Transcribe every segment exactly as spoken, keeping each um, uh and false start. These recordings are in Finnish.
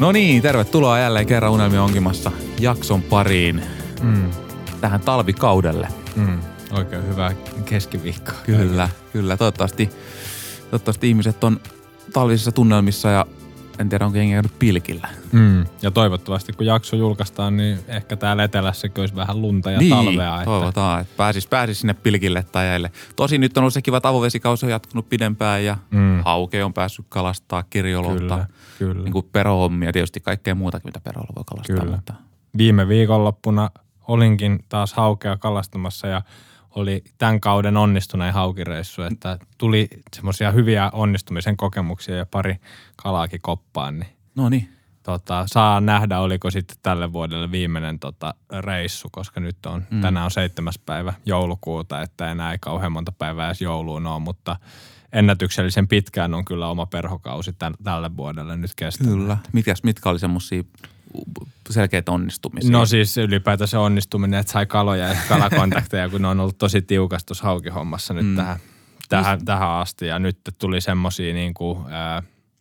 No niin, tervetuloa jälleen kerran Unelmien onkimassa jakson pariin mm. tähän talvikaudelle. Mm. Oikein hyvää keskiviikkoa. Kyllä, kyllä. Toivottavasti, toivottavasti ihmiset on talvisissa tunnelmissa ja en tiedä, onko jengi käynyt pilkillä. Mm. Ja toivottavasti, kun jakso julkaistaan, niin ehkä täällä etelässäkin olisi vähän lunta ja niin, talvea. Että... toivotaan, että pääsis, pääsis sinne pilkille tai jäille. Tosin nyt on ollut se kiva, että avovesikausi on jatkunut pidempään ja mm. hauke on päässyt kalastaa, kirjolohta, kyllä, kyllä. Niin kuin perohommia, tietysti kaikkea muutakin, mitä perolla voi kalastaa. Kyllä. Mutta... Viime viikonloppuna olinkin taas haukea kalastamassa ja oli tämän kauden onnistunein haukireissu, että tuli semmoisia hyviä onnistumisen kokemuksia ja pari kalaakin koppaan. Niin, no niin. Tota, saa nähdä, oliko sitten tälle vuodelle viimeinen tota, reissu, koska nyt on, mm. tänään on seitsemäs päivä joulukuuta, että enää ei kauhean monta päivää edes jouluun ole, mutta ennätyksellisen pitkään on kyllä oma perhokausi tämän, tälle vuodelle nyt kestänyt. Kyllä. Mitkäs, mitkä oli semmoisia selkeitä onnistumisia? No siis ylipäätään se onnistuminen, että sai kaloja ja kalakontakteja, kun ne on ollut tosi tiukasti tuossa haukihommassa nyt mm. tähän, tähän, tähän asti. Ja nyt tuli semmosia niin kuin, ää,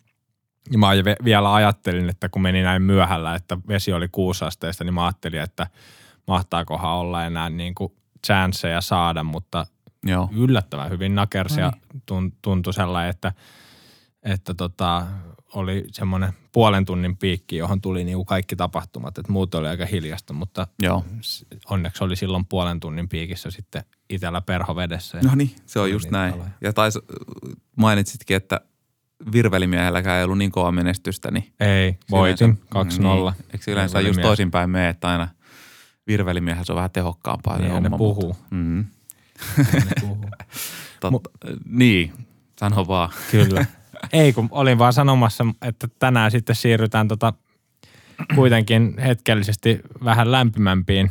ja mä vielä ajattelin, että kun meni näin myöhällä, että vesi oli kuusi asteista, niin mä ajattelin, että mahtaakohan olla enää niin kuin chanceja saada, mutta joo. Yllättävän hyvin nakersia tuntui sellainen, että, että tota, oli semmoinen puolen tunnin piikki, johon tuli niinku kaikki tapahtumat, että muut oli aika hiljasta, mutta joo. Onneksi oli silloin puolen tunnin piikissä sitten itsellä perhovedessä. No niin, se on just näin. Aloja. Ja tais mainitsitkin, että virvelimiehelläkään ei ollut niin kova menestystä. Niin ei, voitin kaksi nolla. Niin. Eikö yleensä just toisinpäin mene, että aina virvelimiehellä se on vähän tehokkaampaa. Niin, homma, ne puhuu. Mutta, mm. ne puhuu. Totta, niin, sano vaan. Kyllä. Ei, kun olin vaan sanomassa, että tänään sitten siirrytään tota kuitenkin hetkellisesti vähän lämpimämpiin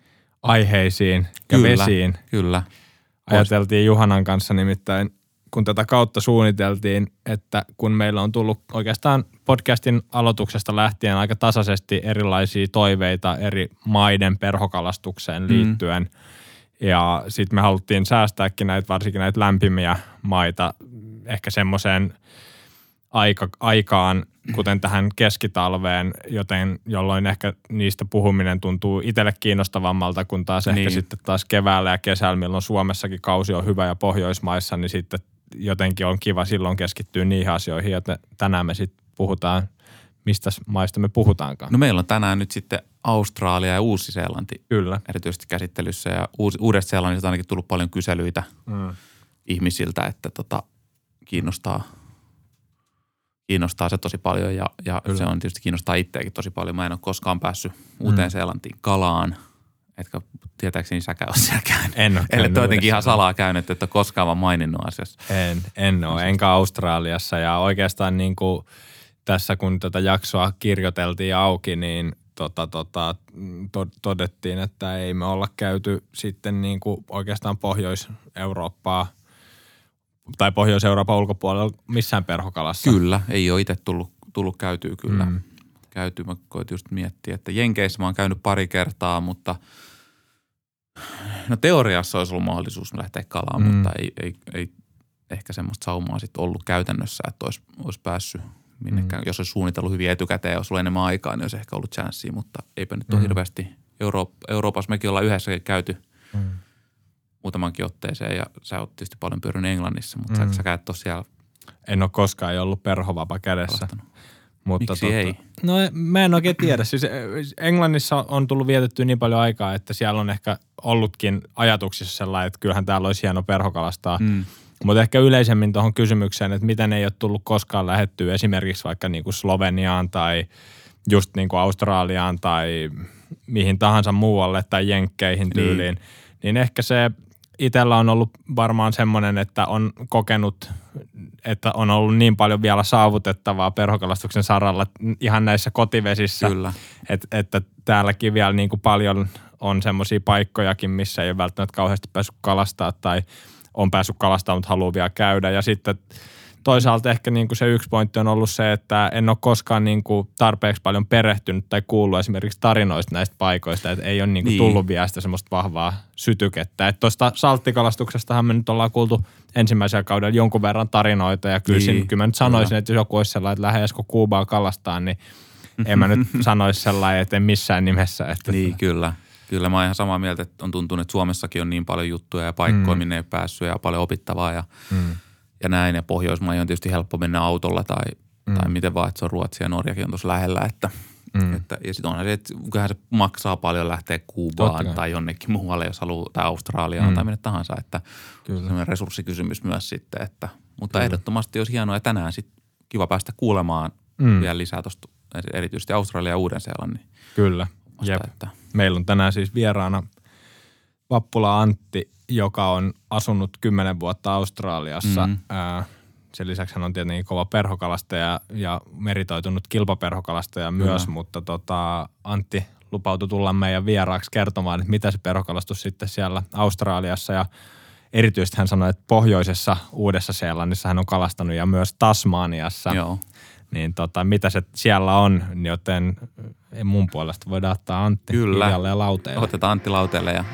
aiheisiin ja kyllä, vesiin. Kyllä. Ajateltiin Juhanan kanssa nimittäin, kun tätä kautta suunniteltiin, että kun meillä on tullut oikeastaan podcastin aloituksesta lähtien aika tasaisesti erilaisia toiveita eri maiden perhokalastukseen liittyen. Mm. Ja sitten me haluttiin säästääkin näitä, varsinkin näitä lämpimiä maita ehkä semmoiseen aika, aikaan, kuten tähän keskitalveen, joten jolloin ehkä niistä puhuminen tuntuu itselle kiinnostavammalta, kun taas niin. Ehkä sitten taas keväällä ja kesällä, milloin Suomessakin kausi on hyvä ja Pohjoismaissa, niin sitten jotenkin on kiva silloin keskittyä niihin asioihin, joten tänään me sitten puhutaan, mistä maista me puhutaankaan. No meillä on tänään nyt sitten Australia ja Uusi-Seelanti Kyllä. erityisesti käsittelyssä ja Uudesta-Seelannista on ainakin tullut paljon kyselyitä mm. ihmisiltä, että tota, kiinnostaa, kiinnostaa se tosi paljon ja, ja se on tietysti kiinnostaa itseäkin tosi paljon. Mä en ole koskaan päässyt Uuteen-Seelantiin kalaan, etkä tietääkseni säkään ole siellä käynyt. En ole käynyt. Eli jotenkin ihan salaa käynyt, että koskaan vaan maininnut asiassa. En, en ole, enkä Australiassa ja oikeastaan niin kuin tässä kun tätä jaksoa kirjoiteltiin auki, niin tota, tota, todettiin, että ei me olla käyty sitten niin kuin oikeastaan Pohjois-Eurooppaa tai Pohjois-Euroopan ulkopuolella missään perhokalassa. Kyllä, ei ole itse tullut, tullut käytyä kyllä. Mm. Käytyy, mä koitin just miettiä, että Jenkeissä mä oon käynyt pari kertaa, mutta no teoriassa olisi ollut mahdollisuus lähteä kalaan, mm. mutta ei, ei, ei ehkä semmoista saumaa sitten ollut käytännössä, että olisi, olisi päässyt minnekään. Mm. Jos olisi suunnitellut hyvin etukäteen ja olisi ollut enemmän aikaa, niin olisi ehkä ollut chanssiä, mutta eipä nyt ole mm. hirveästi. Euroop- Euroopassa mekin ollaan yhdessä käyty mm. muutamankin otteeseen ja sä oot tietysti paljon pyörinyt Englannissa, mutta mm. sä, sä käyt ole siellä. En ole koskaan ollut perhovapa kädessä. Mutta Miksi totta, ei? No mä en oikein tiedä. Siis Englannissa on tullut vietettyä niin paljon aikaa, että siellä on ehkä ollutkin ajatuksissa sellainen, että kyllähän täällä olisi hieno perhokalastaa. Mm. Mutta ehkä yleisemmin tuohon kysymykseen, että miten ei ole tullut koskaan lähettyä esimerkiksi vaikka niin kuin Sloveniaan tai just niin kuin Australiaan tai mihin tahansa muualle tai Jenkkeihin tyyliin, niin, niin ehkä se itsellä on ollut varmaan semmoinen, että on kokenut, että on ollut niin paljon vielä saavutettavaa perhokalastuksen saralla ihan näissä kotivesissä, Kyllä. Et, että täälläkin vielä niin kuin paljon on semmoisia paikkojakin, missä ei ole välttämättä kauheasti päässyt kalastaa tai on päässyt kalastamaan, mutta haluaa vielä käydä. Ja sitten toisaalta ehkä niin kuin se yksi pointti on ollut se, että en ole koskaan niin kuin tarpeeksi paljon perehtynyt tai kuullut esimerkiksi tarinoista näistä paikoista, että ei ole niin kuin niin. tullut vielä sitä semmoista vahvaa sytykettä. Että tuosta salttikalastuksestahan me nyt ollaan kuultu ensimmäisellä kaudella jonkun verran tarinoita ja kyllä, niin. siinä, kyllä mä nyt sanoisin, kyllä. että jos joku olisi sellainen, että lähes kun Kuubaa kalastaa, niin en mä nyt sanoisi sellainen, että en missään nimessä. Että niin, kyllä. Kyllä mä oon ihan samaa mieltä, että on tuntunut, että Suomessakin on niin paljon juttuja ja paikkoja, mm. minne ei päässyt ja paljon opittavaa ja, mm. ja näin. Ja Pohjoismaihin on tietysti helppo mennä autolla tai, mm. tai miten vaan, että se on Ruotsi ja Norjakin on tuossa lähellä. Että, mm. että, ja sitten onhan se, että kyllähän se maksaa paljon lähteä Kuubaan tai jonnekin muualle, jos haluaa, tai Australiaan mm. tai minne tahansa. Että kyllä. Se on resurssikysymys myös sitten. Että, mutta kyllä. ehdottomasti olisi hienoa ja tänään sitten kiva päästä kuulemaan mm. vielä lisää tuosta erityisesti Australia ja Uuden-Seelannin. Kyllä. Jep. Että. Meillä on tänään siis vieraana Vappula Antti, joka on asunut kymmenen vuotta Australiassa. Mm-hmm. Ää, sen lisäksi hän on tietenkin kova perhokalastaja ja meritoitunut kilpaperhokalastaja myös, Kyllä. mutta tota, Antti lupautui tulla meidän vieraaksi kertomaan, että mitä se perhokalastus sitten siellä Australiassa ja erityisesti hän sanoi, että pohjoisessa Uudessa-Seelannissa hän on kalastanut ja myös Tasmaniassa. Joo. Niin tota, mitä se siellä on, joten mun puolesta voidaan ottaa Antti Hiljalle ja lauteelle. Otetaan Antti lauteelle ja...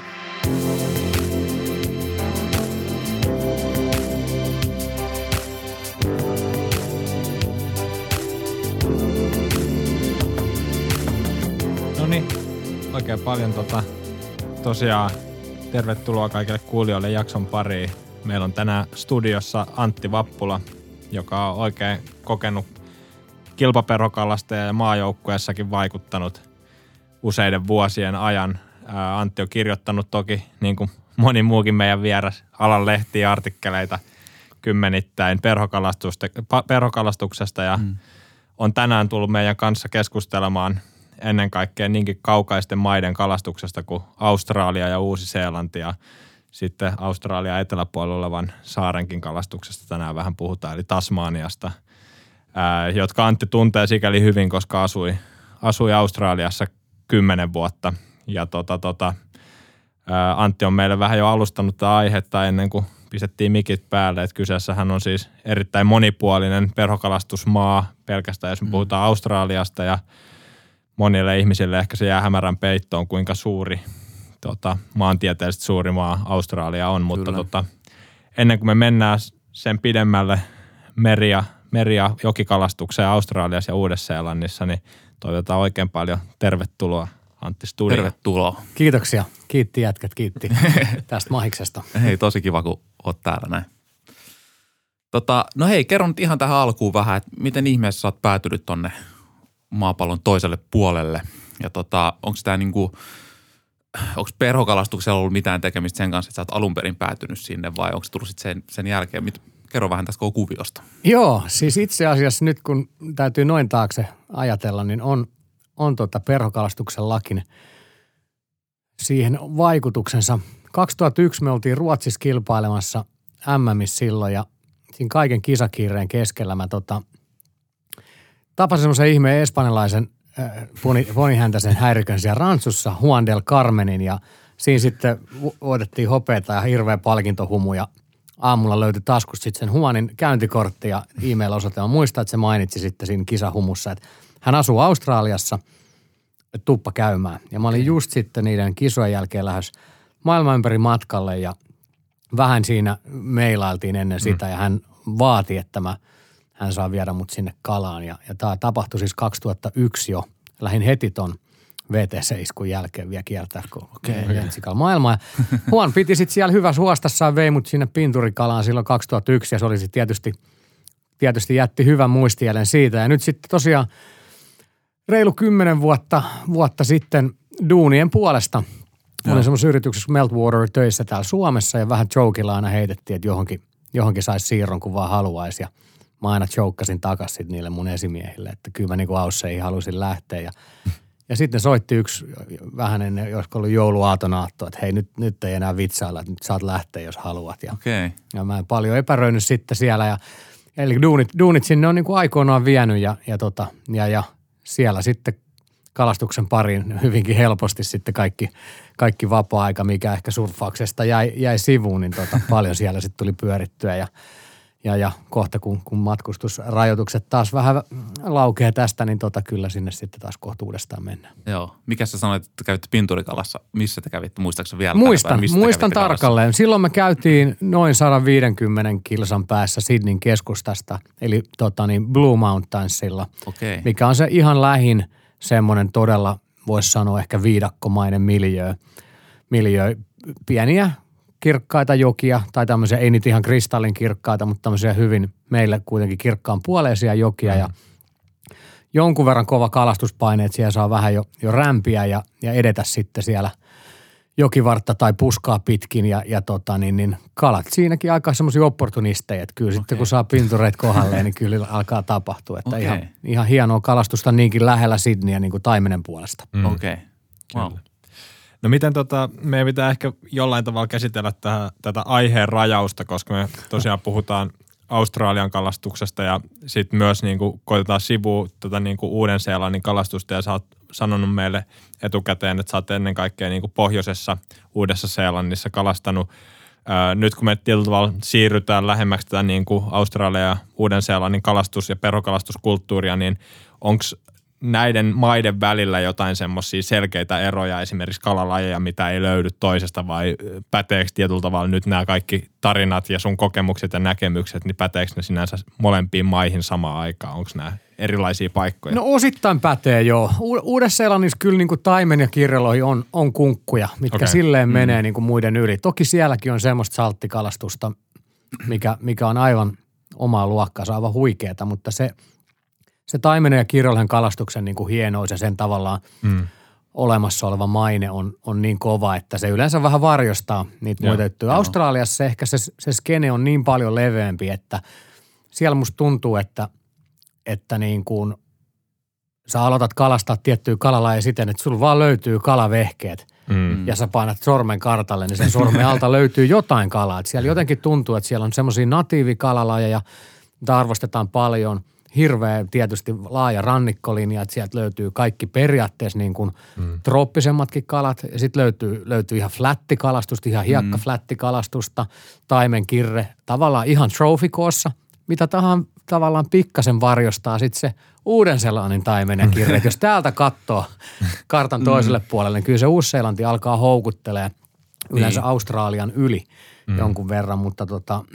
No niin, oikein paljon tota, tosiaan tervetuloa kaikille kuulijoille jakson pariin. Meillä on tänään studiossa Antti Vappula, joka on oikein kokenut kilpaperhokalastaja ja maajoukkueessakin vaikuttanut useiden vuosien ajan. Ää, Antti on kirjoittanut toki, niin kuin moni muukin meidän vieras, alan lehtiä, artikkeleita kymmenittäin perhokalastuksesta ja mm. on tänään tullut meidän kanssa keskustelemaan ennen kaikkea niinkin kaukaisten maiden kalastuksesta kuin Australia ja Uusi-Seelanti ja sitten Australia eteläpuolella olevan saarenkin kalastuksesta tänään vähän puhutaan, eli Tasmaniasta. Ää, jotka Antti tuntee sikäli hyvin, koska asui, asui Australiassa kymmenen vuotta. Ja tota, tota, ää, Antti on meille vähän jo alustanut tätä aihetta ennen kuin pistettiin mikit päälle, että kyseessähän on siis erittäin monipuolinen perhokalastusmaa pelkästään, jos me puhutaan mm. Australiasta ja monille ihmisille ehkä se jää hämärän peittoon, kuinka suuri, tota, maantieteellisesti suuri maa Australia on, mutta tota, ennen kuin me mennään sen pidemmälle meri- ja meri- ja jokikalastukseen Australiassa ja Uudessa-Seelannissa, niin toivotaan oikein paljon tervetuloa Antti studioon. Tervetuloa. Kiitoksia. Kiitti jätkät, kiitti tästä mahiksesta. Hei, tosi kiva, kun oot täällä näin. Tota, no hei, kerro nyt ihan tähän alkuun vähän, että miten ihmeessä sä oot päätynyt tonne maapallon toiselle puolelle. Ja tota, onko tää niinku, onko perhokalastuksella ollut mitään tekemistä sen kanssa, että sä oot alun perin päätynyt sinne vai onko se tullut sitten sen, sen jälkeen? Kerro vähän tästä koko kuviosta. Joo, siis itse asiassa nyt kun täytyy noin taakse ajatella, niin on, on tota perhokalastuksen lakin siihen vaikutuksensa. kaksituhattayksi me oltiin Ruotsissa kilpailemassa M M:ssä silloin ja siinä kaiken kisakiireen keskellä mä tota, tapasin semmoisen ihmeen espanjalaisen äh, ponihäntäisen häirikön siellä Rantsussa, Juan del Carmenin ja siinä sitten voitettiin hopeata ja hirveä palkintohumu ja aamulla löytyi taskusta sitten sen Juanin käyntikortti ja e-mail-osoite. Mä muistan, että se mainitsi sitten siinä kisahumussa, että hän asuu Australiassa, että tuppa käymään. Ja mä olin just sitten niiden kisojen jälkeen lähes maailman ympäri matkalle ja vähän siinä meilailtiin ennen sitä mm. ja hän vaati, että mä, hän saa viedä mut sinne kalaan. Ja, ja tämä tapahtui siis kaksituhattayksi jo. Lähin heti ton V T C-iskun jälkeen vielä kiertää koko okay. maailmaa. Juan piti sitten siellä hyvässä huostassaan, vei mut sinne pinturikalaan silloin kaksituhattayksi ja se oli sitten tietysti, tietysti jätti hyvän muistijäljen siitä. Ja nyt sitten tosiaan reilu kymmenen vuotta, vuotta sitten duunien puolesta olin semmoisessa yrityksessä Meltwater töissä täällä Suomessa ja vähän jokilla aina heitettiin, että johonkin, johonkin saisi siirron kun vaan haluaisi ja mä aina joukkasin takaisin niille mun esimiehille, että kyllä mä niinku Ausseihin halusin lähteä ja Ja sitten soitti yksi vähän ennen, josko ollut jouluaatonaatto, että hei nyt, nyt ei enää vitsailla, että nyt saat lähteä, jos haluat. Ja, okay. ja mä en paljon epäröinyt sitten siellä. Ja, eli duunit, duunit sinne on niin kuin aikoinaan vienyt ja, ja, tota, ja, ja siellä sitten kalastuksen pariin hyvinkin helposti sitten kaikki, kaikki vapaa-aika, mikä ehkä surffauksesta jäi, jäi sivuun, niin tota, paljon siellä sitten tuli pyörittyä. Ja, Ja, ja kohta kun, kun matkustusrajoitukset taas vähän laukee tästä, niin tota kyllä sinne sitten taas kohta uudestaan mennään. Joo. Mikä sä sanoit, että kävitte Pinturikalassa? Missä te kävitte? Muistaaksä vielä? Muistan, Mistä muistan tarkalleen. Kalassa? Silloin me käytiin noin sata viisikymmentä kilsan päässä Sydneyn keskustasta, eli tota niin Blue Mountainsilla, okay. Mikä on se ihan lähin semmoinen todella, voisi sanoa ehkä viidakkomainen miljöö. miljöö pieniä kirkkaita jokia tai tämmöisiä, ei niitä ihan kristallin kirkkaita, mutta tämmöisiä hyvin meille kuitenkin kirkkaan puoleisia jokia mm. ja jonkun verran kova kalastuspaine, että siellä saa vähän jo, jo rämpiä ja, ja edetä sitten siellä jokivartta tai puskaa pitkin ja, ja tota niin, niin kalat siinäkin aika semmoisia opportunisteja, että kyllä okay. sitten kun saa pintureet kohdalleen, niin kyllä alkaa tapahtua, että okay. ihan, ihan hienoa kalastusta niinkin lähellä Sydneyä niin kuin taimenen puolesta. Mm. Okei, okay. Wow. No miten tota, meidän pitää ehkä jollain tavalla käsitellä tähän, tätä aiheen rajausta, koska me tosiaan puhutaan Australian kalastuksesta ja sitten myös niinku koitetaan sivua tätä niinku Uuden-Seelannin kalastusta ja sä oot sanonut meille etukäteen, että sä oot ennen kaikkea niinku pohjoisessa Uudessa-Seelannissa kalastanut. Ää, nyt kun me tietyllä tavalla siirrytään lähemmäksi tätä niinku Australia ja Uuden-Seelannin kalastus- ja perhokalastuskulttuuria, niin onko näiden maiden välillä jotain semmoisia selkeitä eroja, esimerkiksi kalalajeja, mitä ei löydy toisesta, vai päteekö tietyllä tavalla nyt nämä kaikki tarinat ja sun kokemukset ja näkemykset, niin päteekö ne sinänsä molempiin maihin samaan aikaan? Onko nämä erilaisia paikkoja? No osittain pätee joo. Uudessa-Seelannissa kyllä niin kuin taimen ja kirrelohi on, on kunkkuja, mitkä okay. silleen mm. menee niin kuin muiden yli. Toki sielläkin on semmoista salttikalastusta, mikä, mikä on aivan omaa luokkaansa, aivan huikeeta, mutta se Se taimenen ja kirjolhen kalastuksen niin kuin hienous ja sen tavallaan mm. olemassa oleva maine on, on niin kova, että se yleensä vähän varjostaa niitä muita juttuja. Australiassa ehkä se, se skene on niin paljon leveämpi, että siellä musta tuntuu, että, että niin kuin sä aloitat kalastaa tiettyä kalalajia siten, että sulla vaan löytyy kalavehkeet mm. ja sä painat sormen kartalle, niin sen sormen alta löytyy jotain kalaa. Et siellä jotenkin tuntuu, että siellä on semmoisia natiivikalalajeja, mitä arvostetaan paljon – hirveä tietysti laaja rannikkolinja, että sieltä löytyy kaikki periaatteessa niin kuin mm. trooppisemmatkin kalat. Ja sitten löytyy, löytyy ihan flättikalastusta, ihan hiekkaflättikalastusta, taimenkirre, tavallaan ihan trophy-koossa, mitä tahan tavallaan pikkasen varjostaa sitten se Uuden-Seelannin taimen ja kirre. Jos täältä katsoo kartan toiselle mm. puolelle, niin kyllä se Uusi-Seelanti alkaa houkuttelee yleensä niin. Australian yli mm. jonkun verran, mutta tota,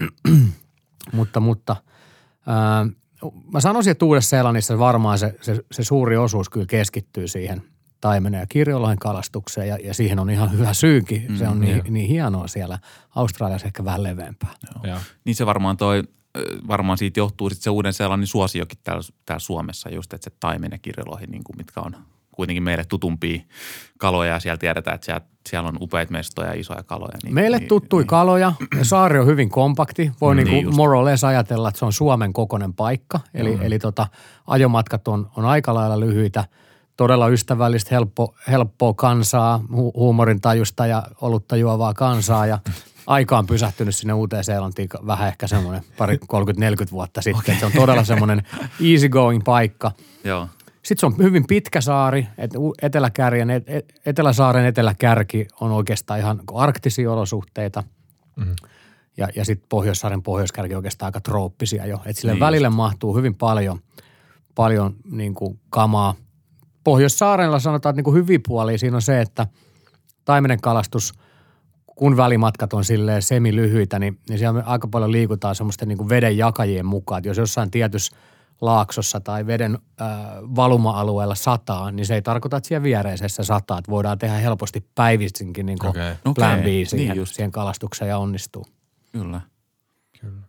mutta, mutta ää, mä sanoisin, että Uudessa-Seelannissa varmaan se, se, se suuri osuus kyllä keskittyy siihen taimenen ja kirjolohen kalastukseen ja, ja siihen on ihan hyvä syykin. Mm, se on niin, niin hienoa siellä. Australiassa ehkä vähän leveämpää. Joo. Niin se varmaan toi, varmaan siitä johtuu sitten se Uuden-Seelannin suosiokin täällä, täällä Suomessa just, että se taimen ja kirjolohi, niin kuin mitkä on kuitenkin meille tutumpia kaloja ja siellä tiedetään, että siellä, siellä on upeita mestoja ja isoja kaloja. Niin, meille niin, tuttui niin. kaloja ja saari on hyvin kompakti. Voi mm, niin kuin more or less ajatella, että se on Suomen kokoinen paikka. Eli, mm. eli tota, ajomatkat on, on aika lailla lyhyitä, todella ystävällistä, helppo, helppoa kansaa, hu- huumorintajusta ja olutta juovaa kansaa ja aika on pysähtynyt sinne Uuteen-Seelantiin vähän ehkä semmoinen pari kolmekymmentä neljäkymmentä vuotta sitten. Okay. Se on todella semmoinen easy going paikka. Joo. Sitten se on hyvin pitkä saari, että Eteläkärjen, Eteläsaaren eteläkärki on oikeastaan ihan arktisia olosuhteita. Mm-hmm. Ja, ja sitten Pohjoissaaren pohjoiskärki oikeastaan aika trooppisia jo. Että sille niin välille just. mahtuu hyvin paljon, paljon niin kuin kamaa. Pohjoissaarella sanotaan, että niin kuin hyviä puolia siinä on se, että taimenen kalastus, kun välimatkat on silleen semilyhyitä, niin, niin siellä aika paljon liikutaan semmoisten niin kuin veden jakajien mukaan. Että jos jossain tietyssä laaksossa tai veden äh, valuma-alueella sataa, niin se ei tarkoita, että siellä viereisessä sataa. Että voidaan tehdä helposti päivisinkin niin kuin okay. plan B siihen, niin siihen kalastukseen ja onnistuu. Kyllä. Kyllä.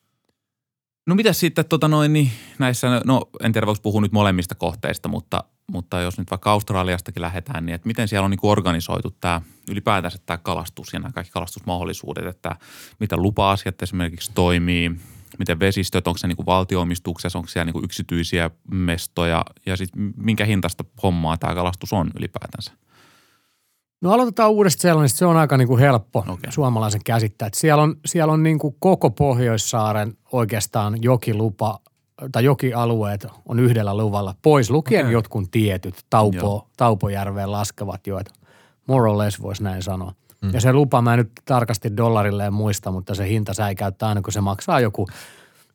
No mitäs sitten tota noin, niin näissä, no en tiedä voiko puhua nyt molemmista kohteista, mutta, mutta jos nyt vaikka Australiastakin lähdetään, niin että miten siellä on niin kuin organisoitu tämä ylipäätänsä tämä kalastus ja nämä kaikki kalastusmahdollisuudet, että miten lupa-asiat esimerkiksi toimii, miten vesistöt, onko se niin kuin valtio-omistuksessa, onko siellä niin kuin yksityisiä mestoja ja sitten minkä hintaista hommaa tämä kalastus on ylipäätänsä? No aloitetaan Uudesta-Seelannista, se on aika niin kuin helppo okay. suomalaisen käsittää. Että siellä on, siellä on niin kuin koko Pohjoissaaren oikeastaan jokilupa tai jokialueet on yhdellä luvalla, pois lukien okay. jotkut tietyt Taupo, Taupojärveen laskevat joet. More or less voisi näin sanoa. Mm. Ja se lupa mä en nyt tarkasti dollarilleen muista, mutta se hinta säikäyttää aina, kun se maksaa joku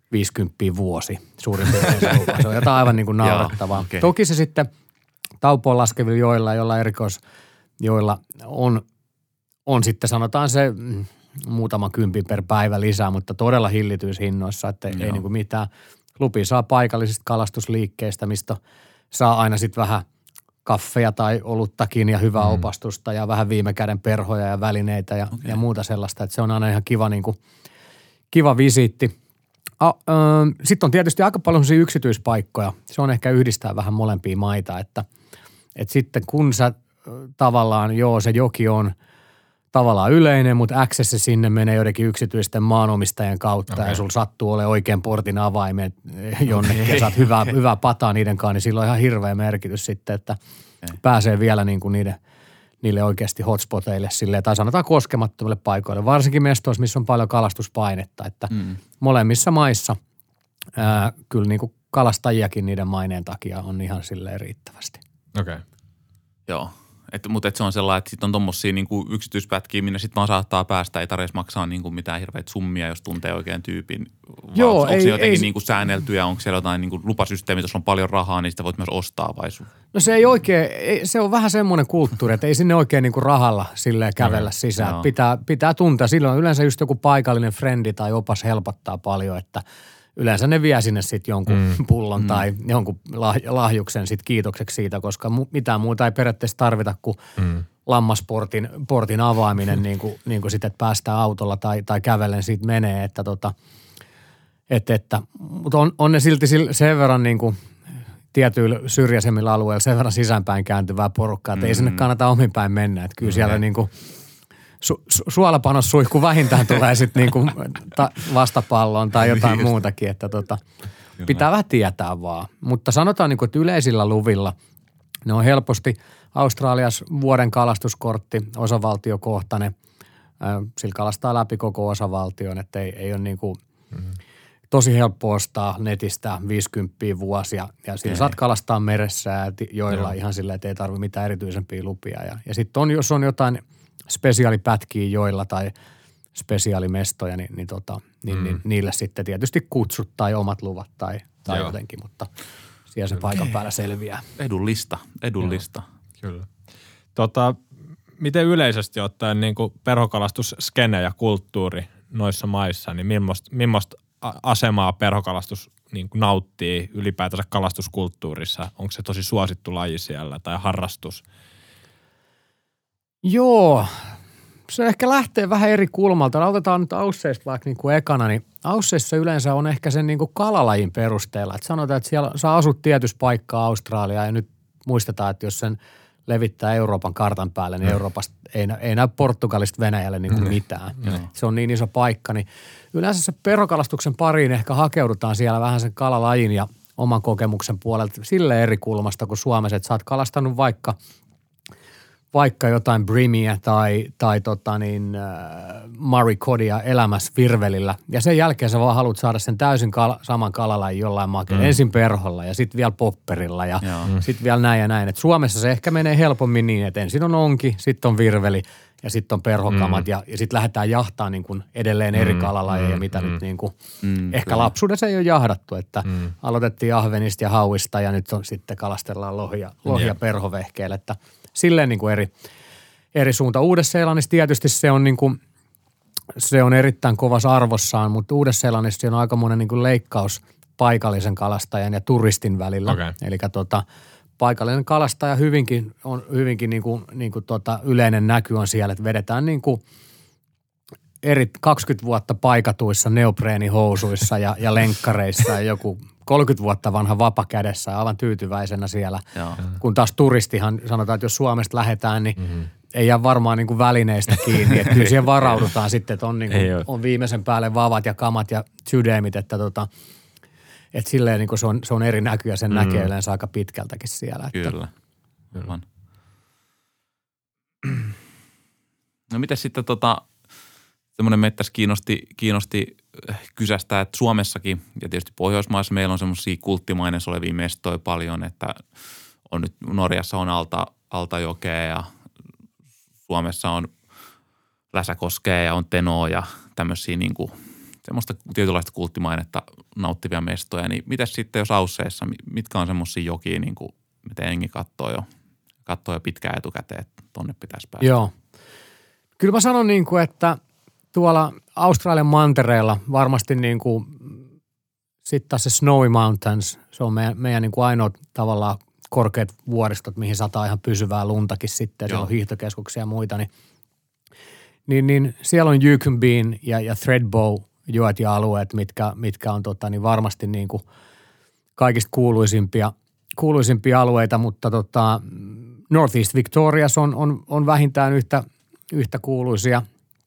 viisikymmentä vuosi suurin piirtein se lupa. Se on jotain aivan niin kuin naurettavaa. Okay. Toki se sitten taupoon laskevilla joilla, joilla erikois, joilla on, on sitten sanotaan se muutama kympin per päivä lisää, mutta todella hillityishinnoissa, että ei niin kuin mitään. Lupi saa paikallisista kalastusliikkeistä, mistä saa aina sitten vähän kaffeja tai oluttakin ja hyvää mm. opastusta ja vähän viime käden perhoja ja välineitä ja, okay. ja muuta sellaista. Että se on aina ihan kiva, niin kuin, kiva visiitti. Sitten on tietysti aika paljon yksityispaikkoja. Se on ehkä yhdistää vähän molempia maita, että, että sitten kun sä tavallaan, joo se joki on tavallaan yleinen, mutta access sinne menee joidenkin yksityisten maanomistajien kautta okay. ja sulla sattuu olemaan oikein portin avaimet jonnekin okay. ja saat hyvää, hyvää pataa niiden kanssa, niin sillä on ihan hirveä merkitys sitten, että okay. pääsee vielä niin kuin niiden, niille oikeasti hotspoteille silleen, tai sanotaan koskemattomille paikoille, varsinkin mestoissa, missä on paljon kalastuspainetta, että mm. molemmissa maissa ää, kyllä niin kuin kalastajiakin niiden maineen takia on ihan silleen riittävästi. Okei. Okay. Joo. Et, mutta et se on sellainen, että sitten on tommosia niinku yksityispätkiä, minne sitten vaan saattaa päästä, ei tarvitse maksaa niinku mitään hirveitä summia, jos tuntee oikein tyypin. Joo, onko ei, se jotenkin ei, niinku säänneltyä, onko siellä jotain niinku lupasysteemiä, jos on paljon rahaa, niin sitä voit myös ostaa vai sun? No se ei oikein, ei, se on vähän semmoinen kulttuuri, että ei sinne oikein niinku rahalla silleen kävellä okay. sisään. Pitää, pitää tuntea, silloin yleensä just joku paikallinen frendi tai opas helpottaa paljon, että yleensä ne vie sinne sitten jonkun mm. pullon mm. tai jonkun lahjuksen sitten kiitokseksi siitä, koska mu- mitään muuta ei periaatteessa tarvita kuin mm. lammasportin portin avaaminen niin kuin, niin kuin sitten, että päästään autolla tai, tai kävellen siitä menee, että tota, et, että, mutta on, on ne silti sen verran niin kuin tietyillä syrjäisemmillä alueilla sen verran sisäänpäin kääntyvää porukkaa, että mm. ei sinne kannata ominpäin mennä, että kyllä siellä mm. niin kuin Su, su, suolapanossuihku vähintään tulee sitten niinku vastapalloon tai jotain muutakin, että tota, pitää vähän tietää vaan. Mutta sanotaan niinku, että yleisillä luvilla ne on helposti Australiassa vuoden kalastuskortti, osavaltiokohtainen. Sillä kalastaa läpi koko osavaltion, että ei, ei ole niinku mm-hmm. tosi helppo ostaa netistä viisikymmentä vuosia. Ja siinä saat kalastaa meressä ja joilla ihan silleen, että ei tarvitse mitään erityisempiä lupia. Ja, ja sitten on, jos on jotain spesiaalipätkiä joilla tai spesiaalimestoja, niin, niin, tota, niin, mm. niin niille sitten tietysti kutsut tai omat luvat tai, tai jotenkin, mutta siellä se paikan päällä selviää. Edullista, edullista. Joo, kyllä. Tota, miten yleisesti ottaen niin kuin perhokalastusskene ja kulttuuri noissa maissa, niin millaista, millaista asemaa perhokalastus niin kuin nauttii ylipäätänsä kalastuskulttuurissa? Onko se tosi suosittu laji siellä tai harrastus? Joo, se ehkä lähtee vähän eri kulmalta. Otetaan nyt Ausseista vaikka niin kuin ekana, niin Ausseissa yleensä on ehkä sen niin kuin kalalajin perusteella. Että sanotaan, että siellä sä asut tietyssä paikkaa Australiaa ja nyt muistetaan, että jos sen levittää Euroopan kartan päälle, niin mm. Euroopasta ei, ei näy Portugalista Venäjälle niin kuin mitään. Mm. Se on niin iso paikka, niin yleensä se perhokalastuksen pariin ehkä hakeudutaan siellä vähän sen kalalajin ja oman kokemuksen puolelta sille eri kulmasta kuin Suomessa, että sä oot kalastanut vaikka vaikka jotain brimia tai, tai tota niin, äh, maricodia elämässä virvelillä. Ja sen jälkeen sä vaan haluat saada sen täysin kal- saman kalalajin jollain makeen. Mm. Ensin perholla ja sitten vielä popperilla ja mm. sitten vielä näin ja näin. Et Suomessa se ehkä menee helpommin niin, että ensin on onki, sitten on virveli ja sitten on perhokamat. Mm. Ja, ja sitten lähdetään jahtaa niin kuin edelleen eri mm. kalalajeja, mm. mitä mm. nyt niin kuin, mm. ehkä kyllä. lapsuudessa ei ole jahdattu. Että mm. aloitettiin ahvenista ja hauista ja nyt on sitten kalastellaan lohia, lohia mm. perhovehkeellä, että silleen niin kuin eri, eri suunta. Uudessa-Seelannissa tietysti se on, niin kuin, se on erittäin kovassa arvossaan, mutta Uudessa-Seelannissa on aikamoinen niin kuin leikkaus paikallisen kalastajan ja turistin välillä. Okay. Eli tota, paikallinen kalastaja hyvinkin on hyvinkin niin kuin, niin kuin tota, yleinen näky on siellä, että vedetään niin kuin eri kaksikymmentä vuotta paikatuissa neopreenihousuissa ja, ja lenkkareissa ja joku kolmekymmentä vuotta vanha vapa kädessä ja aivan tyytyväisenä siellä. Joo. Kun taas turistihan sanotaan, että jos Suomesta lähdetään, niin mm-hmm. ei jää varmaan niin kuin välineistä kiinni. Että kyllä siihen varaudutaan sitten, että on, niin kuin, on viimeisen päälle vavat ja kamat ja sydämit, että tota, että silleen niin kuin se, on, se on eri näky ja sen mm. näkee yleensä aika pitkältäkin siellä. Että. Kyllä. Kyllä. No miten sitten tota, semmoinen mettäs kiinnosti, kiinnosti kysästä, että Suomessakin ja tietysti Pohjoismaissa meillä on semmoisia kulttimaineissa olevia mestoja paljon, että on nyt Norjassa on Alta, Altajokea ja Suomessa on Läsäkoskea ja on Tenoa ja tämmöisiä niin kuin semmoista tietynlaista kulttimainetta nauttivia mestoja. Niin mitäs sitten jos Ausseissa, mitkä on semmoisia jokia, niin kuin mitä jengi katsoo jo, katsoo jo pitkään etukäteen, että tonne pitäisi päästä? Joo. Kyllä mä sanon niin kuin, että tuolla Australian mantereella varmasti niin kuin sitten taas se Snowy Mountains, se on meidän, meidän niin kuin ainoa tavallaan korkeat vuoristot, mihin sataa ihan pysyvää luntakin sitten, siellä on hiihtokeskuksia ja muita, niin, niin, niin siellä on Yukon Bean ja, ja Threadbow joet ja alueet, mitkä, mitkä on tota, niin varmasti niin kuin kaikista kuuluisimpia, kuuluisimpia alueita, mutta tota, Northeast Victorias on, on, on vähintään yhtä, yhtä kuuluisia,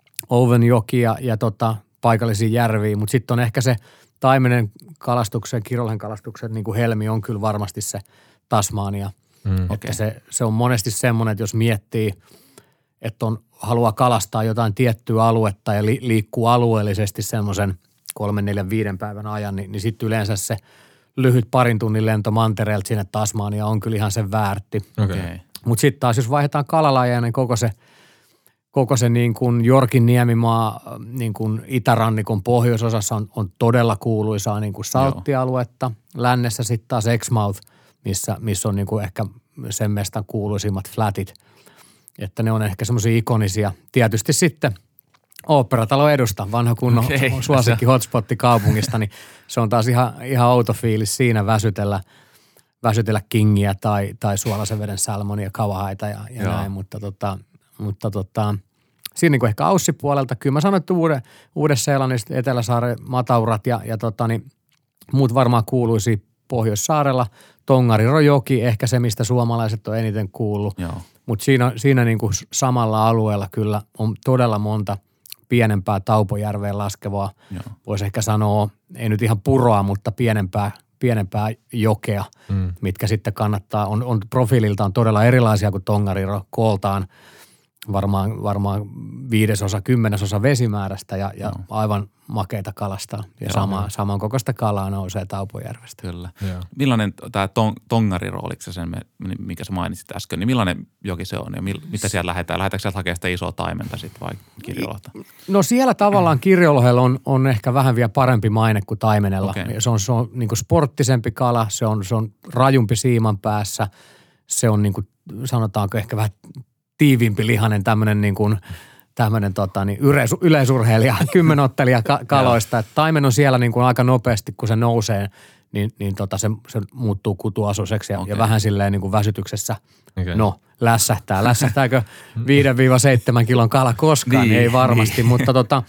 Ovenjoki ja, ja tota, paikallisia järviä, mutta sitten on ehkä se taimenen kalastuksen, kirolhen kalastuksen niin kuin helmi on kyllä varmasti se Tasmania. Mm, että okay. se, se on monesti semmoinen, että jos miettii, että on, haluaa kalastaa jotain tiettyä aluetta ja li, liikkuu alueellisesti semmoisen kolmen, neljän, viiden päivän ajan, niin, niin sitten yleensä se lyhyt parin tunnin lento mantereelta sinne Tasmania on kyllä ihan sen väärti. Okay. Mutta sitten taas, jos vaihdetaan kalalajeja, niin koko se Koko se niin kuin Yorkin niemimaa niin kuin itärannikon pohjoisosassa on, on todella kuuluisaa niin kuin salttialuetta. Lännessä sitten taas Exmouth, missä, missä on niin kuin ehkä sen mestan kuuluisimmat flatit. Että ne on ehkä semmoisia ikonisia. Tietysti sitten Oopperatalo edusta, vanha kunnon okay. suosikki hotspotti kaupungista, niin se on taas ihan, ihan outo fiilis siinä väsytellä, väsytellä kingiä tai, tai suolaisen veden salmonia, kavahaita ja, ja näin, mutta tota, mutta tota, siinä niin kuin ehkä Aussi-puolelta, kyllä mä sanoin, että Uude, Uudessa-Seelannista, Eteläsaaren mataurat ja, ja tota, niin, muut varmaan kuuluisi Pohjois-Saarella. Tongarirojoki, ehkä se, mistä suomalaiset on eniten kuullut. Mutta siinä, siinä niin kuin samalla alueella kyllä on todella monta pienempää Taupojärveen laskevaa. Voisi ehkä sanoa, ei nyt ihan puroa, mutta pienempää, pienempää jokea, mm. mitkä sitten kannattaa, on, on profiililtaan todella erilaisia kuin Tongariro kooltaan. Varmaan, varmaan viidesosa, kymmenesosa vesimäärästä ja, ja aivan makeita kalastaa. Ja sama, saman kokoista kalaa nousee Taupojärvestä. Kyllä. Joo. Millainen tämä ton, Tongariro, oliko se sen, mikä sä mainitsit äsken, niin millainen joki se on ja mil, mitä siellä lähdetään? Lähdetäänkö sieltä hakemaan sitä isoa taimenta sitten vai kirjolohta? No siellä tavallaan kirjolohella on, on ehkä vähän vielä parempi maine kuin taimenella. Okay. Se on, se on niin kuin sporttisempi kala, se on, se on rajumpi siiman päässä, se on niin kuin, sanotaanko ehkä vähän tiiviimpi lihanen tämmöinen niin kuin tämmöinen tota, niin yleis- yleisurheilija, kymmenottelija ka- kaloista. Että taimen on siellä niin kuin aika nopeasti, kun se nousee, niin, niin tota, se, se muuttuu kutuasuiseksi ja, okay. ja vähän silleen niin kuin väsytyksessä, okay. no lässähtää. Lässähtääkö viidestä seitsemään kilon kala koskaan? Niin, ei varmasti, niin. mutta tota,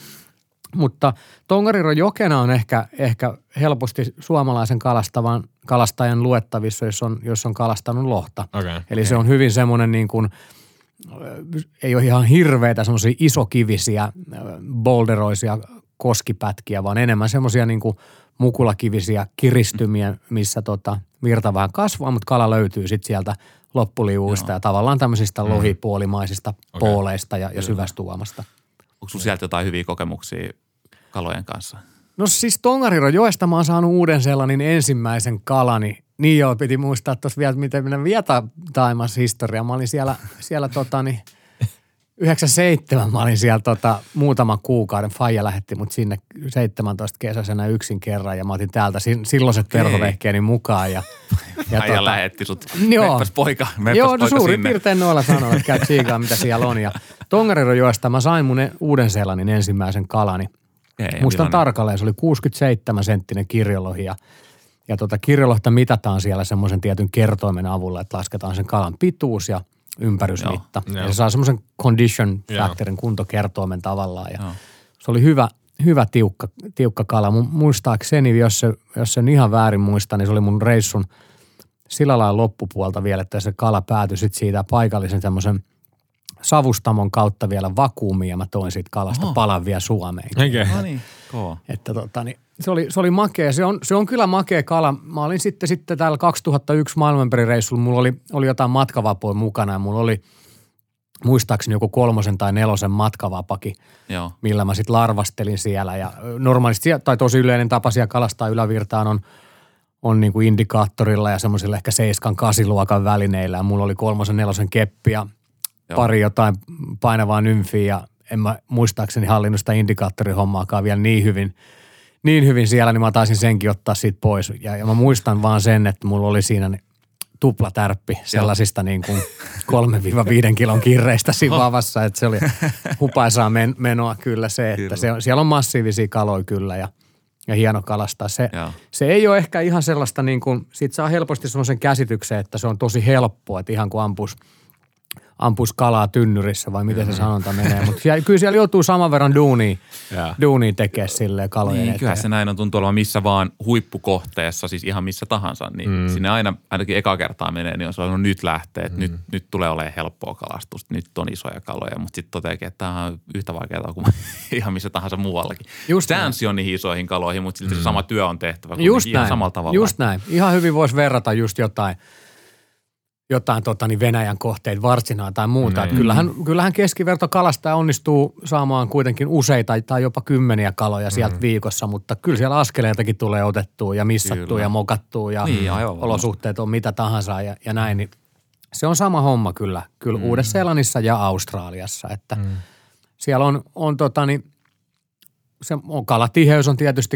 mutta Tongariro jokena on ehkä, ehkä helposti suomalaisen kalastavan, kalastajan luettavissa, jos on, jos on kalastanut lohta. Okay. Eli okay. se on hyvin semmoinen niin kuin ei ole ihan hirveitä semmoisia isokivisiä, boulderoisia koskipätkiä, vaan enemmän semmoisia niin kuin mukulakivisiä kiristymiä, missä tota virta vähän kasvaa, mutta kala löytyy sitten sieltä loppuliuuista ja tavallaan tämmöisistä mm. lohipuolimaisista okay. pooleista ja, ja syvästuomasta. Onko sinulla sieltä jotain hyviä kokemuksia kalojen kanssa? No siis Tongariro-joesta mä oon saanut Uuden-Seelannin ensimmäisen kalani. Niin joo, piti muistaa tuossa vielä, miten minä Vieta-Taimas historia. Mä olin siellä, siellä tota niin, yhdeksänkymmentäseitsemän mä olin siellä tota, muutaman kuukauden. Faija lähetti mut sinne seitsemäntoista kesäisenä yksin kerran ja mä otin täältä silloiset perhovehkeeni mukaan. Ja, ja Faija tota, lähetti sut, meppäs poika, meppäs joo, poika no suurin sinne. piirtein noilla sanoilla, että käy tsiikaa mitä siellä on. Ja Tongariro-joesta mä sain mun Uuden-Seelannin ensimmäisen kalani. Ei, muistan millainen? Tarkalleen, se oli kuusikymmentäseitsemän senttinen kirjolohi ja Ja tota kirjolohta mitataan siellä semmoisen tietyn kertoimen avulla, että lasketaan sen kalan pituus ja ympärysmitta. Joo, ja se saa semmoisen condition factorin kuntokertoimen tavallaan. Ja se oli hyvä, hyvä tiukka, tiukka kala. Muistaakseni, jos se, jos sen ihan väärin muistaa, niin se oli mun reissun sillä lailla loppupuolta vielä, että se kala päätyi sitten siitä paikallisen semmoisen savustamon kautta vielä vakuumiin ja mä toin siitä kalasta Oho. palan vielä Suomeen. Okay. No niin, kova. Että tota niin. Se oli, se oli makea. Se on, se on kyllä makea kala. Mä olin sitten, sitten täällä kaksituhattayksi maailmanperireissulla. Mulla oli, oli jotain matkavapoja mukana ja mulla oli muistaakseni joku kolmosen tai nelosen matkavapakin, Joo. millä mä sitten larvastelin siellä. Ja normaalisti, tai tosi yleinen tapa siellä kalastaa ylävirtaan on, on niin kuin indikaattorilla ja semmoisilla ehkä seiskan kasiluokan välineillä. Ja mulla oli kolmosen nelosen keppi ja Joo. pari jotain painavaa nymfiä ja en mä muistaakseni hallinnut sitä indikaattorihommaakaan vielä niin hyvin, niin hyvin siellä, niin mä taisin senkin ottaa siitä pois. Ja, ja mä muistan vaan sen, että mulla oli siinä tuplatärppi sellaisista niin kuin kolmesta viiteen kilon kirreistä siinä vavassa, että se oli hupaisaa men- menoa kyllä se, että se on, siellä on massiivisia kaloja kyllä ja, ja hieno kalastaa. Se, se ei ole ehkä ihan sellaista niin kuin, siitä saa helposti semmoisen käsityksen, että se on tosi helppoa, että ihan kuin ampus, ampus kalaa tynnyrissä vai miten se sanonta menee, mutta siellä, kyllä siellä joutuu saman verran duunia, duunia tekemään silleen kalojen niin, eteen. Kyllä se näin on, tuntuu olevan missä vaan huippukohteessa, siis ihan missä tahansa, niin mm. sinne aina ainakin eka kertaa menee, niin on sellainen, no nyt lähtee, että mm. nyt, nyt tulee olemaan helppoa kalastusta, nyt on isoja kaloja, mutta sitten toteakin, että tämä on yhtä vaikeaa kuin ihan missä tahansa muuallakin. Chanssi on niihin isoihin kaloihin, mutta silti mm. se sama työ on tehtävä just ihan näin. samalla tavalla. Just näin. Ihan hyvin voisi verrata just jotain jotain tota, niin Venäjän kohteita, Varsinaa tai muuta. Mm. Kyllähän, kyllähän keskivertokalastaja onnistuu saamaan kuitenkin useita tai jopa kymmeniä kaloja sieltä mm. viikossa, mutta kyllä siellä askeleitakin tulee otettua ja missattua kyllä. ja mokattua ja niin, olosuhteet on mitä tahansa ja, ja näin. Niin se on sama homma kyllä, kyllä mm. Uudessa-Seelannissa ja Australiassa, että mm. siellä on, on tota, niin, se on, kalatiheys on tietysti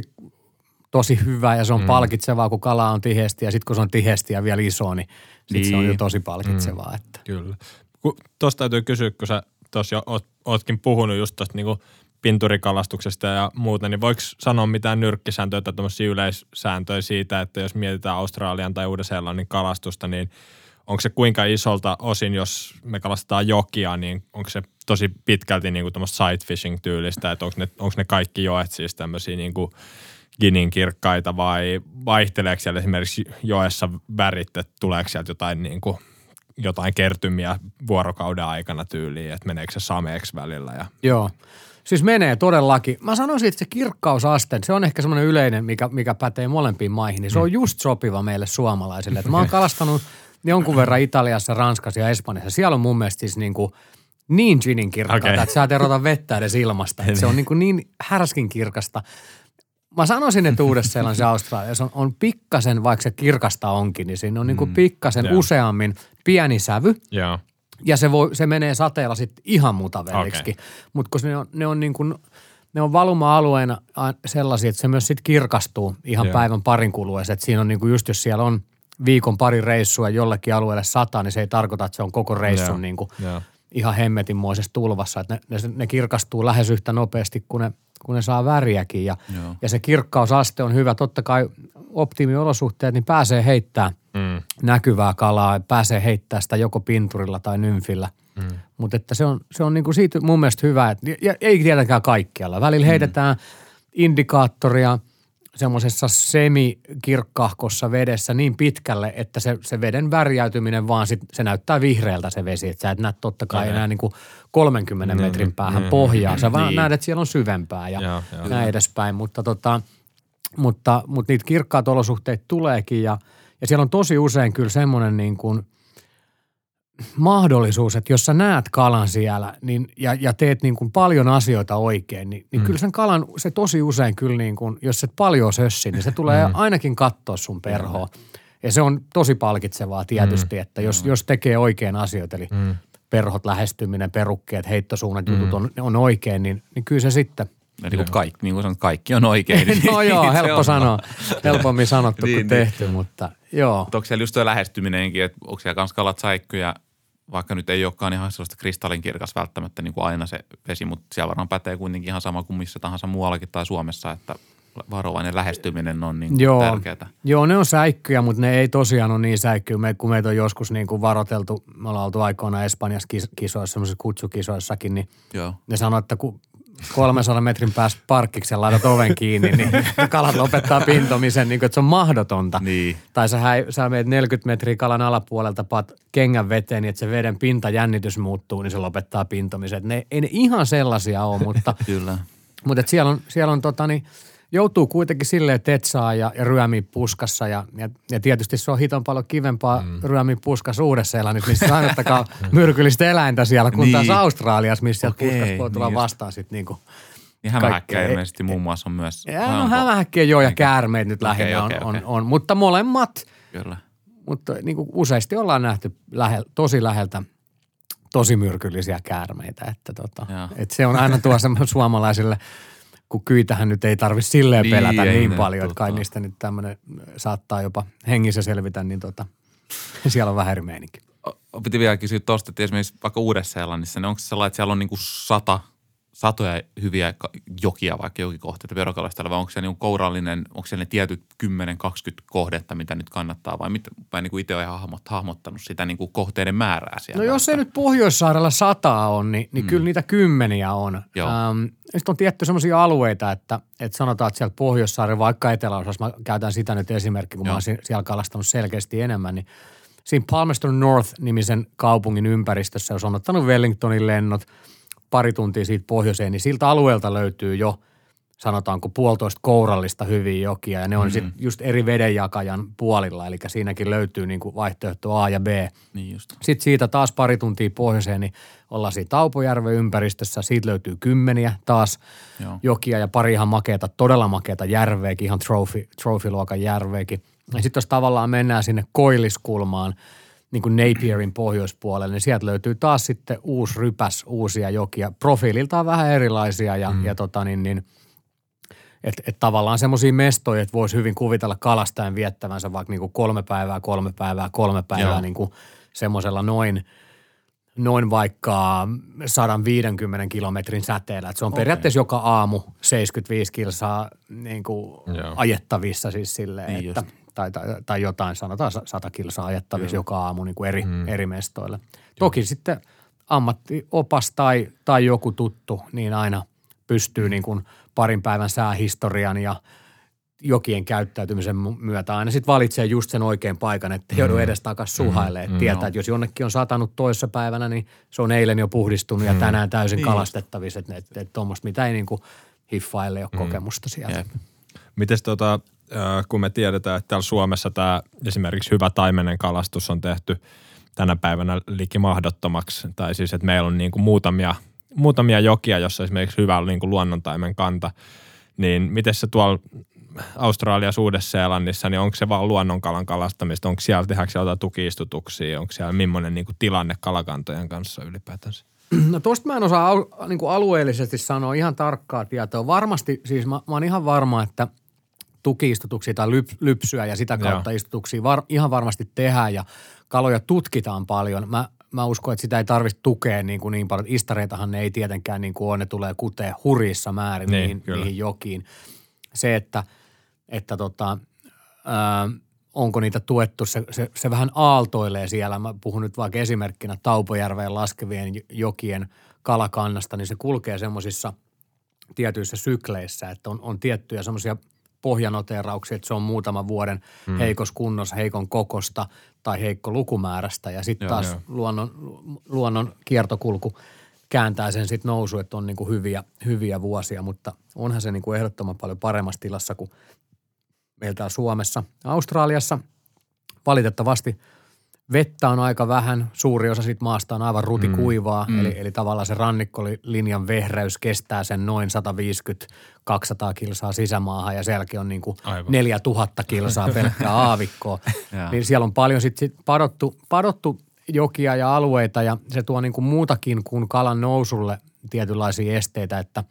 tosi hyvä ja se on mm. palkitsevaa, kun kala on tiheästi ja sitten kun se on tiheästi ja vielä iso, niin sitten niin. se on jo tosi palkitsevaa. Mm. Että. Kyllä. Tuosta täytyy kysyä, kun sä tuossa jo oot, ootkin puhunut just tuosta niinku pinturikalastuksesta ja muuta, niin voiko sanoa mitään nyrkkisääntöjä tai tämmöisiä yleissääntöjä siitä, että jos mietitään Australian tai Uuden-Seelannin kalastusta, niin onko se kuinka isolta osin, jos me kalastetaan jokia, niin onko se tosi pitkälti niinku tämmöistä sight fishing tyylistä, että onko ne, onko ne kaikki joet siis tämmöisiä niinku Ginin kirkkaita vai vaihteleeko siellä esimerkiksi joessa värit, että tuleeko sieltä jotain, niin kuin, jotain kertymiä vuorokauden aikana tyyliin, että meneekö se sameeksi välillä? Ja... Joo, siis menee todellakin. Mä sanoisin, että se kirkkausaste, se on ehkä semmoinen yleinen, mikä, mikä pätee molempiin maihin, niin se on just sopiva meille suomalaisille. Että mä oon kalastanut jonkun verran Italiassa, Ranskassa ja Espanjassa. Siellä on mun mielestä siis niin kuin niin ginin kirkkaita, okay. että sä et erota vettä edes ilmasta. Että se on niin, kuin niin härskin kirkasta. Mä sanoisin, että Uudessa-Seelannissa ja Australiassa on, on pikkasen, vaikka se kirkasta onkin, niin siinä on niin kuin pikkasen mm, useammin pieni sävy. Yeah. Ja se, voi, se menee sateella sitten ihan mutaveriksi. Okay. Mutta kun ne on, ne on, niin kuin, ne on valuma-alueena sellaisia, että se myös sitten kirkastuu ihan yeah. päivän parin kuluessa. Että siinä on niin kuin just, jos siellä on viikon pari reissua jollekin alueelle sataa, niin se ei tarkoita, että se on koko reissun yeah. niin kuin yeah. ihan hemmetinmoisessa tulvassa. Että ne, ne, ne kirkastuu lähes yhtä nopeasti kuin ne kun ne saa väriäkin ja, ja se kirkkausaste on hyvä. Totta kai optimiolosuhteet, niin pääsee heittämään mm. näkyvää kalaa, pääsee heittämään sitä joko pinturilla tai nymfillä. Mm. Mutta että se on, se on niinku siitä mun mielestä hyvä, että, ja ei tietenkään kaikkialla. Välillä mm. heitetään indikaattoria semmoisessa semikirkkahkossa vedessä niin pitkälle, että se, se veden värjäytyminen vaan sit, se näyttää vihreältä se vesi. Että sä et näe totta kai enää niin kuin kolmenkymmenen metrin päähän pohjaa. Sä vaan niin. näet, että siellä on syvempää ja, ja, ja näin edespäin. Mutta, tota, mutta, mutta niitä kirkkaat olosuhteet tuleekin ja, ja siellä on tosi usein kyllä semmoinen niin kuin mahdollisuus, että jos sä näet kalan siellä niin, ja, ja teet niin kuin paljon asioita oikein, niin, niin mm. kyllä sen kalan, se tosi usein kyllä niin kuin, jos se paljon sössi, niin se tulee mm. ainakin katsoa sun perhoa. Ja se on tosi palkitsevaa tietysti, mm. että jos, jos tekee oikein asioita, eli mm. perhot, lähestyminen, perukkeet, heittosuunnat, mm. jutut on, on oikein, niin, niin kyllä se sitten. Niin kuin kaikki, niin kuin sanot, kaikki on oikein. No joo, helppo sanoa. Helpommin sanottu niin, kuin tehty, niin. mutta joo. Mutta onko siellä just tuo lähestyminenkin, että onko siellä kans kalat säikkyjä, vaikka nyt ei olekaan ihan sellaista kristallinkirkas välttämättä niin kuin aina se vesi, mutta siellä varmaan pätee kuitenkin ihan sama kuin missä tahansa muuallakin tai Suomessa, että varovainen lähestyminen on niin joo, tärkeää. Joo, ne on säikkyjä, mutta ne ei tosiaan ole niin säikkyjä, me, kun meitä on joskus niin kuin varoteltu, me ollaan oltu aikoina Espanjassa kisoissa, semmoisissa kutsukisoissakin, niin joo. ne sanoo, että kun kolmensadan metrin päästä parkkiksen laitat oven kiinni, niin kalat lopettaa pintomisen, niin kuin, että se on mahdotonta. Niin. Tai sä, häi, sä meet neljäkymmentä metriä kalan alapuolelta, paat kengän veteen, niin että se veden pintajännitys muuttuu, niin se lopettaa pintomisen. Et ne, ei ne ihan sellaisia ole, mutta, Kyllä. mutta et siellä on, siellä on tota niin, joutuu kuitenkin silleen tetsaa ja, ja ryömiä puskassa ja, ja, ja tietysti se on hiton paljon kivempaa mm. ryömiä puskassa Uudessa-Seelannissa, missä ainattakaan myrkyllistä eläintä siellä, kun niin. taas Australiassa, missä okay, puskassa voi tulla niin vastaan sitten niinku niin hämähäkkiä ilmeisesti muun muassa on myös. Ja, no hämähäkkiä joo ja käärmeet nyt lähinnä okay, okay, on, okay. on, on, mutta molemmat. Kyllä. Mutta niin kuin useasti ollaan nähty lähel, tosi läheltä tosi myrkyllisiä käärmeitä. Että tota, et se on aina tuossa suomalaisille, kun kyitähän nyt ei tarvitse silleen niin, pelätä niin paljon, että kai niistä nyt tämmöinen saattaa jopa hengissä selvitä, niin tota, siellä on vähän eri meininki. Piti vielä kysyä tuosta, että esimerkiksi vaikka Uudessa-Seelannissa, niin onko se sellainen, että siellä on niin kuin sata, satoja hyviä jokia vaikka jokikohteita verokalastajalla, vai onko se niin kourallinen, onko siellä ne tietyt kymmenen kaksikymmentä kohdetta, mitä nyt kannattaa, vai, mit, vai niin kuin itse olen ihan hahmottanut sitä niin kuin kohteiden määrää siellä? No jos ei nyt Pohjoissaarella sataa on, niin, niin mm. kyllä niitä kymmeniä on. Ähm, sitten on tietty sellaisia alueita, että, että sanotaan, että siellä Pohjoissaarella, vaikka eteläosassa, mä käytän sitä nyt esimerkki, kun Joo. mä oon siellä kalastanut selkeästi enemmän, niin siinä Palmerston North-nimisen kaupungin ympäristössä, jos on ottanut Wellingtonin lennot pari tuntia siitä pohjoiseen, niin siltä alueelta löytyy jo, sanotaanko, puolitoista kourallista hyviä jokia, ja ne on mm-hmm. sitten just eri vedenjakajan puolilla, eli siinäkin löytyy niinku vaihtoehto A ja B. Niin just. Sitten siitä taas pari tuntia pohjoiseen, niin ollaan siinä Taupojärven ympäristössä, siitä löytyy kymmeniä taas Joo. jokia ja pari ihan makeata, todella makeata järveäkin, ihan trophy, trophy-luokan järveäkin. Ja sitten jos tavallaan mennään sinne koilliskulmaan, niin kuin Napierin pohjoispuolelle, niin sieltä löytyy taas sitten uusi rypäs, uusia jokia. Profiililtaan vähän erilaisia ja, mm. ja tota niin, niin että et tavallaan semmoisia mestoja, että voisi hyvin kuvitella kalastajan viettävänsä vaikka niin kuin kolme päivää, kolme päivää, kolme päivää niin kuin semmoisella noin, noin vaikka sata viisikymmentä kilometrin säteellä. Et se on okay. periaatteessa joka aamu seitsemänkymmentäviisi kilsaa niin kuin ajettavissa siis silleen, niin että Tai, tai, tai jotain, sanotaan sata kilsaa ajettavissa joka aamu niin kuin eri, mm. eri mestoille. Toki Joo. sitten ammattiopas tai, tai joku tuttu, niin aina pystyy niin kuin parin päivän säähistorian ja jokien käyttäytymisen myötä aina sitten valitsee just sen oikean paikan, että joudu edes takaisin suhailemaan. Mm. Tietää, no. että jos jonnekin on satanut toissa päivänä, niin se on eilen jo puhdistunut ja tänään täysin mm. kalastettavissa. Että et, et tuommoista, mitä ei niin kuin hiffaille ole mm. kokemusta sieltä. Jep. Mites tota, kun me tiedetään, että täällä Suomessa tämä esimerkiksi hyvä taimenen kalastus on tehty tänä päivänä liki mahdottomaksi. Tai siis, että meillä on niin kuin muutamia, muutamia jokia, jossa esimerkiksi hyvä niin kuin luonnontaimen kanta. Niin miten se tuolla Australiassa, Uudessa-Seelannissa, niin onko se vaan luonnonkalan kalastamista? Onko siellä, tehdäänkö siellä jotain tuki-istutuksia? Onko siellä millainen niin kuin tilanne kalakantojen kanssa ylipäätänsä? No tuosta mä en osaa niin kuin alueellisesti sanoa ihan tarkkaa tietoa. Varmasti, siis mä, mä oon ihan varma, että tuki-istutuksia tai lyp, lypsyä ja sitä kautta Joo. istutuksia var, ihan varmasti tehdään ja kaloja tutkitaan paljon. Mä, mä uskon, että sitä ei tarvitse tukea niin, kuin niin paljon. Istareitahan ne ei tietenkään niin kuin ole, ne tulee kuteen hurjissa määrin niin, niihin, niihin jokiin. Se, että, että tota, ää, onko niitä tuettu, se, se, se vähän aaltoilee siellä. Mä puhun nyt vaikka esimerkkinä Taupojärveen laskevien jokien kalakannasta, niin se kulkee semmoisissa tietyissä sykleissä, että on, on tiettyjä semmoisia pohjanoteerauksia, että se on muutaman vuoden mm. heikossa kunnossa, heikon kokosta tai heikko lukumäärästä ja sitten taas joo. Luonnon, luonnon kiertokulku kääntää sen sitten nousu, että on niinku hyviä, hyviä vuosia, mutta onhan se niinku ehdottoman paljon paremmassa tilassa kuin meillä täällä Suomessa. Australiassa valitettavasti vettä on aika vähän, suuri osa siitä maasta on aivan rutikuivaa, mm. eli, eli tavallaan se rannikkolinjan vehreys kestää sen noin sata viisikymmentä kaksisataa kilsaa sisämaahan ja sielläkin on niin kuin neljätuhatta kilsaa pelkkää aavikkoa. Niin siellä on paljon sitten sit padottu, padottu jokia ja alueita ja se tuo niin kuin muutakin kuin kalan nousulle tietynlaisia esteitä, että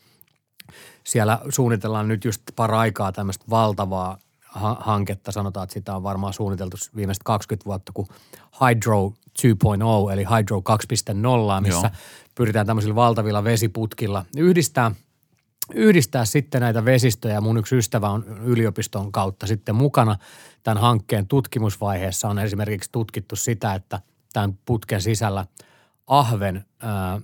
siellä suunnitellaan nyt just paraikaa tämmöistä valtavaa hanketta. Sanotaan, että sitä on varmaan suunniteltu viimeiset kaksikymmentä vuotta kuin Hydro kaksi piste nolla, eli Hydro kaksi piste nolla, missä Joo. pyritään tämmöisillä valtavilla vesiputkilla yhdistää, yhdistää sitten näitä vesistöjä. Mun yksi ystävä on yliopiston kautta sitten mukana tämän hankkeen tutkimusvaiheessa. On esimerkiksi tutkittu sitä, että tämän putken sisällä ahven, ää,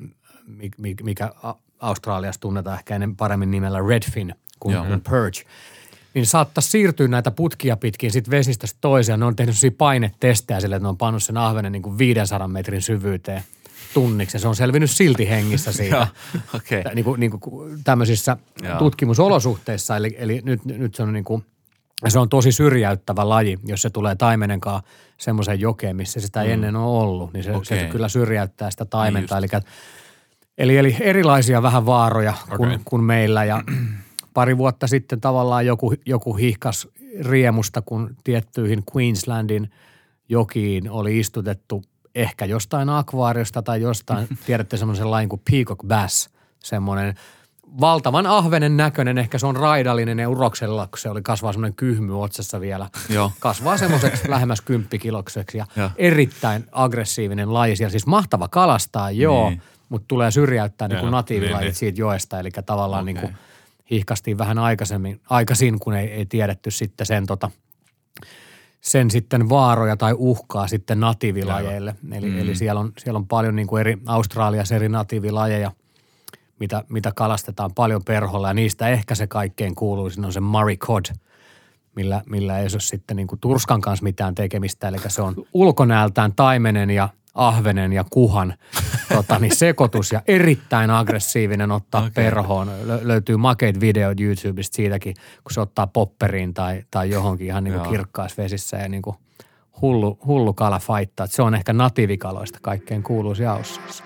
mikä Australiassa tunnetaan ehkä ennen paremmin nimellä redfin kuin, kuin perch, niin saattaisi siirtyä näitä putkia pitkin sitten vesistöstä toiseen. Ne on tehnyt sellaisia painetestejä sille, että ne on pannut sen ahvenen niin kuin viisisataa metrin syvyyteen tunniksi. Ja se on selvinnyt silti hengissä siitä. okay. niin kuin, niin kuin tämmöisissä Joo. tutkimusolosuhteissa. Eli, eli nyt, nyt se on niin kuin, se on tosi syrjäyttävä laji, jos se tulee taimenenkaan semmoiseen jokeen, missä sitä ei mm. ennen ole ollut. Niin se, okay. se kyllä syrjäyttää sitä taimenta. Eli, eli, eli erilaisia vähän vaaroja okay. kuin, kuin meillä ja pari vuotta sitten tavallaan joku, joku hihkas riemusta, kun tiettyihin Queenslandin jokiin oli istutettu ehkä jostain akvaariosta tai jostain, tiedätte semmoisen lajin kuin peacock bass, semmoinen valtavan ahvenen näköinen, ehkä se on raidallinen ja uroksella, kun se oli kasvaa semmoinen kyhmy otsassa vielä. Joo. Kasvaa semmoiseksi lähemmäs kymppikilokseksi ja, ja erittäin aggressiivinen laji siellä. Siis mahtava kalastaa, joo, niin. mutta tulee syrjäyttää niin kuin natiivilajit niin, siitä joesta, eli tavallaan okay. niin kuin hihkastiin vähän aikaisemmin, aikaisin, kun ei, ei tiedetty sitten sen, tota, sen sitten vaaroja tai uhkaa sitten natiivilajeille. Eli, mm. eli siellä, on, siellä on paljon niin kuin eri, Australiassa eri natiivilajeja, mitä, mitä kalastetaan paljon perholla ja niistä ehkä se kaikkein kuuluisin on se Murray cod, millä, millä ei ole sitten niin kuin turskan kanssa mitään tekemistä. Eli se on ulkonäöltään taimenen ja ahvenen ja kuhan tota, niin sekoitus ja erittäin aggressiivinen ottaa okay. perhoon. Lö- löytyy makeita videoita YouTubesta siitäkin, kun se ottaa popperiin tai, tai johonkin ihan niin kuin kirkkaissa vesissä ja niin kuin hullu, hullu kala faittaa. Se on ehkä natiivikaloista kaikkein kuuluisin Aussissa.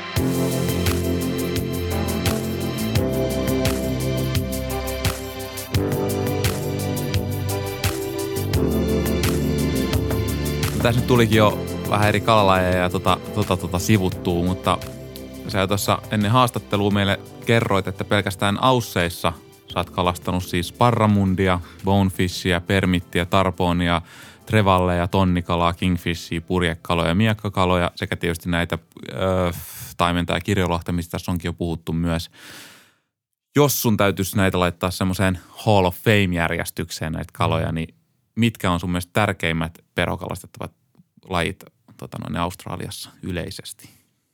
Tässä nyt tulikin jo vähän eri kalalajeja ja tota, tota, tota sivuttuu, mutta sä tuossa ennen haastattelua meille kerroit, että pelkästään Ausseissa sä oot kalastanut siis parramundia, bonefishia, permittiä, tarpoonia, trevalleja, tonnikalaa, kingfishia, purjekaloja, miekkakaloja sekä tietysti näitä öö, taimenta ja kirjolohta, mistä tässä onkin jo puhuttu myös. Jos sun täytyisi näitä laittaa semmoiseen Hall of Fame-järjestykseen näitä kaloja, niin mitkä on sun mielestä tärkeimmät perhokalastettavat lajit tota noin, Australiassa yleisesti?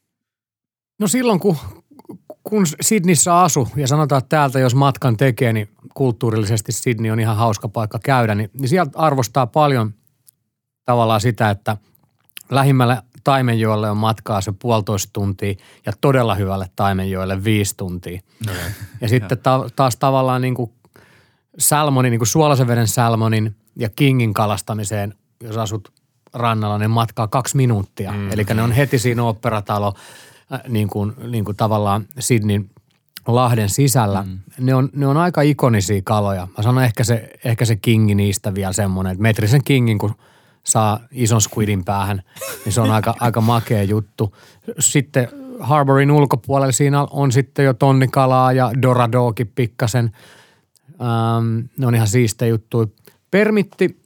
No silloin, kun, kun Sydneyssä asu ja sanotaan, että täältä jos matkan tekee, niin kulttuurillisesti Sydney on ihan hauska paikka käydä, niin, niin sieltä arvostaa paljon tavallaan sitä, että lähimmälle Taimenjoelle on matkaa se puolitoista tuntia ja todella hyvälle Taimenjoelle viisi tuntia. Okay. Ja sitten ta- taas tavallaan niin kuin salmonin, niin kuin suolaisen veden salmonin ja kingin kalastamiseen, jos asut rannalla, ne matkaa kaksi minuuttia. Mm. Eli ne on heti siinä oopperatalo äh, niin kuin, niin kuin tavallaan Sydneyn lahden sisällä. Mm. Ne, on, ne on aika ikonisia kaloja. Mä sanon ehkä se, ehkä se kingi niistä vielä semmoinen, että metrisen kingin, kun saa ison squidin päähän, niin se on aika, aika makea juttu. Sitten Harbourin ulkopuolella siinä on sitten jo tonnikalaa ja doradoakin pikkasen. Ähm, ne on ihan siistejä juttuja. Permitti,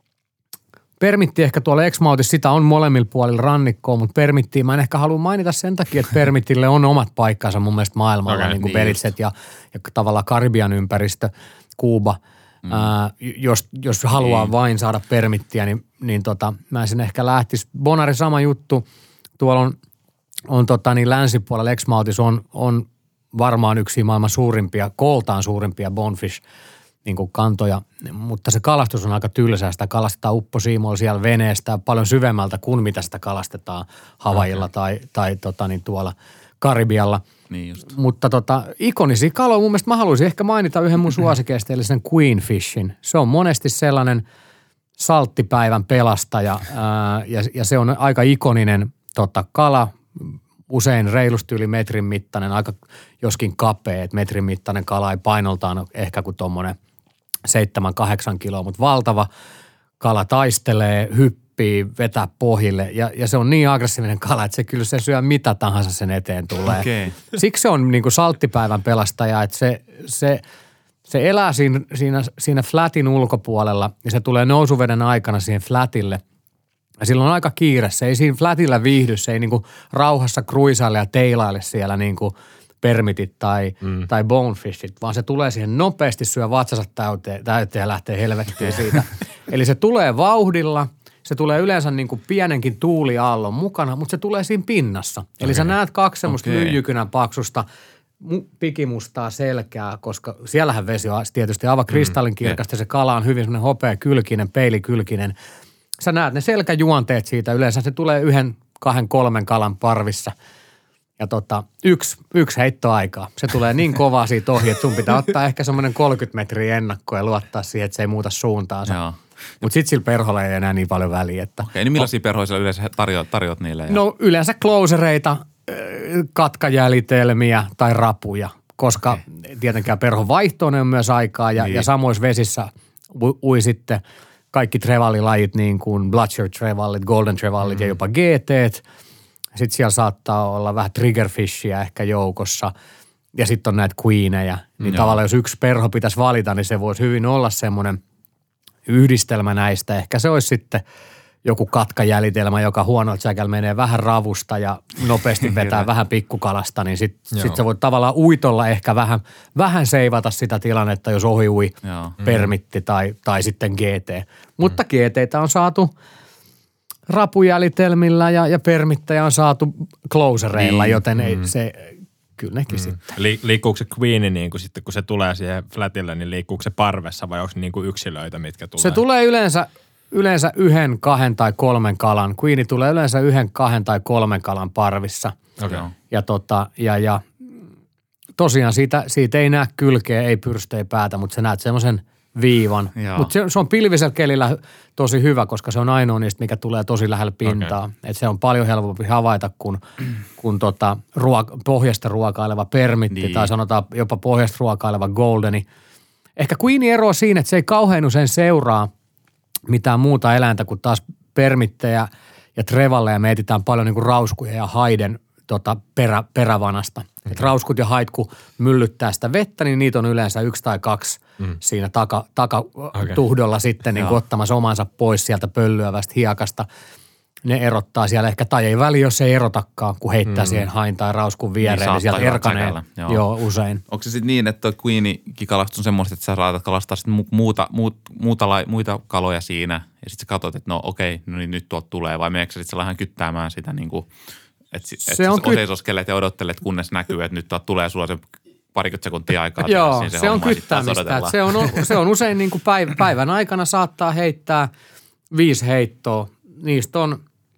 permitti ehkä tuolla Exmoutissa, sitä on molemmilla puolilla rannikkoa, mutta permittiä mä en ehkä halua mainita sen takia, että permittille on omat paikkansa mun mielestä maailmalla, okay, niin kuin niin Belitset ja, ja tavallaan Karibian ympäristö, Kuuba. Mm. Ää, jos, jos haluaa niin vain saada permittiä, niin, niin tota, mä sen ehkä lähtisi. Bonari sama juttu. Tuolla on, on tota, niin länsipuolella Exmoutissa on, on varmaan yksi maailman suurimpia, kooltaan suurimpia bonefish niin kuin kantoja, mutta se kalastus on aika tylsää. Sitä kalastetaan upposiimoilla siellä veneestä paljon syvemmältä kuin mitä sitä kalastetaan Havaijilla okay. tai, tai tota, niin tuolla Karibialla. Niin just. Mutta tota, ikonisia kaloja mun mielestä mä haluaisin ehkä mainita yhden mun suosikeista, eli sen queenfishin. Se on monesti sellainen salttipäivän pelastaja ää, ja, ja se on aika ikoninen tota, kala, usein reilusti yli metrin mittainen, aika joskin kapea, että metrin mittainen kala ei painoltaan ehkä kuin tuommoinen seitsemän, kahdeksan kiloa, mutta valtava kala taistelee, hyppii, vetää pohjille ja, ja se on niin aggressiivinen kala, että se kyllä se syö mitä tahansa sen eteen tulee. Okay. Siksi se on niin kuin salttipäivän pelastaja, että se, se, se elää siinä, siinä, siinä flatin ulkopuolella ja se tulee nousuveden aikana siihen flatille. Ja silloin on aika kiire. Se ei siinä flatilla viihdy, se ei niinku rauhassa kruisaile ja teilaile siellä niinku permitit tai, mm. tai bonefishit, vaan se tulee siihen nopeasti, syö vatsansa täyteen, täyteen ja lähtee helvettiin siitä. Eli se tulee vauhdilla, se tulee yleensä niinku pienenkin tuuliaallon mukana, mutta se tulee siinä pinnassa. Eli okay. sä näet kaksi semmoista okay. lyijykynän paksusta pikimustaa selkää, koska siellähän vesi on tietysti aivan kristallinkirkasta, mm. se kala on hyvin semmoinen hopeakylkinen, peilikylkinen. Sä näet ne selkäjuonteet siitä. Yleensä se tulee yhden, kahden, kolmen kalan parvissa. Ja tota, yksi, yksi heittoaikaa. Se tulee niin kovaa siitä ohi, että sun pitää ottaa ehkä semmoinen kolmekymmentä metriä ennakkoa ja luottaa siihen, että se ei muuta suuntaansa. Mutta sitten sillä perholla ei enää niin paljon väliä. Että okei, niin millaisia perhoja yleensä tarjoat, tarjoat niille? Ja no yleensä closereita, katkajäljitelmiä tai rapuja, koska okay. tietenkään perhon vaihtoon on myös aikaa ja, niin. ja samoissa vesissä ui, ui sitten kaikki trevallilajit niin kuin Blucher trevallit, golden trevallit mm. ja jopa G T:t. Sitten siellä saattaa olla vähän triggerfishia ehkä joukossa ja sitten on näitä queeneja. Niin Joo. tavallaan jos yksi perho pitäisi valita, niin se voisi hyvin olla semmoinen yhdistelmä näistä. Ehkä se olisi sitten joku katkajäljitelmä, joka huonolla säkällä menee vähän ravusta ja nopeasti vetää vähän pikkukalasta, niin sitten sit sä voit tavallaan uitolla ehkä vähän, vähän seivata sitä tilannetta, jos ohi ui Joo. permitti tai, tai sitten G T. Mutta mm. G T:tä on saatu rapujäljitelmillä ja, ja permittäjä on saatu closereilla, niin. joten ei, mm. se kyllä nekin mm. sitten. Li, liikkuuko se queeni niin kuin sitten, kun se tulee siihen flatille, niin liikkuuko se parvessa vai onko se niin kuin yksilöitä, mitkä tulee? Se tulee yleensä... Yleensä yhden, kahden tai kolmen kalan. Queeni tulee yleensä yhden, kahden tai kolmen kalan parvissa. Okay. Ja, tota, ja, ja tosiaan siitä, siitä ei näe kylkeä, ei pyrstä, ei päätä, mutta sä näet semmoisen viivan. Mutta se, se on pilvisellä kelillä tosi hyvä, koska se on ainoa niistä, mikä tulee tosi lähellä pintaa. Okay. Et se on paljon helpompi havaita kuin, kuin tota ruoka, pohjasta ruokaileva permitti niin. tai sanotaan jopa pohjasta ruokaileva goldeni. Ehkä queeni eroaa siinä, että se ei kauhean usein seuraa mitään muuta eläintä kuin taas permittejä ja trevalleja. Me etsitään paljon niin kuin rauskuja ja haiden tota, perä, perävanasta. Mm-hmm. Et rauskut ja hait, kun myllyttää sitä vettä, niin niitä on yleensä yksi tai kaksi mm. siinä taka, takatuhdolla okay. sitten niin ottamassa omansa pois sieltä pöllyävästä hiekasta. Ne erottaa siellä ehkä, tai ei väli, jos ei erotakaan, kun heittää mm. siihen hain tai rauskun viereen, niin, niin sieltä erkanee. Joo. Joo, usein. Onko se sitten niin, että tuo queeni-kalastus on semmoista, että sä saatat kalastaa sitten muuta, muut, muuta, muita kaloja siinä, ja sitten sä katsot, että no okei, no niin nyt tuolta tulee, vai meneekö sä sitten vähän kyttäämään sitä niin kuin, että et sä oseisoskelet ja odottelet, kunnes näkyy, että nyt tuolta tulee sulla se parikymmentä sekuntia aikaa. Joo, se, se on kyttäämistä. Se on, se on usein niin kuin päivän, päivän aikana saattaa heittää viisi heittoa. Niistä on...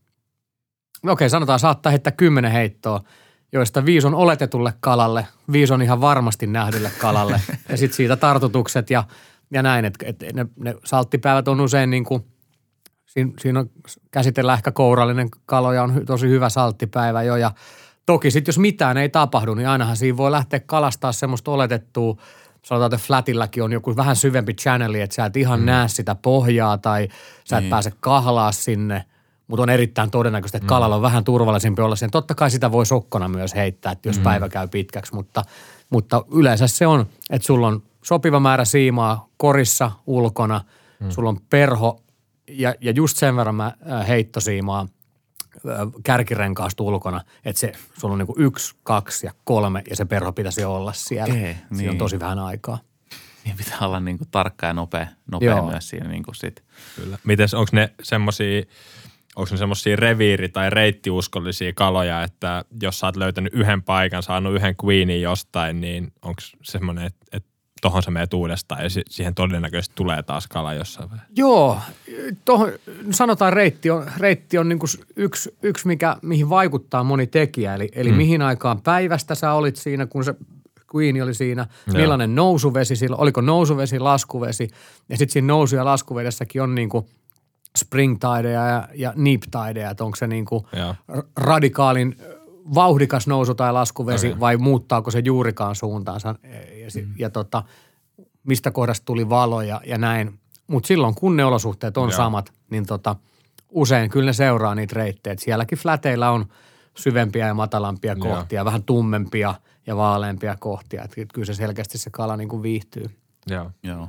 Okei, sanotaan saattaa heittää kymmenen heittoa, joista viisi on oletetulle kalalle, viisi on ihan varmasti nähdylle kalalle ja sitten siitä tartutukset ja, ja näin, että et ne, ne salttipäivät on usein niin kuin, siinä, siinä on, käsitellään ehkä kourallinen kaloja, on tosi hyvä salttipäivä jo ja toki sitten jos mitään ei tapahdu, niin ainahan siinä voi lähteä kalastaa semmoista oletettua, sanotaan, että flatilläkin on joku vähän syvempi channeli, että sä et ihan mm. näe sitä pohjaa tai sä et niin. pääse kahlaa sinne. Mutta on erittäin todennäköistä, että kalalla on vähän turvallisempi olla sen. Totta kai sitä voi sokkona myös heittää, että jos mm. päivä käy pitkäksi, mutta, mutta yleensä se on, että sulla on sopiva määrä siimaa korissa ulkona, mm. sulla on perho ja, ja just sen verran mä, äh, heittosiimaa äh, kärkirenkaasta ulkona, että se, sulla on niinku yksi, kaksi ja kolme ja se perho pitäisi olla siellä. Okay, niin. Siinä on tosi vähän aikaa. Niin pitää olla niinku tarkka ja nopea, nopea myös siinä niinku sit. Kyllä. Mites, onko ne semmosia... Onko ne semmoisia reviiri- tai reittiuskollisia kaloja, että jos sä oot löytänyt yhden paikan, saanut yhden queenin jostain, niin onko semmoinen, että, että tohon sä meet uudestaan ja siihen todennäköisesti tulee taas kala jossain vähän? Joo, tohon, sanotaan reitti on, reitti on niinku yksi, yksi mikä, mihin vaikuttaa moni tekijä, eli, eli hmm. mihin aikaan päivästä sä olit siinä, kun se queeni oli siinä, Joo. millainen nousuvesi sillä, oliko nousuvesi, laskuvesi ja sitten siinä nousu- ja laskuvedessäkin on niinku spring tideja ja, ja nip tideja, että onko se niinku radikaalin vauhdikas nousu tai laskuvesi okay. vai muuttaako se juurikaan suuntaansa ja, mm. ja tota, mistä kohdasta tuli valo ja, ja näin. Mutta silloin kun ne olosuhteet on Joo. samat, niin tota, usein kyllä ne seuraa niitä reittejä. Sielläkin fläteillä on syvempiä ja matalampia Joo. kohtia, vähän tummempia ja vaaleampia kohtia. Että kyllä se selkeästi se kala niinku viihtyy. Joo. Joo.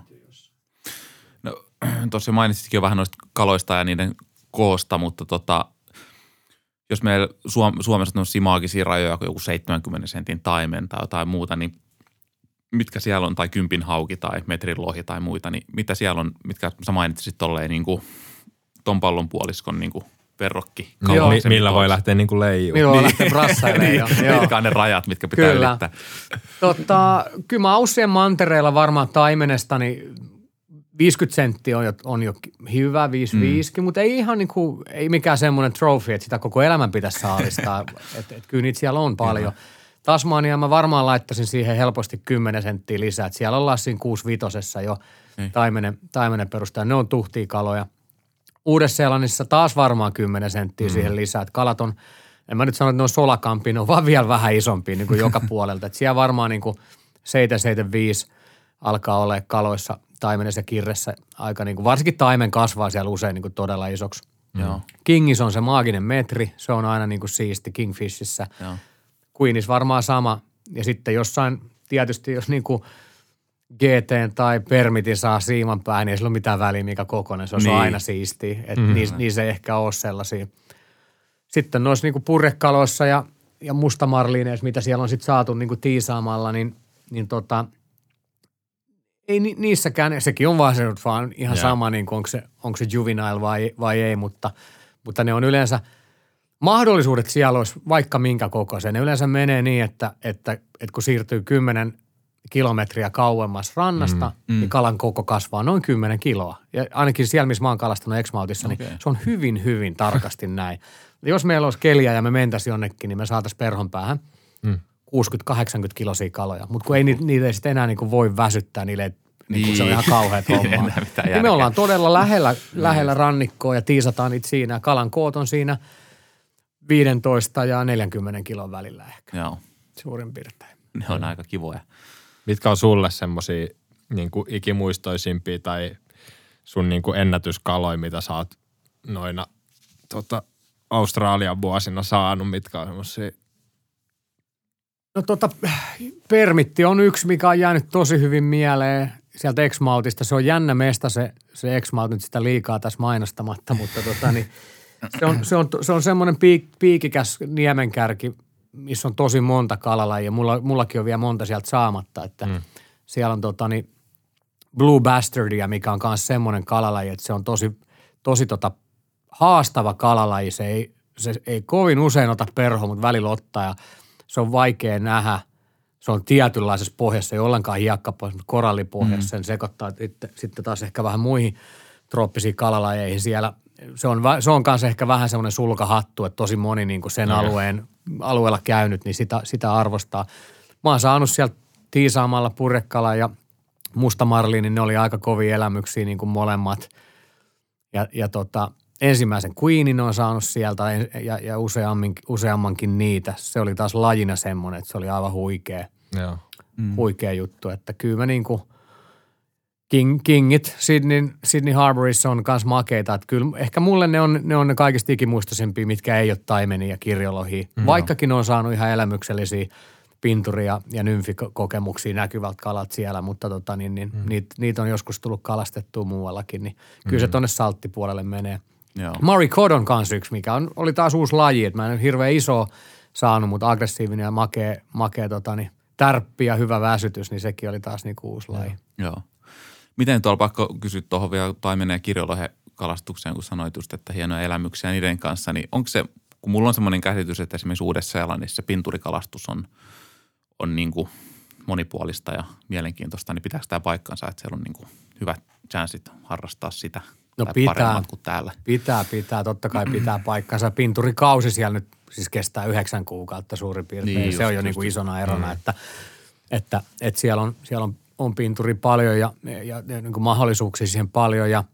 Tuossa mainitsitkin jo vähän noista kaloista ja niiden koosta, mutta tota, jos meillä Suom- Suomessa on maagisia rajoja, joku seitsemänkymmentä sentin taimen tai jotain muuta, niin mitkä siellä on, tai kympin hauki tai metrin lohi tai muita, niin mitä siellä on, mitkä sä mainitsisit tolleen niin kuin ton pallon puoliskon niin kuin verrokki. Joo, mi- millä voi lähteä niin kuin leijuun. Millä voi lähteä brassailemaan. niin, mitkä on ne rajat, mitkä pitää kyllä. ylittää. Totta, kyllä mä Aussien mantereella varmaan taimenesta, niin viisikymmentä senttiä on jo, on jo hyvä, viisi viisi, mm. mutta ei ihan niin kuin, ei mikään semmoinen trophy, että sitä koko elämän pitäisi saalistaa. Että et kyllä niitä siellä on paljon. Tasmania mä varmaan laittaisin siihen helposti kymmenen senttiä lisää. Että siellä ollaan siinä kuusi vitosessa jo taimenen, taimenen perusteella. Ne on tuhtia kaloja. Uudessa-Seelannissa taas varmaan kymmenen senttiä mm. siihen lisää. Että kalat on, en mä nyt sano, että ne on solakampia, ne on vaan vielä vähän isompia niin kuin joka puolelta. Että siellä varmaan niin kuin seitsemän seitsemän viisi alkaa olla kaloissa taimenessa ja kirressä aika niin kuin, varsinkin taimen kasvaa siellä usein niin kuin todella isoksi. Joo. Kingis on se maaginen metri, se on aina niin kuin siisti Kingfishissä. Joo. Queenis varmaan sama. Ja sitten jossain, tietysti jos niin kuin G T tai Permitin saa siiman päähän, niin ei sillä ole mitään väliä, mikä kokoinen. Se on, niin. aina siistiä. Että mm. niissä niis ei ehkä ole sellaisia. Sitten noissa niin kuin purjekaloissa ja, ja mustamarliineissa, mitä siellä on sitten saatu niin kuin tiisaamalla, niin, niin tota, ei ni, niissäkään, sekin on vaan se vaan ihan yeah. sama, niin kuin onko, se, onko se juvenile vai, vai ei, mutta, mutta ne on yleensä, mahdollisuudet siellä olisi vaikka minkä kokoisen. Ne yleensä menee niin, että, että, että kun siirtyy kymmenen kilometriä kauemmas rannasta, mm, mm. niin kalan koko kasvaa noin kymmenen kiloa. Ja ainakin siellä, missä mä oon kalastanut Exmoutissa, okay. niin se on hyvin, hyvin tarkasti näin. Ja jos meillä olisi keliä ja me mentäisiin jonnekin, niin me saataisiin perhon päähän mm. kuusikymmentä kahdeksankymmentä kilosia kaloja. Mutta kun ei niitä, niitä ei sitten enää niin kuin voi väsyttää, niille ei, niin. Niin se on ihan kauheat hommaa. Niin me ollaan todella lähellä, lähellä rannikkoa ja tiisataan niitä siinä. Kalan koot on siinä viisitoista ja neljäkymmentä kilon välillä ehkä. Joo. Suurin piirtein. Ne on aika kivoja. Mitkä on sulle semmosia niin kuin ikimuistoisimpia tai sun niin kuin ennätyskaloja, mitä sä oot noina tota, Australian vuosina saanut, mitkä on semmosia? No tota, permitti on yksi, mikä on jäänyt tosi hyvin mieleen sieltä Exmoutista. Se on jännä mesta se, se Exmout, nyt sitä liikaa tässä mainostamatta, mutta tota niin, se on, se on, se on semmoinen piik, piikikäs niemenkärki, missä on tosi monta kalalajia. Mulla, mullakin on vielä monta sieltä saamatta, että mm. siellä on tota niin Blue Bastardia, mikä on myös semmoinen kalalaji, että se on tosi, tosi tota haastava kalalaji. Se ei, se ei kovin usein ota perho, mutta välillä ottaa ja se on vaikea nähdä. Se on tietynlaisessa pohjassa, ei ollenkaan hiekkapohjassa, mutta korallipohjassa. Sen sekoittaa sitten, sitten taas ehkä vähän muihin trooppisiin kalalajeihin siellä. Se on, se on kanssa ehkä vähän semmoinen sulkahattu, että tosi moni niin kuin sen alueen, alueella käynyt, niin sitä, sitä arvostaa. Mä oon saanut sieltä tiisaamalla purjekala ja mustamarliin, niin ne oli aika kovia elämyksiä niin kuin molemmat. Ja, ja tota, ensimmäisen Queenin on saanut sieltä ja, ja useammin, useammankin niitä. Se oli taas lajina semmoinen, että se oli aivan huikea, Joo. Mm. huikea juttu. Että kyllä mä niin kuin King, Kingit Sydney, Sydney Harbourissa on myös makeita. Että kyllä ehkä mulle ne on ne, on ne kaikista ikimuistoisimpia, mitkä ei ole taimenia ja kirjolohia. Mm. Vaikkakin ne on saanut ihan elämyksellisiä pinturia ja nymfikokemuksia näkyvältä kalat siellä, mutta tota, niin, niin, mm. niitä niit on joskus tullut kalastettua muuallakin. Niin kyllä mm. se tonne salttipuolelle menee. Joo. Murray Cod on kanssa yksi, mikä on, oli taas uusi laji. Että mä en ole hirveän iso saanut, mutta aggressiivinen ja makea, makea tota, niin, tärppi ja hyvä väsytys, niin sekin oli taas niinku uusi laji. Joo. Miten tuolla pakko kysyä tuohon vielä taimenen ja kirjolohen kalastukseen, kun sanoit just, että hienoja elämyksiä niiden kanssa, niin onko se, kun mulla on semmoinen käsitys, että esimerkiksi Uudessa-Seelannissa se pinturikalastus on, on niin kuin monipuolista ja mielenkiintoista, niin pitääkö tämä paikkansa, että siellä on niin kuin hyvät chanssit harrastaa sitä? No tai pitää, paremmat kuin täällä? Pitää, pitää, totta kai pitää paikkansa. Pinturikausi siellä nyt siis kestää yhdeksän kuukautta suurin piirtein. Niin, se just, on jo niin kuin isona erona, mm. että, että, että siellä on, siellä on on pinturi paljon ja, ja, ja niin kuin mahdollisuuksia siihen paljon ja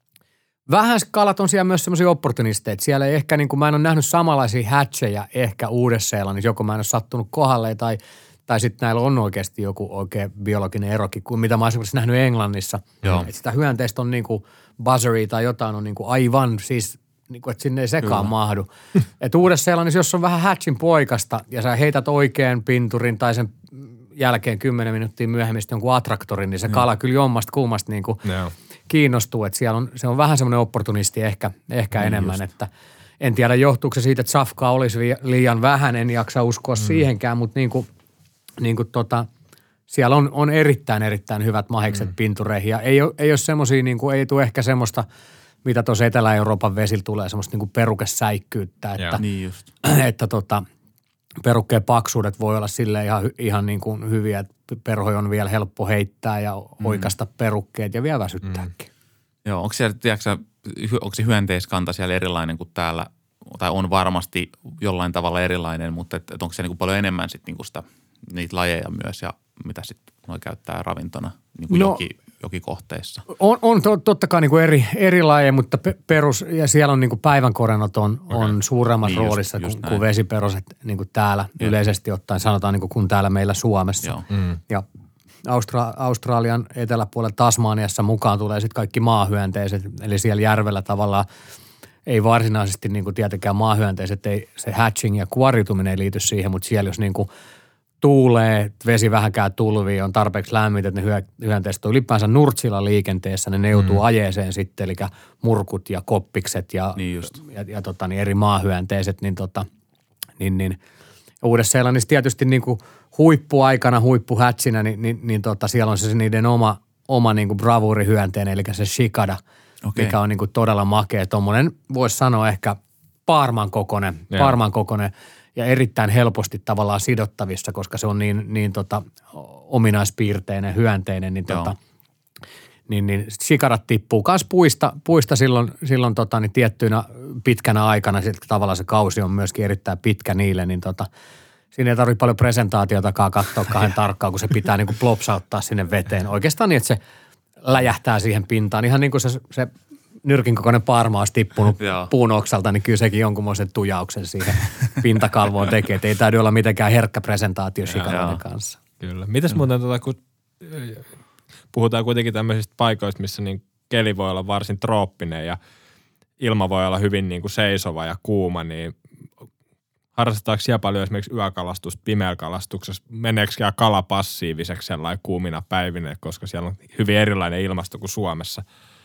vähän kalat on siellä myös semmoisia opportunisteja. Siellä ei ehkä niin kuin mä en ole nähnyt samanlaisia hatcheja ehkä Uudessa-Seelannissa, joko mä en ole sattunut kohdalle tai, tai sitten näillä on oikeasti joku oikein biologinen erokin kuin mitä mä olen esimerkiksi nähnyt Englannissa. Että sitä hyönteistä on niin kuin buzzeria tai jotain on niin kuin aivan siis niin kuin, että sinne ei sekaan Kyllä. mahdu. Että Uudessa-Seelannissa, jos on vähän hatchin poikasta ja sä heität oikein pinturin tai sen jälkeen kymmenen minuuttia myöhemmin jonkun attraktorin, niin se kala kyllä jommasta kummasta niin kuin no. kiinnostuu. Että siellä on, se on vähän semmoinen opportunisti ehkä, ehkä niin enemmän, just. Että en tiedä johtuuko se siitä, että safkaa olisi liian vähän, en jaksa uskoa mm. siihenkään, mutta niin kuin, niin kuin tota, siellä on, on erittäin, erittäin hyvät mahikset mm. pintureihin ja ei ole, ei ole semmoisia, niin kuin, ei tule ehkä semmoista, mitä tuossa Etelä-Euroopan vesillä tulee, semmoista niin kuin perukesäikkyyttä, että, niin just. että tota, perukkeen paksuudet voi olla silleen ihan, ihan niin kuin hyviä, että perhoja on vielä helppo heittää ja oikasta mm. perukkeet ja vielä väsyttääkin. Mm. Joo, onko siellä, tiedätkö, onko se hyönteiskanta siellä erilainen kuin täällä, tai on varmasti jollain tavalla erilainen, mutta et, et onko se niin kuin paljon enemmän sitten niin sitä, niitä lajeja myös ja mitä sitten noi käyttää ravintona niin kuin no, joki, jokikohteissa? On, on to, totta kai niin kuin eri, eri lajeja, mutta pe, perus, ja siellä on niin kuin päivänkorennot on, okay. on suuremmassa niin roolissa just, just kuin, kuin vesiperuset niin kuin täällä ja. Yleisesti ottaen, sanotaan niin kuin kun täällä meillä Suomessa. Joo. Mm. Ja Austra- Australian eteläpuolella Tasmaniassa mukaan tulee sitten kaikki maahyönteiset, eli siellä järvellä tavallaan ei varsinaisesti niin kuin tietenkään maahyönteiset, ei, se hatching ja kuoriutuminen ei liity siihen, mutta siellä jos niin kuin tuulee, vesi vähänkään tulvii, on tarpeeksi lämmintä, että ne hyönteiset on ylipäänsä nurtsilla liikenteessä, ne, ne joutuu mm. ajeeseen sitten, eli murkut ja koppikset ja, niin ja, ja tota, niin eri maahyönteiset, niin, tota, niin, niin Uudessa-Seelannissa tietysti niin kuin huippuaikana, huippuhätsinä, niin, niin, niin tota, siellä on se niiden oma, oma niin kuin bravuurihyönteinen, eli se shikada, okay. mikä on niin kuin todella makea. Tuommoinen, voisi sanoa ehkä paarman kokoinen, yeah. paarman kokoinen ja erittäin helposti tavallaan sidottavissa, koska se on niin, niin tota, ominaispiirteinen, hyönteinen, niin, tota, niin, niin shikadat tippuu myös puista, puista silloin, silloin tota, niin tiettyinä pitkänä aikana, sitten tavallaan se kausi on myöskin erittäin pitkä niille, niin tota, siinä ei tarvitse paljon presentaatiotakaan katsoa kahden tarkkaan, kun se pitää niin kuin plopsauttaa sinne veteen. Oikeastaan niin, että se läjähtää siihen pintaan. Ihan niin kuin se, se nyrkin kokoinen paarma olisi tippunut puun oksalta, niin kyllä sekin jonkunmoisen tujauksen siihen pintakalvoon tekee. Että ei täydy olla mitenkään herkkä presentaatio shikadoiden kanssa. Kyllä. Mitäs muuten, tuota, kun puhutaan kuitenkin tämmöisistä paikoista, missä niin keli voi olla varsin trooppinen ja ilma voi olla hyvin niin kuin seisova ja kuuma, niin harrastetaanko siellä paljon esimerkiksi yökalastus, pimeäkalastuksessa? Meneekö siellä kala passiiviseksi sellainen kuumina päivinä, koska siellä on hyvin erilainen ilmasto kuin Suomessa?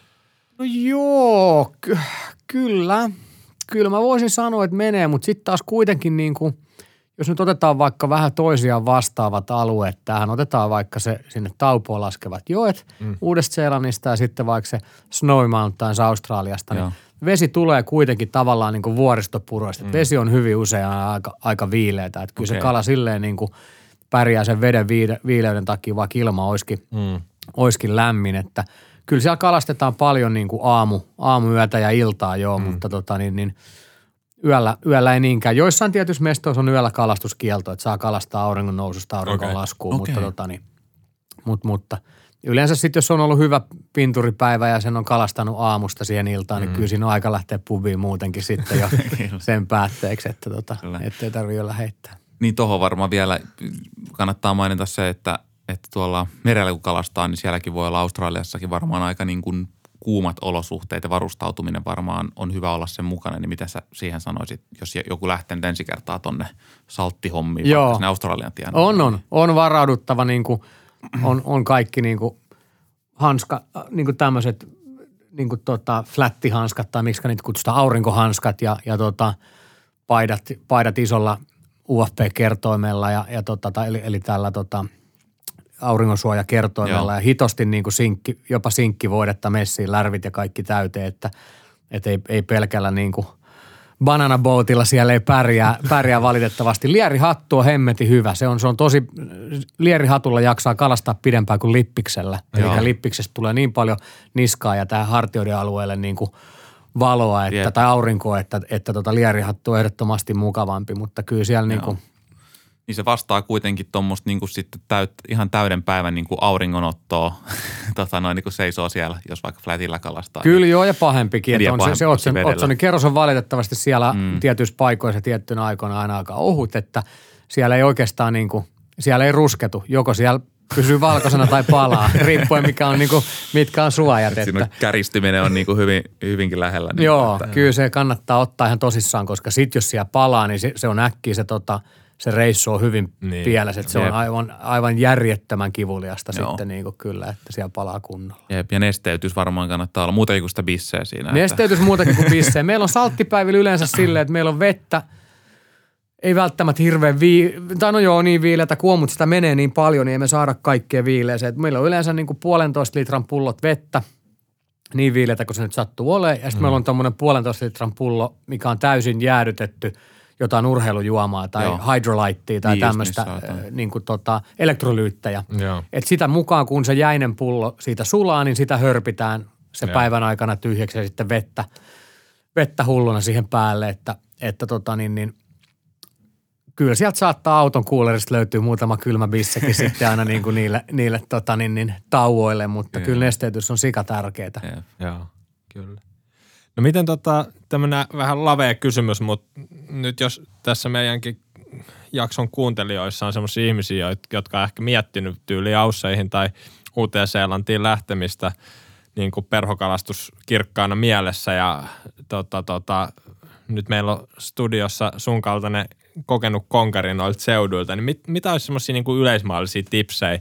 No joo, ky- kyllä. Kyllä mä voisin sanoa, että menee, mutta sitten taas kuitenkin niin kuin, jos nyt otetaan vaikka vähän toisiaan vastaavat alueet tähän, otetaan vaikka se sinne Taupoon laskevat joet mm. Uudesta-Seelannista ja sitten vaikka se Snowy Mountains Australiasta, niin vesi tulee kuitenkin tavallaan niin kuin vuoristopuroista. Mm. Vesi on hyvin usein aika, aika viileätä. Että kyllä okay. se kala silleen niin kuin pärjää sen veden viide, viileyden takia, vaikka ilma olisikin, mm. olisikin lämmin. Että kyllä siellä kalastetaan paljon niin kuin aamu, aamuyötä ja iltaa joo, mm. mutta tota niin, niin yöllä, yöllä ei niinkään. Joissain tietysti mestoissa on yöllä kalastuskielto, että saa kalastaa auringon noususta auringon okay. laskuun, okay. mutta tota niin, mut, mutta yleensä sitten, jos on ollut hyvä pinturipäivä ja sen on kalastanut aamusta siihen iltaan, mm. niin kyllä siinä on aika lähteä pubiin muutenkin sitten jo sen päätteeksi, että tota, ettei tarvitse olla heittää. Niin tohon varmaan vielä kannattaa mainita se, että, että tuolla merellä kun kalastaa, niin sielläkin voi olla Australiassakin varmaan aika niin kuin kuumat olosuhteet ja varustautuminen varmaan on hyvä olla sen mukana. Niin mitä sä siihen sanoisit, jos joku lähtee nyt ensi kertaa tonne salttihommiin, Joo. vaikka sinne Australian tien? On, on. On varauduttava niin kuin On, on kaikki niinku hanska, niinku tämmöiset niinku tota flättihanskat tai miksi niitä kutsutaan aurinkohanskat ja, ja tota paidat, paidat isolla U F P-kertoimella ja, ja tota, eli, eli tällä tota auringonsuojakertoimella Joo. ja hitosti niinku sinkki, jopa sinkkivoidetta messiin, lärvit ja kaikki täyteen, että et ei, ei pelkällä niinku banana boatilla siellä ei pärjää, pärjää valitettavasti. Lierihattu on hemmetin hyvä. Se on, se on tosi, lierihatulla jaksaa kalastaa pidempään kuin lippiksellä. Joo. Eli lippiksestä tulee niin paljon niskaa ja tähän hartioiden alueelle niin kuin valoa että, tai aurinkoa, että, että tota lierihattu on ehdottomasti mukavampi, mutta kyllä siellä niin kuin niin se vastaa kuitenkin tuommoista niin kuin sitten täyt, ihan täyden päivän niin kuin auringonottoa, tota noin niin kuin seisoo siellä, jos vaikka flätillä kalastaa. Kyllä niin joo ja pahempikin, että on pahempi, se, se otson, otsonin kerros on valitettavasti siellä mm. tietyissä paikoissa tiettynä aikoina aina aika ohut, että siellä ei oikeastaan niin kuin, siellä ei rusketu, joko siellä pysyy valkoisena tai palaa, riippuen mikä on, niin kuin, mitkä on suojat. Että siinä käristyminen on niin kuin hyvin, hyvinkin lähellä. Niin joo, että kyllä se kannattaa ottaa ihan tosissaan, koska sit jos siellä palaa, niin se, se on äkkiä se tota, se reissu on hyvin niin pielessä, että se Jep. on aivan, aivan järjettömän kivuliasta Joo. sitten niin kuin kyllä, että siellä palaa kunnolla. Jep, ja nesteytys varmaan kannattaa olla muutenkin kuin sitä bisseä siinä. Nesteytys että muutakin kuin bisseä. Meillä on salttipäivillä yleensä silleen, että meillä on vettä, ei välttämättä hirveän vii, tai no joo niin viileätä kuin on, mutta sitä menee niin paljon, niin emme saada kaikkea viileeseen. Meillä on yleensä niin kuin puolentoista litran pullot vettä, niin viileätä kuin se nyt sattuu olemaan. Ja sitten mm. meillä on tommoinen puolentoista litran pullo, mikä on täysin jäädytetty, jotain urheilujuomaa tai Joo. hydrolytea tai niin tämmöistä niin kuin tota, elektrolyyttejä. Että sitä mukaan, kun se jäinen pullo siitä sulaa, niin sitä hörpitään se Joo. päivän aikana tyhjäksi ja sitten vettä, vettä hulluna siihen päälle, että, että tota niin, niin kyllä sieltä saattaa auton kuulerista löytyy muutama kylmä bissekin sitten aina niin kuin niille, niille tota niin, niin, tauoille, mutta Joo. kyllä nesteytys on sika tärkeetä. Joo, kyllä. No miten tota, tämmöinen vähän lavea kysymys, mutta nyt jos tässä meidänkin jakson kuuntelijoissa on semmoisia ihmisiä, jotka on ehkä miettinyt tyyli Ausseihin tai Uuteen-Seelantiin lähtemistä niin kuin perhokalastus kirkkaana mielessä ja tota, tota, nyt meillä on studiossa sun kaltainen kokenut konkari noilta seuduilta, niin mit, mitä olisi semmoisia niin kuin yleismaallisia tipsejä,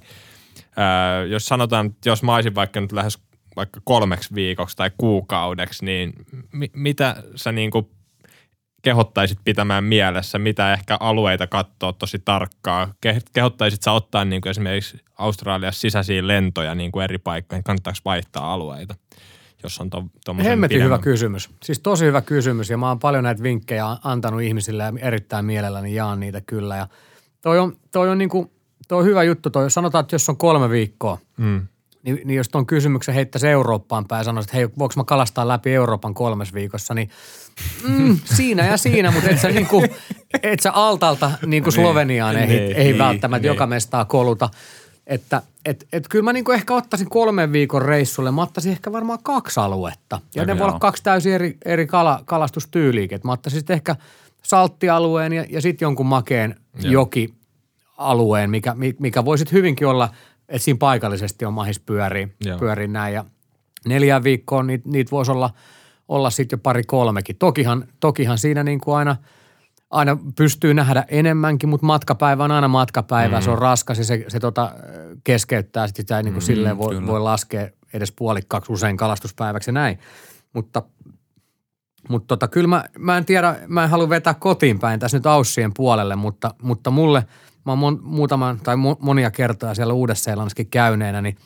öö, jos sanotaan, että jos mä olisin vaikka nyt lähes vaikka kolmeksi viikoksi tai kuukaudeksi, niin mi, mitä sä niin kuin kehottaisit pitämään mielessä, mitä ehkä alueita katsoa tosi tarkkaa? Kehottaisit sä ottaa niin kuin esimerkiksi Australiassa sisäisiä lentoja niin kuin eri paikkoihin, kannattaako vaihtaa alueita, jos on to, tommoisen Hemmetin pidemmän... hyvä kysymys. Siis tosi hyvä kysymys ja mä oon paljon näitä vinkkejä antanut ihmisille ja erittäin mielelläni jaan niitä kyllä. Ja toi on, toi on, niin kuin, toi on hyvä juttu. Toi, sanotaan, että jos on kolme viikkoa, mm. niin, niin jos tuon kysymyksen heittäisi Eurooppaan päin ja sanoisi, että hei, voiko mä kalastaa läpi Euroopan kolmes viikossa, niin mm, siinä ja siinä, mutta et sä, niin kuin, et sä altalta niin kuin Sloveniaan ei, ei, ei välttämättä joka mestaa koluta. Että et, et kyllä mä niinku ehkä ottaisin kolmen viikon reissulle, mä ottaisin ehkä varmaan kaksi aluetta. Ja okay, ne voi olla kaksi täysin eri, eri kala, kalastustyyliä. Mä ottaisin sitten ehkä salttialueen ja, ja sitten jonkun makeen Joo. jokialueen, mikä, mikä voi sitten hyvinkin olla, että siinä paikallisesti on mahis pyöriä, pyöriä näin. Ja neljään viikkoon niitä niit voisi olla, olla sitten jo pari kolmekin. Tokihan, tokihan siinä niinku aina... Aina pystyy nähdä enemmänkin, mutta matkapäivä on aina matkapäivä. Mm. Se on raskas ja se, se tota keskeyttää sitä niin kuin mm, silleen voi, voi laskea edes puolikkaaksi usein kalastuspäiväksi ja näin. Mutta, mutta tota, kyllä mä, mä en tiedä, mä en halua vetää kotiin päin tässä nyt Aussien puolelle, mutta, mutta mulle, mä oon mon, muutaman tai monia kertoja siellä Uudessa-Seelannassakin käyneenä, niin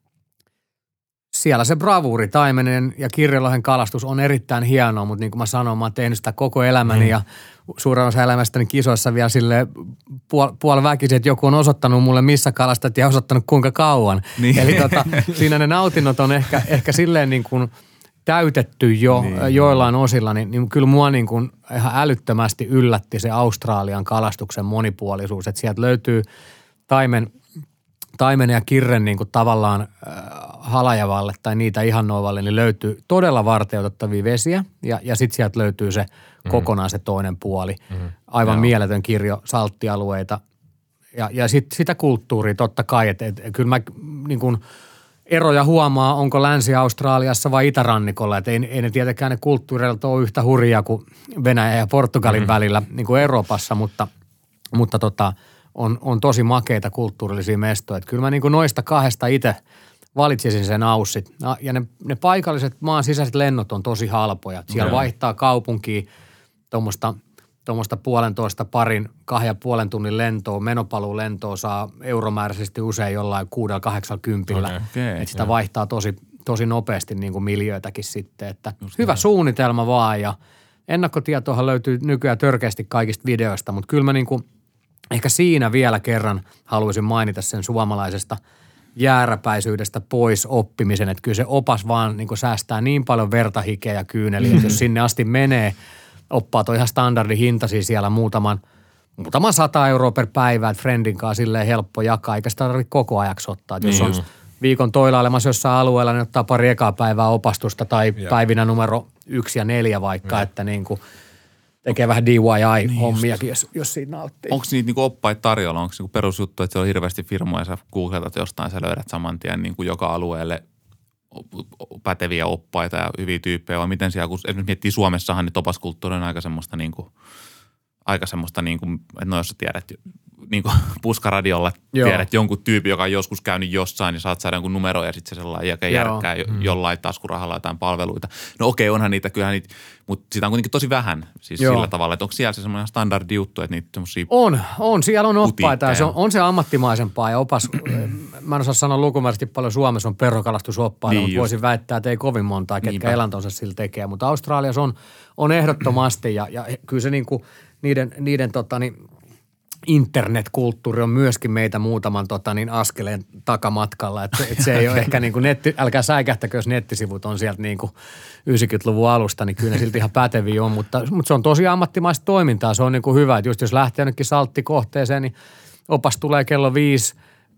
siellä se bravuuri, taimenen ja kirjolohen kalastus on erittäin hienoa, mutta niin kuin mä sanoin, mä oon tehnyt sitä koko elämäni mm. ja suurin osa elämästäni kisoissa vielä silleen puol- puoliväkisin, että joku on osoittanut mulle missä kalastat ja osoittanut kuinka kauan. Niin. Eli tota, siinä ne nautinnot on ehkä, ehkä silleen niin kuin täytetty jo niin. joillain osilla, niin, niin kyllä mua niin kuin ihan älyttömästi yllätti se Australian kalastuksen monipuolisuus, että sieltä löytyy taimen taimen ja kirren niin kuin tavallaan äh, halajavalle tai niitä ihannoivalle, niin löytyy todella varteutettavia vesiä ja, ja sitten sieltä löytyy se mm. kokonaan se toinen puoli. Mm. Aivan Joo. mieletön kirjo salttialueita ja, ja sitten sitä kulttuuria totta kai, että et, kyllä mä niin kuin eroja huomaa, onko Länsi-Australiassa vai Itärannikolla, että ei, ei ne tietenkään ne kulttuureilta ole yhtä hurjaa kuin Venäjä ja Portugalin mm. välillä niin kuin Euroopassa, mutta, mutta tota On, on tosi makeita kulttuurillisia mestoja. Että kyllä mä niin kuin noista kahdesta itse valitsisin sen Aussit. Ja ne, ne paikalliset maan sisäiset lennot on tosi halpoja. Siellä okay. vaihtaa kaupunkiin tuommoista tuommoista puolentoista parin, kahden ja puolen tunnin lentoa, menopaluulentoa saa euromääräisesti usein jollain kuudella, kahdeksalla kympillä. Okay. Okay, että sitä yeah. vaihtaa tosi, tosi nopeasti niin kuin miljöitäkin sitten. Että hyvä näin. Suunnitelma vaan ja ennakkotietoahan löytyy nykyään törkeästi kaikista videoista, mutta kyllä mä niin kuin ehkä siinä vielä kerran haluaisin mainita sen suomalaisesta jääräpäisyydestä pois oppimisen, että kyllä se opas vaan niin kuin säästää niin paljon verta, hikeä ja kyyneliä, että jos sinne asti menee, oppaat on ihan standardihintaisia siellä muutaman, muutaman sata euroa per päivä, että friendin kanssa silleen helppo jakaa, eikä sitä tarvitse koko ajaksi ottaa. Että jos on viikon toilailemassa jossain alueella, niin ottaa pari ekaa päivää opastusta tai Joo. päivinä numero yksi ja neljä vaikka, Joo. että niin kuin tekee vähän D I Y-hommiakin, jos, jos siitä nauttii. Onko niitä niinku oppaita tarjolla? Onko niinku perusjuttu, että siellä on hirveästi firmoja, sä googletat jostain, sä löydät saman tien niinku joka alueelle päteviä oppaita ja hyviä tyyppejä, vai miten siellä, kun esimerkiksi miettii Suomessahan, niin opaskulttuuri on aika semmoista niinku, aika semmoista niinku, että no jos sä tiedät niinku puskaradiolla Joo. tiedät jonkun tyypin, joka on joskus käynyt jossain, niin saat saada jonkun numero ja sitten se sellainen jakaa järkkää mm. jollain taskurahalla jotain palveluita. No okei, okay, onhan niitä, kyllähän niitä, mutta sitä on kuitenkin tosi vähän siis Joo. sillä tavalla, että onko siellä se semmoinen standardi juttu, että niitä semmoisia On, on, siellä on oppaita ja se on, on se ammattimaisempaa ja opas, mä en osaa sanoa lukumääräisesti paljon Suomessa on perhokalastusoppaita, niin mutta just. Voisin väittää, että ei kovin montaa, ketkä Niinpä. Elantonsa sillä tekee, mutta Australiassa on, on ehdottomasti ja, ja kyllä se niinku niiden, niiden tota niin, internetkulttuuri on myöskin meitä muutaman tota, niin askeleen takamatkalla, että et se ei ole ehkä niin kuin netti, älkää säikähtäkö, jos nettisivut on sieltä niin kuin yhdeksänkymmentäluvun alusta, niin kyllä ne silti ihan päteviä on, mutta, mutta se on tosi ammattimaista toimintaa, se on niin kuin hyvä, että just jos lähtee jonnekin salttikohteeseen, niin opas tulee kello viisi,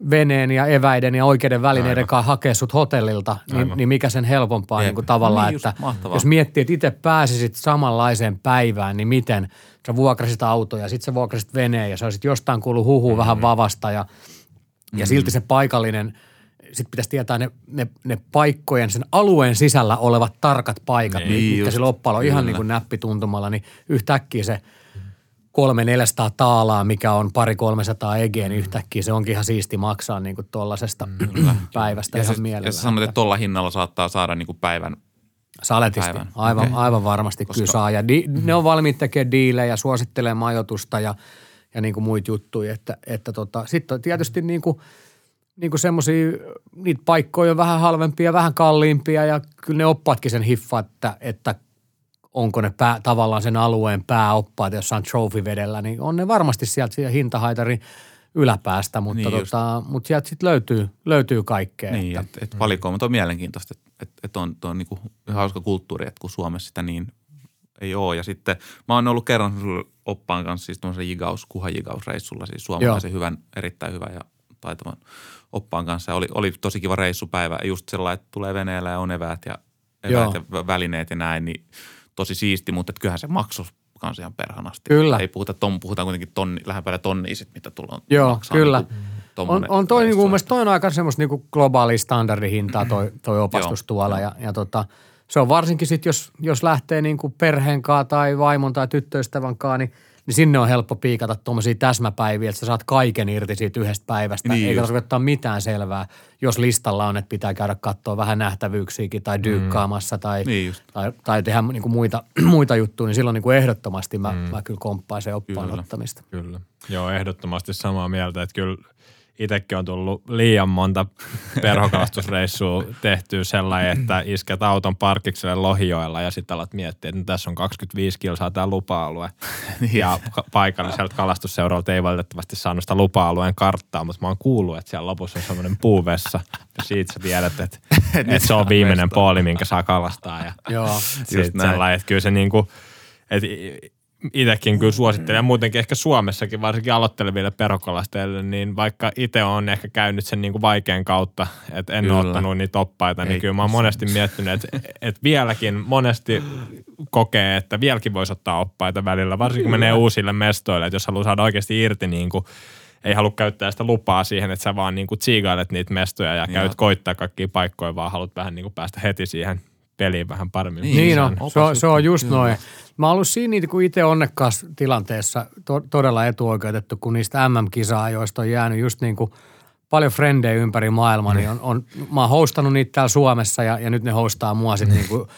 veneen ja eväiden ja oikeiden välineiden Aivan. kanssa hakea sut hotellilta, niin, niin mikä sen helpompaa niin kuin tavallaan, niin että mahtavaa. jos miettii, että itse pääsisit samanlaiseen päivään, niin miten sä vuokrasit autoja, sit sä vuokrasit veneen ja sä olisit jostain kuullut huhua mm-hmm. vähän vavasta ja, mm-hmm. ja silti se paikallinen, sit pitäisi tietää ne, ne, ne paikkojen, sen alueen sisällä olevat tarkat paikat, niin, mitkä sillä oppaalla on ihan niin kuin näppituntumalla, niin yhtäkkiä se kolme neljäsataa taalaa, mikä on pari kolmesataa egeä, niin yhtäkkiä se onkin ihan siisti maksaa niin kuin tuollaisesta päivästä ja ihan se, mielellään. Ja sä sanoit, että tuolla hinnalla saattaa saada niin kuin päivän. Saletisti. Päivän. Aivan, Okay. aivan varmasti Koska... kyllä saa. Ja di, ne on valmiit tekemään diilejä, suosittelemaan majoitusta ja, ja niin kuin muita juttuja. Että, että tota, sitten on tietysti niin kuin, niin kuin semmoisia, niitä paikkoja on vähän halvempia, vähän kalliimpia ja kyllä ne oppaatkin sen hiffaa, että, että onko ne pää, tavallaan sen alueen pääoppaat jossain trophy-vedellä, niin on ne varmasti sieltä siihen hintahaitarin yläpäästä, mutta, niin tota, mutta sieltä sitten löytyy, löytyy kaikkea. Niin, että et, et valikoima on mielenkiintoista, että et, et on, on niinku hauska kulttuuri, että kun Suomessa sitä niin ei ole. Ja sitten mä oon ollut kerran oppaan kanssa siis tuollaisen jigaus, kuhajigausreissulla, siis suomalaisen Joo. hyvän, erittäin hyvän ja taitavan oppaan kanssa. Ja oli, oli tosi kiva reissupäivä, just sellainen, että tulee veneellä ja on eväät ja, eväät ja välineet ja näin, niin tosi siisti, mutta kyllähän se maksoi kanssa ihan perhanasti. Kyllä. Ei puhuta, ton, puhutaan kuitenkin tonni, lähempänä tonnia sit, mitä tullaan Joo, maksaa. kyllä. Niin on, on toi niin mun mielestä toi on aika semmoista niin globaalia standardihintaa toi, toi opastus Joo, tuolla ja, ja tota, se on varsinkin sit, jos, jos lähtee niin kuin perheen kanssa tai vaimon tai tyttöystävän kanssa, niin, niin sinne on helppo piikata tuommoisia täsmäpäiviä, että sä saat kaiken irti siitä yhdestä päivästä. Niin eikä tarvitse ottaa mitään selvää, jos listalla on, että pitää käydä katsoa vähän nähtävyyksiäkin tai dyykkaamassa mm. tai, niin tai, tai tehdä niin kuin muita, muita juttuja, niin silloin niin kuin ehdottomasti mä, mm. mä kyllä komppaan sen oppaan kyllä, ottamista. Kyllä. Joo, ehdottomasti samaa mieltä, että kyllä itsekin on tullut liian monta perhokalastusreissua tehtyä sellainen, että isket auton parkikselle Lohijoella ja sitten alat miettiä, että tässä on kaksikymmentäviisi kilsaa tämä lupa-alue. Ja paikalliselta kalastusseuralta ei valitettavasti saanut sitä lupa-alueen karttaa, mutta mä oon kuullut, että siellä lopussa on semmoinen puuvessa. Ja siitä sä tiedät, että, että se on viimeinen pooli, minkä saa kalastaa. Ja Joo, sitten sellainen, että kyllä se niinku, että itsekin kyllä suosittelen, ja muutenkin ehkä Suomessakin, varsinkin aloitteleville perhokalastajille, niin vaikka itse on ehkä käynyt sen niin kuin vaikean kautta, että en kyllä. ole ottanut niitä oppaita, niin Ei, kyllä mä oon monesti miettinyt, että, että vieläkin monesti kokee, että vieläkin voisi ottaa oppaita välillä, varsinkin kun menee uusille mestoille, että jos haluaa saada oikeasti irti, niin kuin, ei halua käyttää sitä lupaa siihen, että sä vaan niin kuin tsiigailet niitä mestoja ja käyt koittaa kaikkia paikkoja, vaan haluat vähän niin kuin päästä heti siihen peliin vähän paremmin. Niin, niin on. Se on, se on just noin. Mä oon ollut siinä, kun itse onnekkaassa tilanteessa to, todella etuoikeutettu, kun niistä M M-kisa-ajoista on jäänyt just niin kuin paljon frendejä ympäri maailmaa, niin on, on, mä oon hostannut niitä täällä Suomessa ja, ja nyt ne hostaa mua sitten niin kuin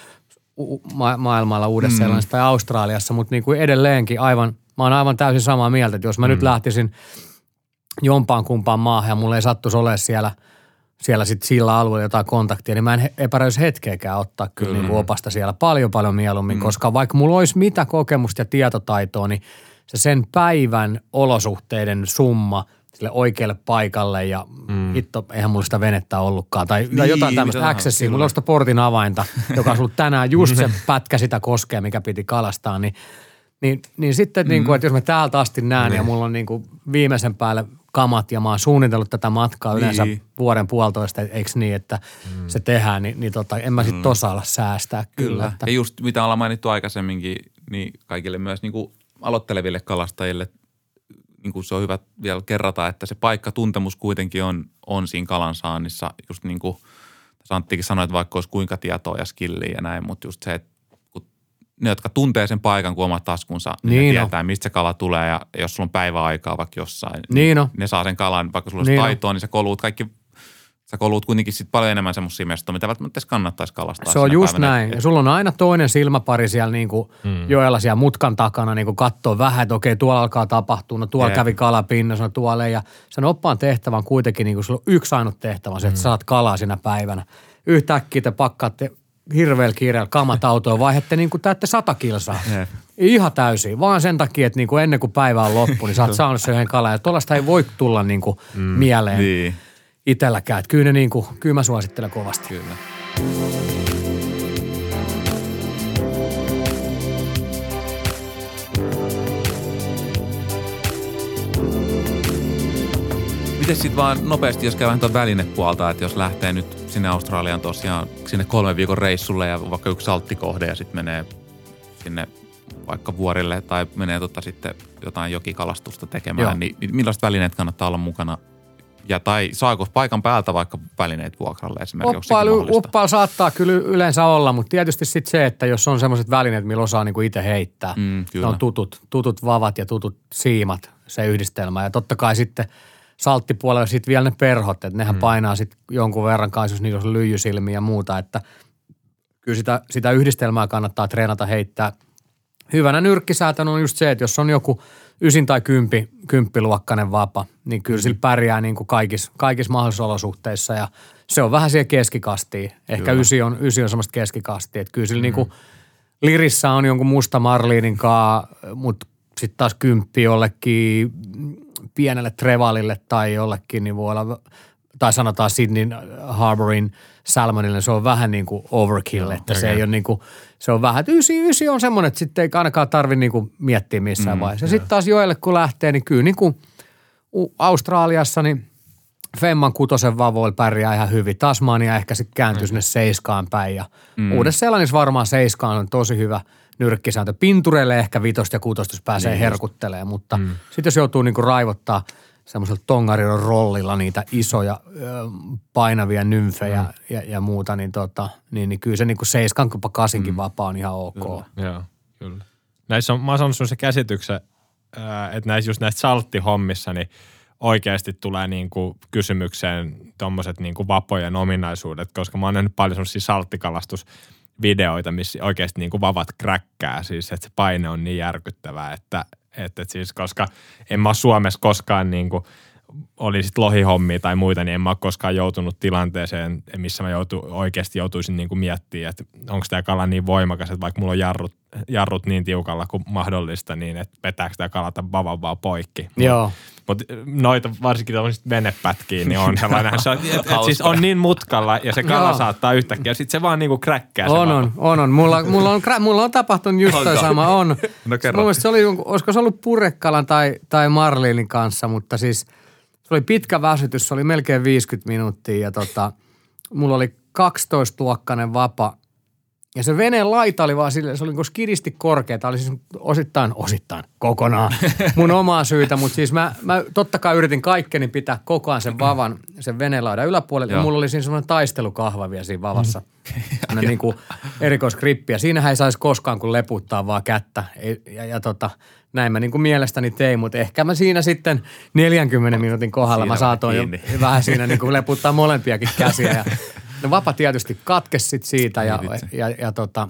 ma- maailmalla Uudessa-Seelannissa mm. tai Australiassa, mutta niin kuin edelleenkin aivan, mä oon aivan täysin samaa mieltä, että jos mä mm. nyt lähtisin jompaan kumpaan maahan ja mulla ei sattuisi ole siellä siellä sitten sillä alueella jotain kontaktia, niin mä en epäröisi hetkeäkään ottaa kyllä mm. niin kuin opasta siellä paljon paljon mieluummin, mm. koska vaikka mulla olisi mitä kokemusta ja tietotaitoa, niin se sen päivän olosuhteiden summa sille oikealle paikalle ja mm. hitto, eihän mulla sitä venettä ollutkaan tai, niin, tai jotain tämmöistä accessia. Mulla on sitä portin avainta, joka on ollut tänään just se pätkä sitä koskea, mikä piti kalastaa, niin, niin, niin sitten, mm. niin kuin, että jos mä täältä asti näen mm. ja mulla on niin kuin viimeisen päälle kamat ja mä oon suunnitellut tätä matkaa niin. yleensä vuoden puolitoista, eikö niin, että mm. se tehdään, niin, niin tota, en mä sit tosa ala säästää kyllä. kyllä. Että. Ja just mitä ollaan mainittu aikaisemminkin, niin kaikille myös niin kuin aloitteleville kalastajille, niin kuin se on hyvä vielä kerrata, että se paikkatuntemus kuitenkin on, on siinä kalansaannissa. Just niin kuin Anttikin sanoi, että vaikka olisi kuinka tietoa ja skilliä ja näin, mutta just se, että ne, jotka tuntee sen paikan kuin omat taskunsa, niin, niin ne tietää, mistä se kala tulee ja jos sulla on päiväaikaa vaikka jossain, niin, niin ne saa sen kalan, vaikka sulla niin olisi taitoa, niin sä koluut kaikki, sä koluut kuitenkin sit paljon enemmän semmoisia mestoja, mitä välttämättä edes kannattaisi kalastaa. Se on just päivänä. Näin. Ja sulla on aina toinen silmäpari siellä niin kuin hmm. joella siellä mutkan takana niin kuin katsoo vähän, että okei, tuolla alkaa tapahtua, no tuolla yeah. kävi kala pinnassa, no tuolla ja sen oppaan tehtävän kuitenkin, niin kuin sulla on yksi ainut tehtävä, se, että hmm. saat kalaa siinä päivänä. Yhtäkkiä te pakkaatte hirveällä kiireellä kamat autoon, vaihette niin kuin täytte sata kilsaa. Yeah. Ihan täysin. Vaan sen takia, että niin kuin ennen kuin päivä on loppu, niin sä oot saanut sen yhden kalan. Ja tuollaista ei voi tulla niin kuin mm, mieleen niin. itselläkään. Että kyllä, ne niin kuin, kyllä mä suosittelen kovasti. Kyllä. Miten sitten vaan nopeasti, jos käy vähän tuon välinepuolta, että jos lähtee nyt sinne Australiaan tosiaan sinne kolmen viikon reissulle ja vaikka yksi salttikohde ja sitten menee sinne vaikka vuorille tai menee tota sitten jotain jokikalastusta tekemään, Joo. niin millaiset välineet kannattaa olla mukana? Ja tai saako paikan päältä vaikka välineet vuokralle esimerkiksi? Uppailu, uppailu saattaa kyllä yleensä olla, mutta tietysti sitten se, että jos on sellaiset välineet, millä osaa niinku itse heittää. Mm, ne on tutut, tutut vavat ja tutut siimat, se yhdistelmä. Ja totta kai sitten salttipuolella sitten vielä ne perhot, että nehän mm. painaa sitten jonkun verran kanssa, jos niillä on lyijysilmiä ja muuta. Että kyllä sitä, sitä yhdistelmää kannattaa treenata heittää. Hyvänä nyrkkisäätönä on just se, että jos on joku ysin tai kympi, kymppiluokkainen vapa, niin kyllä sillä pärjää niin kuin kaikissa, kaikissa mahdollisissa olosuhteissa ja se on vähän siihen keskikastiin. Ehkä ysi on, ysi on semmoista keskikastia, että kyllä sillä mm. niin kuin lirissä on jonkun musta marliinin kaa, mutta sitten taas kymppi jollekin pienelle trevalille tai jollekin, niin voi olla, tai sanotaan Sydney Harbourin salmonille, se on vähän niin kuin overkill, että okay. se ei ole niin kuin, se on vähän, että ysi, ysi on semmoinen, että sitten ei ainakaan tarvitse niin kuin miettiä missään mm, vaiheessa. Sitten taas joelle kun lähtee, niin kyllä niin kuin Australiassa, niin Femman kutosen vavoilla pärjää ihan hyvin. Tasmania ehkä sitten kääntyy sinne seiskaan päin ja mm. Uudessa-Seelannissa varmaan seiskaan on tosi hyvä nyrkkisääntö. Pintureille ehkä vitosta ja kutosta, jos pääsee niin herkuttelemaan, mutta mm. sitten jos joutuu niin kuin raivottaa semmoisella tongarin rollilla niitä isoja ö, painavia nymfejä mm. ja, ja muuta, niin, tota, niin, niin kyllä se niin kuin seiskan jopa kasinkin mm. vapaa on ihan ok. Kyllä. Joo, kyllä. Näissä on, mä oon saanut se käsityksen, että näissä just näissä salttihommissa, niin oikeasti tulee niin kuin kysymykseen tommoset niin kuin vapojen ominaisuudet, koska mä oon nähnyt paljon semmoisia salttikalastusvideoita, missä oikeasti niin kuin vavat kräkkää, siis että se paine on niin järkyttävää, että Että et siis, koska en mä ole Suomessa koskaan niin kuin, oli sit lohihommia tai muita, niin en mä ole koskaan joutunut tilanteeseen, missä mä joutu, oikeasti joutuisin niin kuin miettimään, että onko tämä kala niin voimakas, että vaikka mulla on jarrut, jarrut niin tiukalla kuin mahdollista, niin että vetääkö tämä kalata vavan vaan poikki. Joo. Mutta noita varsinkin tämmöiset venepätkiä, niin on sellainen, että et, et siis on niin mutkalla ja se kala Joo. saattaa yhtäkkiä, sitten se vaan niinku kräkkää. On, on, on, on. Mulla, mulla, on, mulla on tapahtunut just toi sama, on. No kerro. Se oli, olisiko se ollut purrekalan tai, tai marliinin kanssa, mutta siis se oli pitkä väsytys, se oli melkein viisikymmentä minuuttia ja tota, mulla oli kaksitoista-luokkainen vapa. Ja se veneen laita oli vaan silleen, se oli niin skidisti korkea. Tämä oli siis osittain, osittain, kokonaan mun omaa syytä. Mutta siis mä, mä totta kai yritin kaikkeni pitää koko ajan sen vavan, sen veneen laidan yläpuolelle. Ja mulla oli siinä semmoinen taistelukahva vielä siinä vavassa. Sellainen niin kuin erikoisgrippi. Ja siinähän ei saisi koskaan kun leputtaa vaan kättä. Ja, ja, ja tota, näin mä niin kuin mielestäni tein. Mutta ehkä mä siinä sitten neljänkymmenen minuutin kohdalla siinä mä saatoin jo vähän siinä niin kuin leputtaa molempiakin käsiä ja no vapa tietysti katkesi sit siitä ja, ja, ja, ja tota,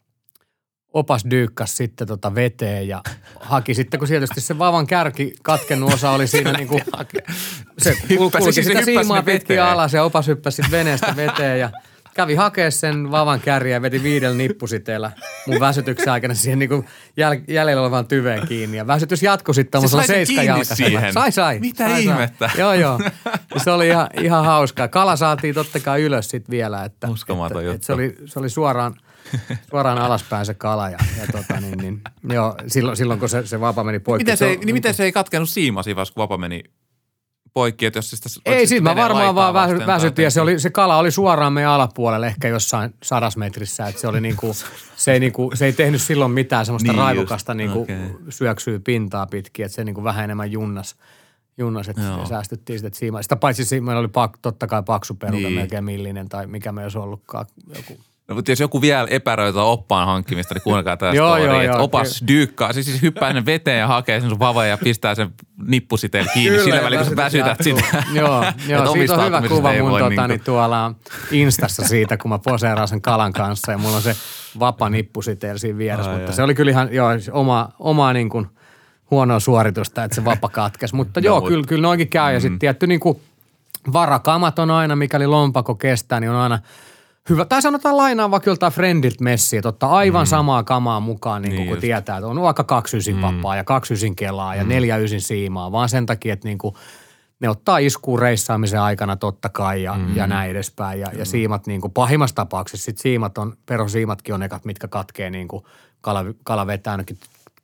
opas dyykkäsi sitten tota veteen ja haki sitten, kun tietysti se vavan kärki katkennut osa oli siinä niinku, se kulki sitä siimaa pitkin alas ja opas hyppäsi sitten veneestä veteen ja kävi hakea sen vavan kärjen ja veti viidellä nippusiteellä mun väsytyksen aikana siihen niinku jäl- jäljellä olevan tyveen kiinni. Ja väsytys jatkui sitten tommosella seiskajalkaisella. Sai, sai. Mitä sai, ihmettä? Sai. Joo, joo. Ja se oli ihan, ihan hauskaa. Kala saatiin totta kai ylös sitten vielä. Että, Uskomaton että, juttu. että se oli, se oli suoraan, suoraan alaspäin se kala. Ja, ja tota niin, niin, joo, silloin, silloin kun se, se vapa meni poikki. Miten se, se, ei, niin miten se ei katkenut siimasi, vaan kun vapa meni poikki, että jos sitä ei, sit mä varmaan vaan väsy, väsytin ja se, oli, se kala oli suoraan meidän alapuolelle ehkä jossain sadasmetrissä, että se oli niinku, se ei niinku, se ei tehnyt silloin mitään semmoista niin raivokasta niinku okay. syöksyä pintaa pitkin, että se niinku vähän enemmän junnas, junnas että Joo. säästyttiin sitä siimaa. Sitä paitsi meillä oli pak, totta kai paksu peruka, niin. melkein millinen tai mikä me ei olisi ollutkaan joku. No, mutta jos joku vielä epäröitä oppaan hankkimista, niin kuunnelkaa tästä storia, että opas dyykkaa, siis, siis hyppää ennen veteen ja hakee sen sun vavan ja pistää sen nippusiteen kiinni. Kyllä, sillä välin, kun sä väsytät sitä. Joo, joo siitä on hyvä kuva mun tota, niin tuolla Instassa siitä, kun mä poseeraan sen kalan kanssa ja mulla on se vapa nippusiteellä siinä vieressä. Ai mutta ai. Se oli kyllä ihan joo, oma, oma niin kuin huonoa suoritusta, että se vapa katkesi. Mutta no, joo, kyllä, kyllä noinkin käy. Mm. Ja sitten tietty niin kuin varakamat on aina, mikäli lompako kestää, niin on aina hyvä. Tai sanotaan lainaa vaikka joltain friendilt messiä, että ottaa aivan mm. samaa kamaa mukaan, niin, niin kun tietää, että on vaikka kaksi ysin mm. vapaa ja kaksi ysin kelaa ja mm. neljä ysin siimaa, vaan sen takia, että niin kuin ne ottaa iskuun reissaamisen aikana totta kai ja, mm. ja näin edespäin. Ja, mm. ja siimat niin kuin pahimmassa tapauksessa, sit siimat on, perosiimatkin on ekat, mitkä katkee niin kuin kala, kala vetää ainakin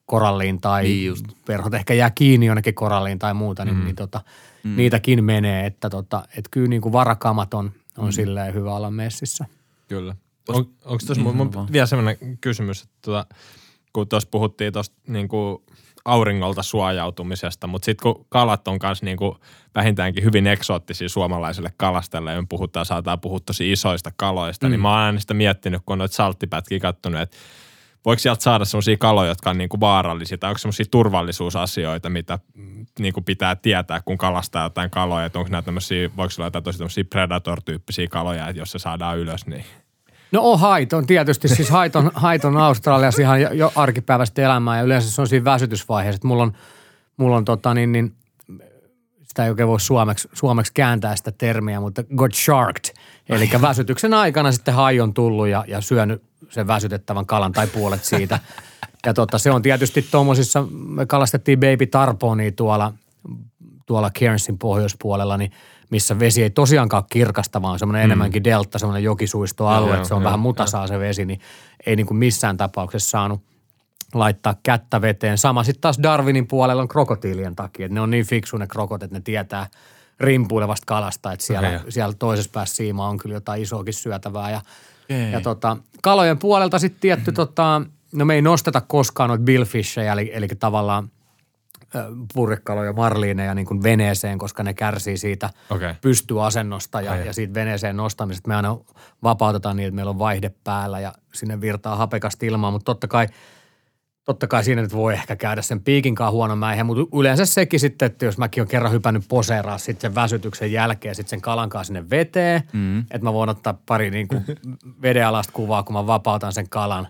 koralliin tai niin perhot ehkä jää kiinni jonnekin koralliin tai muuta, niin, mm. niin tota, mm. niitäkin menee, että tota, et kyllä niin kuin varakamat on, on mm. silleen hyvä olla messissä. Kyllä. On, onko tuossa mun, mun vielä sellainen kysymys, että tuota, kun tuossa puhuttiin tuosta niin kuin auringolta suojautumisesta, mutta sitten kun kalat on kanssa niin kuin vähintäänkin hyvin eksoottisia suomalaiselle kalastajalle, ja me puhutaan, saattaa puhua tosi isoista kaloista, mm. niin mä oon aina sitä miettinyt, kun on noita salttipätkiä kattonut, että voiko sieltä saada sellaisia kaloja, jotka on niin kuin vaarallisia, tai onko sellaisia turvallisuusasioita, mitä niin kuin pitää tietää, kun kalastaa jotain kaloja, että onko nämä tämmöisiä, voiko olla jotain tosi tämmöisiä predator-tyyppisiä kaloja, että jos se saadaan ylös, niin... No on haiton, tietysti siis haiton, haiton Australiassa ihan jo, jo arkipäiväistä elämää ja yleensä se on siinä väsytysvaiheessa, että mulla on, mulla on tota niin, niin sitä ei oikein voi suomeksi, suomeksi kääntää sitä termiä, mutta got sharked, eli väsytyksen aikana sitten hai on tullut ja, ja syönyt sen väsytettävän kalan tai puolet siitä. Ja tota, se on tietysti tuommoisissa, me kalastettiin baby tarponia tuolla, tuolla Cairnsin pohjoispuolella, niin missä vesi ei tosiaankaan kirkasta, vaan semmoinen mm. enemmänkin delta, semmoinen jokisuistoalue, että se on jo, vähän mutasaa se vesi, niin ei niin kuin missään tapauksessa saanut laittaa kättä veteen. Sama sitten taas Darwinin puolella on krokotiilien takia, että ne on niin fiksu ne krokot, että ne tietää rimpuilevasta kalasta, että siellä, okay. siellä toisessa päässä siimaa on kyllä jotain isoakin syötävää. Ja, ja tota, kalojen puolelta sitten tietty, mm. tota, no me ei nosteta koskaan noita billfishejä, eli, eli tavallaan purjekaloja, marliineja niin kuin veneeseen, koska ne kärsii siitä okay. pystyasennosta ja, ja siitä veneeseen nostamisesta. Me aina vapautetaan niin, että meillä on vaihde päällä ja sinne virtaa hapekasta ilmaa, mutta totta kai, totta kai siinä nyt voi ehkä käydä sen piikinkaan huono mäihin, mutta yleensä sekin sitten, että jos mäkin olen kerran hypännyt poseeraa sitten sen väsytyksen jälkeen sitten sen kalankaan sinne veteen, mm. että mä voin ottaa pari niin kuin vedenalasta kuvaa, kun mä vapautan sen kalan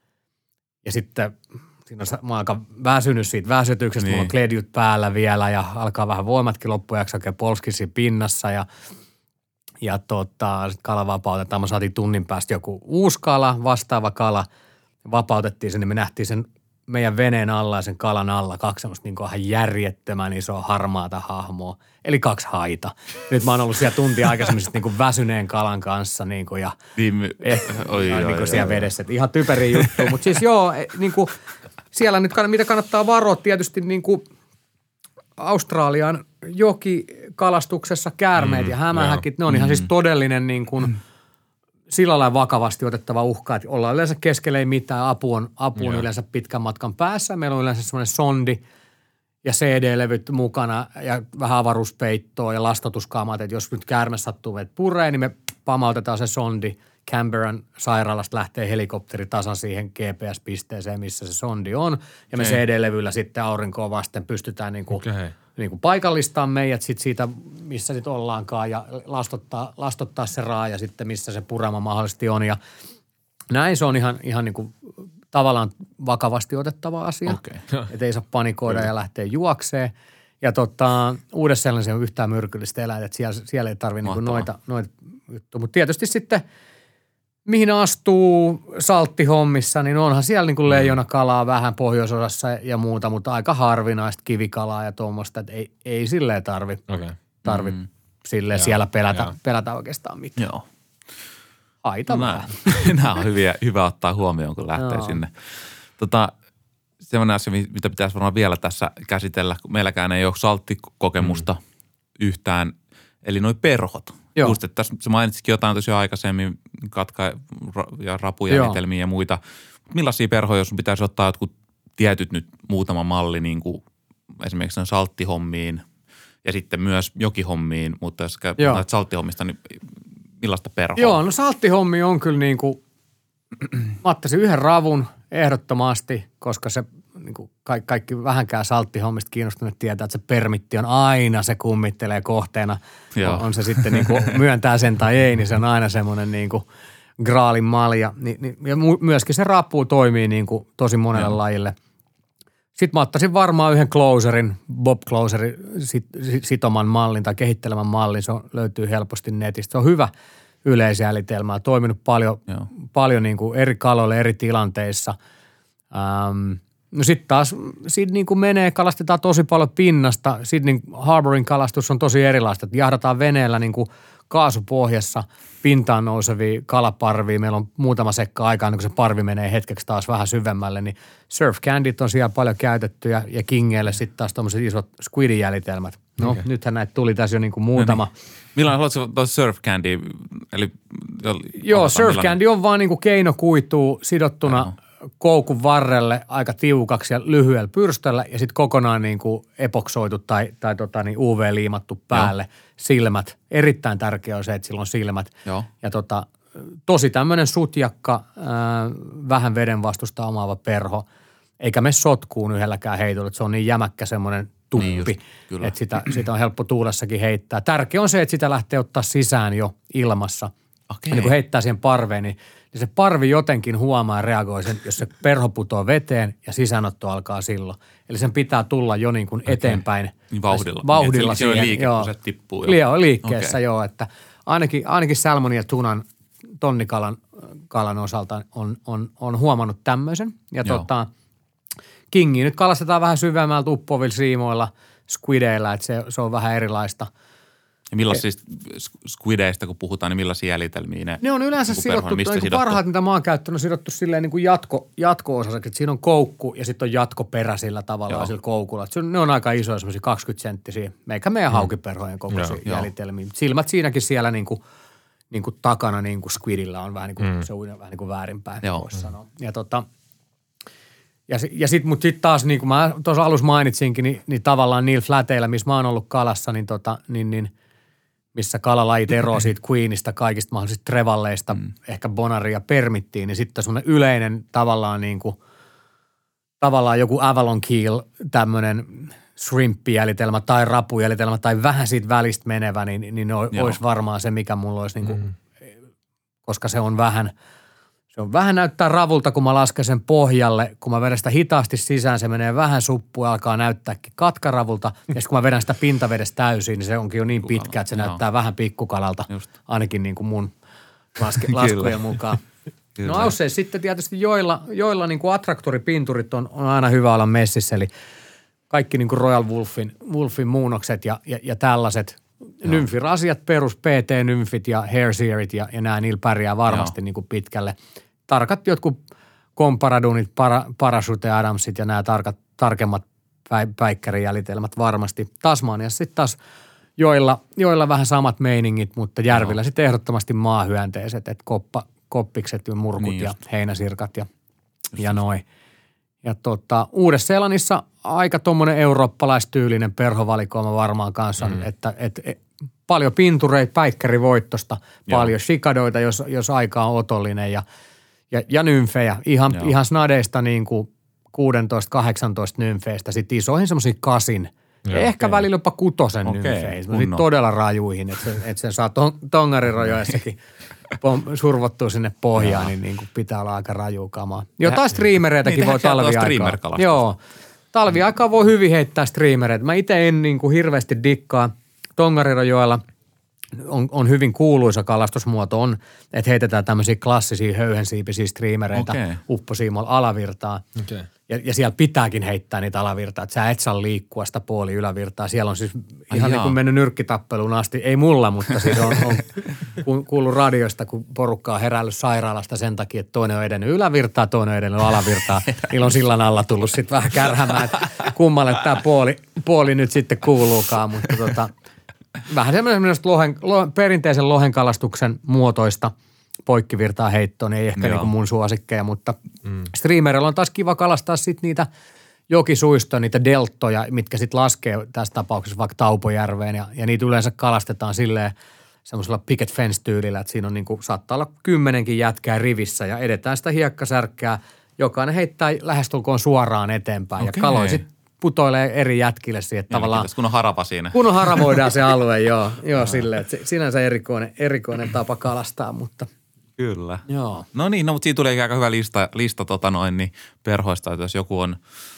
ja sitten... Siinä on, mä oon aika väsynyt siitä väsytyksestä, niin. Mulla on kledjut päällä vielä ja alkaa vähän voimatkin loppujaksi oikein polskisi pinnassa ja, ja tota, sitten kala vapautetaan. Me saatiin tunnin päästä joku uusi kala, vastaava kala. Vapautettiin sen, niin me nähtiin sen meidän veneen alla ja sen kalan alla kaksi semmoista niin kuin järjettömän isoa harmaata hahmoa. Eli kaksi haita. Nyt mä oon ollut siellä tuntia aikaisemmin niin kuin väsyneen kalan kanssa niin kuin ja niin, me, eh, oi, niin kuin oi, siellä oi, vedessä. Oi. Ihan typeriä juttu, mutta siis joo, niin kuin siellä nyt, mitä kannattaa varoa tietysti niin kuin Australian jokikalastuksessa käärmeet mm, ja hämähäkit, ne on mm. ihan siis todellinen niin kuin mm. sillä lailla vakavasti otettava uhka, että ollaan yleensä keskellä ei mitään, apu on, apu on yleensä pitkän matkan päässä. Meillä on yleensä semmoinen sondi ja C D-levyt mukana ja vähän avaruuspeittoa ja lastotuskaamat, että jos nyt käärme sattuu meitä pureen, niin me pamautetaan se sondi. Canberran sairaalasta lähtee helikopteri tasan siihen G P S-pisteeseen, missä se sondi on. Ja me C D-levyllä sitten aurinkoa vasten pystytään niinku, okay. niinku paikallistamaan meidät sit siitä, missä sitten ollaankaan ja lastottaa, lastottaa se raaja sitten, missä se purama mahdollisesti on. Ja näin se on ihan, ihan niinku tavallaan vakavasti otettava asia. Okay. Että ei saa panikoida ja lähteä juokseen. Ja tota, Uudessa-Seelannissa on yhtään myrkyllistä eläintä, että siellä, siellä ei tarvitse niinku noita, noita juttuja. Mutta tietysti sitten mihin astuu salttihommissa, niin onhan siellä niin kuin leijonakalaa vähän pohjoisosassa ja muuta, mutta aika harvinaista kivikalaa ja tuommoista, että ei, ei silleen tarvi, okay. tarvi mm. silleen Joo. siellä pelätä, pelätä oikeastaan mitään. Joo. Haita no, vähän. Nämä on hyviä, hyvä ottaa huomioon, kun lähtee Joo. sinne. Tota, sellainen asia, mitä pitäisi varmaan vielä tässä käsitellä, kun meilläkään ei ole salttikokemusta mm. yhtään, eli noi perhot. Joo. Just, että tässä mainitsikin jotain tosiaan aikaisemmin, katka- ja rapujännitelmiä ja muita. Millaisia perhoja, jos pitäisi ottaa jotkut tietyt nyt muutama malli, niin kuin esimerkiksi sen salttihommiin ja sitten myös jokihommiin, mutta jos puhutaan salttihommista, niin millaista perhoa? Joo, no salttihommi on kyllä niin kuin, mä ottaisin yhden ravun ehdottomasti, koska se niin kuin kaikki, kaikki vähänkään salttihommista kiinnostuneet tietää, että se permitti on aina, se kummittelee kohteena. On, on se sitten niin kuin myöntää sen tai ei, niin se on aina semmoinen niin kuin graalin malja. Ni, ni, ja myöskin se rapu toimii niin kuin tosi monelle Joo. lajille. Sitten mä ottaisin varmaan yhden closerin, Bob Closerin sit, sitoman mallin tai kehittelemän mallin. Se on, löytyy helposti netistä. Se on hyvä yleisjäljitelmä. On toiminut paljon, paljon niin kuin eri kaloille eri tilanteissa. Ähm, No sitten taas siinä niin kuin menee, kalastetaan tosi paljon pinnasta. Sydney Harbourin kalastus on tosi erilaista. Että jahdataan veneellä niin kuin kaasupohjassa, pintaan nousevia kalaparvia. Meillä on muutama sekka aikaa, kun se parvi menee hetkeksi taas vähän syvemmälle, niin surf candyt on siellä paljon käytetty ja, ja kingeille sitten taas tuommoiset isot squidin-jäljitelmät. No, okay. Nythän näitä tuli tässä jo niin kuin muutama. No niin. Millainen haluatko tuo surf candy? Eli, Joo, surf millainen? Candy on vaan niin kuin keinokuituu sidottuna Joo. koukun varrelle aika tiukaksi ja lyhyellä pyrstöllä ja sitten kokonaan niin kuin epoksoitu tai, tai tota niin U V-liimattu päälle. Joo. Silmät. Erittäin tärkeää on se, että sillä on silmät. Joo. Ja tota, tosi tämmöinen sutjakka, äh, vähän veden vastusta omaava perho. Eikä me sotkuun yhdelläkään heitolla, että se on niin jämäkkä semmoinen tuppi, niin just, että sitä, sitä on helppo tuulessakin heittää. Tärkeä on se, että sitä lähtee ottaa sisään jo ilmassa. Okei. Ja kun heittää siihen parveen, niin, niin se parvi jotenkin huomaa ja reagoi sen, jos se perho putoo veteen ja sisäänotto alkaa silloin. Eli sen pitää tulla jo niin kuin eteenpäin. Niin vauhdilla. Vauhdilla niin, siihen. Se on liike, joo. kun se tippuu. Jo. Liikkeessä okay. joo, että ainakin, ainakin salmonin ja tunan tonnikalan kalan osalta on, on, on huomannut tämmöisen. Ja joo. tota, kingiä nyt kalastetaan vähän syvemmältä uppovilla siimoilla, squideillä, että se, se on vähän erilaista. Ja millaisista squideistä, kun puhutaan, niin millaisia jäljitelmiä ne? Ne on yleensä niin sidottu, niin sidottu? Parhaat, mitä mä oon käyttänyt, on sidottu silleen niin kuin jatko, jatko-osaseksi, että siinä on koukku ja sitten on jatkoperä sillä tavalla Joo. sillä koukulla. Että ne on aika isoja, semmoisia kaksikymmentä senttisiä, meikä meidän hmm. haukiperhojen kokoisia Joo. jäljitelmiä. Silmät siinäkin siellä niin kuin, niin kuin takana niin kuin squidillä on vähän niin kuin, hmm. se on vähän niin kuin väärinpäin, voisi hmm. sanoa. Ja tota... Ja, ja sitten, mutta sitten taas, niin kuin mä tuossa alussa mainitsinkin, niin, niin tavallaan niillä fläteillä, missä mä oon ollut kalassa, niin, tota, niin, niin missä kalalajit eroaa siitä queenista, kaikista mahdollisista trevalleista, mm. ehkä bonaria permittiin, niin sitten semmoinen yleinen tavallaan niin kuin, tavallaan joku avalon keel, tämmöinen shrimp-jäljitelmä tai rapujäljitelmä tai vähän siitä välistä menevä, niin, niin olisi varmaan se, mikä mulla olisi, niin kuin, mm. koska se on vähän... Se on vähän näyttää ravulta, kun mä lasken sen pohjalle. Kun mä vedän sitä hitaasti sisään, se menee vähän suppuun ja alkaa näyttääkin katkaravulta. Ja sitten kun mä vedän sitä pintavedestä täysin, niin se onkin jo niin pitkä, että se Joo. näyttää vähän pikkukalalta. Just. Ainakin niin kuin mun laske, laskujen mukaan. No ausseissa sitten tietysti joilla, joilla niin kuin attraktoripinturit on, on aina hyvä olla messissä. Eli kaikki niin kuin Royal Wolfin, Wolfin muunnokset ja, ja, ja tällaiset. Nymfirasiat, perus P T-nymfit ja hairseerit ja, ja nämä niillä pärjää varmasti niin kuin pitkälle. Tarkat jotkut komparadunit, para, parachute Adamsit ja nämä tarkat, tarkemmat päi, päikkärijäljitelmät varmasti. Tasmaniassa sitten taas joilla, joilla vähän samat meiningit, mutta järvillä no. sitten ehdottomasti maahyönteiset, että koppa, koppikset ja murkut niin ja heinäsirkat ja, ja noin. Ja tota, Uudessa-Seelannissa aika tuommoinen eurooppalaistyylinen perhovalikoima varmaan kanssa, mm. että et, et, paljon pintureita, päikkärivoittosta, Joo. paljon shikadoita, jos, jos aika on otollinen ja, ja, ja nymfejä. Ihan, ihan snadeista niin kuin kuusitoista kahdeksantoista nymfeistä, sitten isoihin semmoisiin kasin, Joo, ehkä okay. välillä jopa kutosen okay. nymfeihin, todella rajuihin, että sen, et sen saa ton, tongarirojoissakin survottua sinne pohjaan, niin, niin kuin pitää olla aika raju kamaa. Jotain striimereitäkin niin, voi talviaikaa. Joo, talviaikaa voi hyvin heittää striimereitä. Mä itse en niin kuin hirveästi dikkaa. Tongarirojoella on, on hyvin kuuluisa kalastusmuoto on, että heitetään tämmöisiä klassisia höyhensiipisiä striimereitä okay. upposiimolla alavirtaa. Okay. Ja, ja siellä pitääkin heittää niitä alavirtaa, että sä et saa liikkua sitä puoli ylävirtaa. Siellä on siis ihan niin kuin mennyt nyrkkitappeluun asti. Ei mulla, mutta siis on, on kuullut radioista, kun porukka on herällyt sairaalasta sen takia, että toinen on edennyt ylävirtaa, toinen on edennyt alavirtaa. Niillä on sillan alla tullut sitten vähän kärhämään, että kummalle tämä puoli, puoli nyt sitten kuuluukaan. Mutta tota, vähän semmoinen lohen, lohen, perinteisen lohenkalastuksen muotoista poikkivirtaa heittoon, ei ehkä niinku mun suosikkeja, mutta mm. streamerilla on taas kiva kalastaa sitten niitä jokisuistoja, niitä deltoja, mitkä sitten laskee tässä tapauksessa vaikka Taupojärveen ja, ja niitä yleensä kalastetaan silleen semmoisella picket fence-tyylillä, että siinä on niinku, saattaa olla kymmenenkin jätkää rivissä ja edetään sitä hiekkasärkkää, jokainen heittää lähestulkoon suoraan eteenpäin okay. ja kaloi sitten putoilee eri jätkille siihen tavallaan. Kun on harava siinä. Kun on haravoidaan se alue, joo, joo silleen, että sinänsä erikoinen, erikoinen tapa kalastaa, mutta Kyllä. Joo. No niin, no mutta siinä tuli aika hyvä lista, lista tota noin, niin perhoista, että jos joku on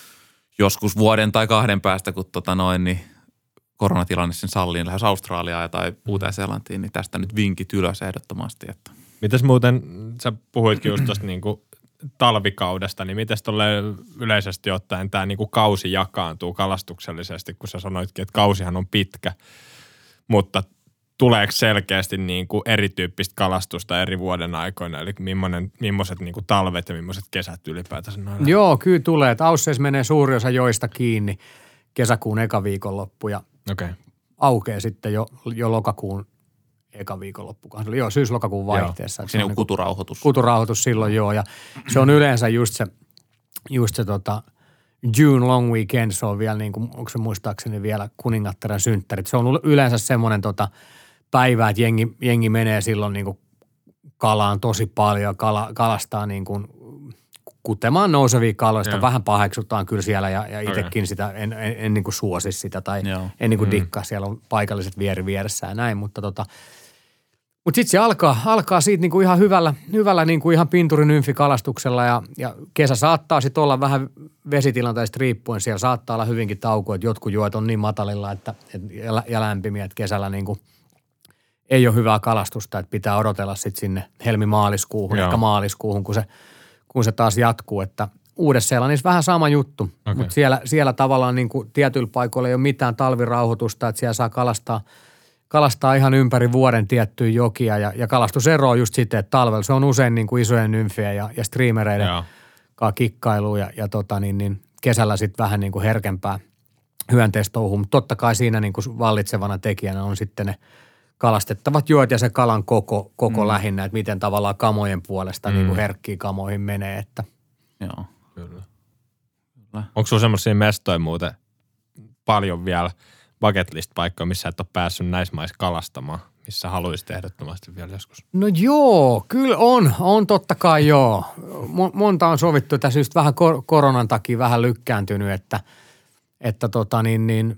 joskus vuoden tai kahden päästä, kun tota noin, niin koronatilanne sen salliin, lähes Australiaan tai Uuteen-Seelantiin, niin tästä nyt vinkit ylös ehdottomasti. Että. Mitäs muuten, sä puhuitkin just tuosta niinku talvikaudesta, niin mitäs tolle yleisesti ottaen tämä niinku kausi jakaantuu kalastuksellisesti, kun sä sanoitkin, että kausihan on pitkä, mutta tuleeko selkeästi niin kuin erityyppistä kalastusta eri vuoden aikoina, eli millaiset niin kuin talvet ja millaiset kesät ylipäätänsä noilla? Joo, kyllä tulee. Että Ausseissa menee suuri osa joista kiinni kesäkuun eka viikonloppu ja okay. aukeaa sitten jo, jo lokakuun eka viikonloppukaan. Se oli joo, syys-lokakuun vaihteessa. Onko se niin kuturauhoitus? Kuturauhoitus silloin joo, ja se on yleensä just se, just se tota June long weekend, se on vielä niin kuin, onko se muistaakseni vielä kuningattaren synttärit. Se on yleensä semmoinen tota päivä, että jengi, jengi menee silloin niin kuin kalaan tosi paljon, kala, kalastaa niin kuin kutemaan nousevia kaloista. Vähän paheksutaan kyllä siellä ja, ja itsekin sitä, en, en, en niin kuin suosi sitä tai Joo. en niin kuin mm. dikkaa. Siellä on paikalliset vieri vieressä ja näin, mutta tota, mutta sitten se alkaa, alkaa siitä niin kuin ihan hyvällä, hyvällä niin kuin ihan pinturinymfikalastuksella ja, ja kesä saattaa sitten olla vähän vesitilanteesta riippuen. Siellä saattaa olla hyvinkin tauko, että jotkut juot on niin matalilla että, et, ja lämpimiä, että kesällä niin kuin ei ole hyvää kalastusta, että pitää odotella sitten sinne helmi-maaliskuuhun, Joo. ehkä maaliskuuhun, kun se, kun se taas jatkuu, että Uudessa-Seelannissa vähän sama juttu, okay. mutta siellä, siellä tavallaan niin kuin tietyillä paikoilla ei ole mitään talvirauhoitusta, että siellä saa kalastaa, kalastaa ihan ympäri vuoden tiettyjä jokia ja, ja kalastusero on just sitten, että talvella se on usein niin kuin isojen nymfien ja, ja streamereiden kanssa kikkailuun ja, ja tota niin, niin kesällä sitten vähän niin kuin herkempää hyönteistouhua, mutta totta kai siinä niin kuin vallitsevana tekijänä on sitten ne kalastettavat juot ja se kalan koko, koko mm. lähinnä, että miten tavallaan kamojen puolesta mm. niin kuin herkkiä kamoihin menee. Että. Joo, kyllä. kyllä. Onko sulla semmoisia mestoja muuten paljon vielä bucket list -paikkoja, missä et ole päässyt näissä maissa kalastamaan, missä haluaisit ehdottomasti vielä joskus? No joo, kyllä on. On totta kai joo. Monta on sovittu tässä just vähän kor- koronan takia vähän lykkääntynyt, että, että tota niin, niin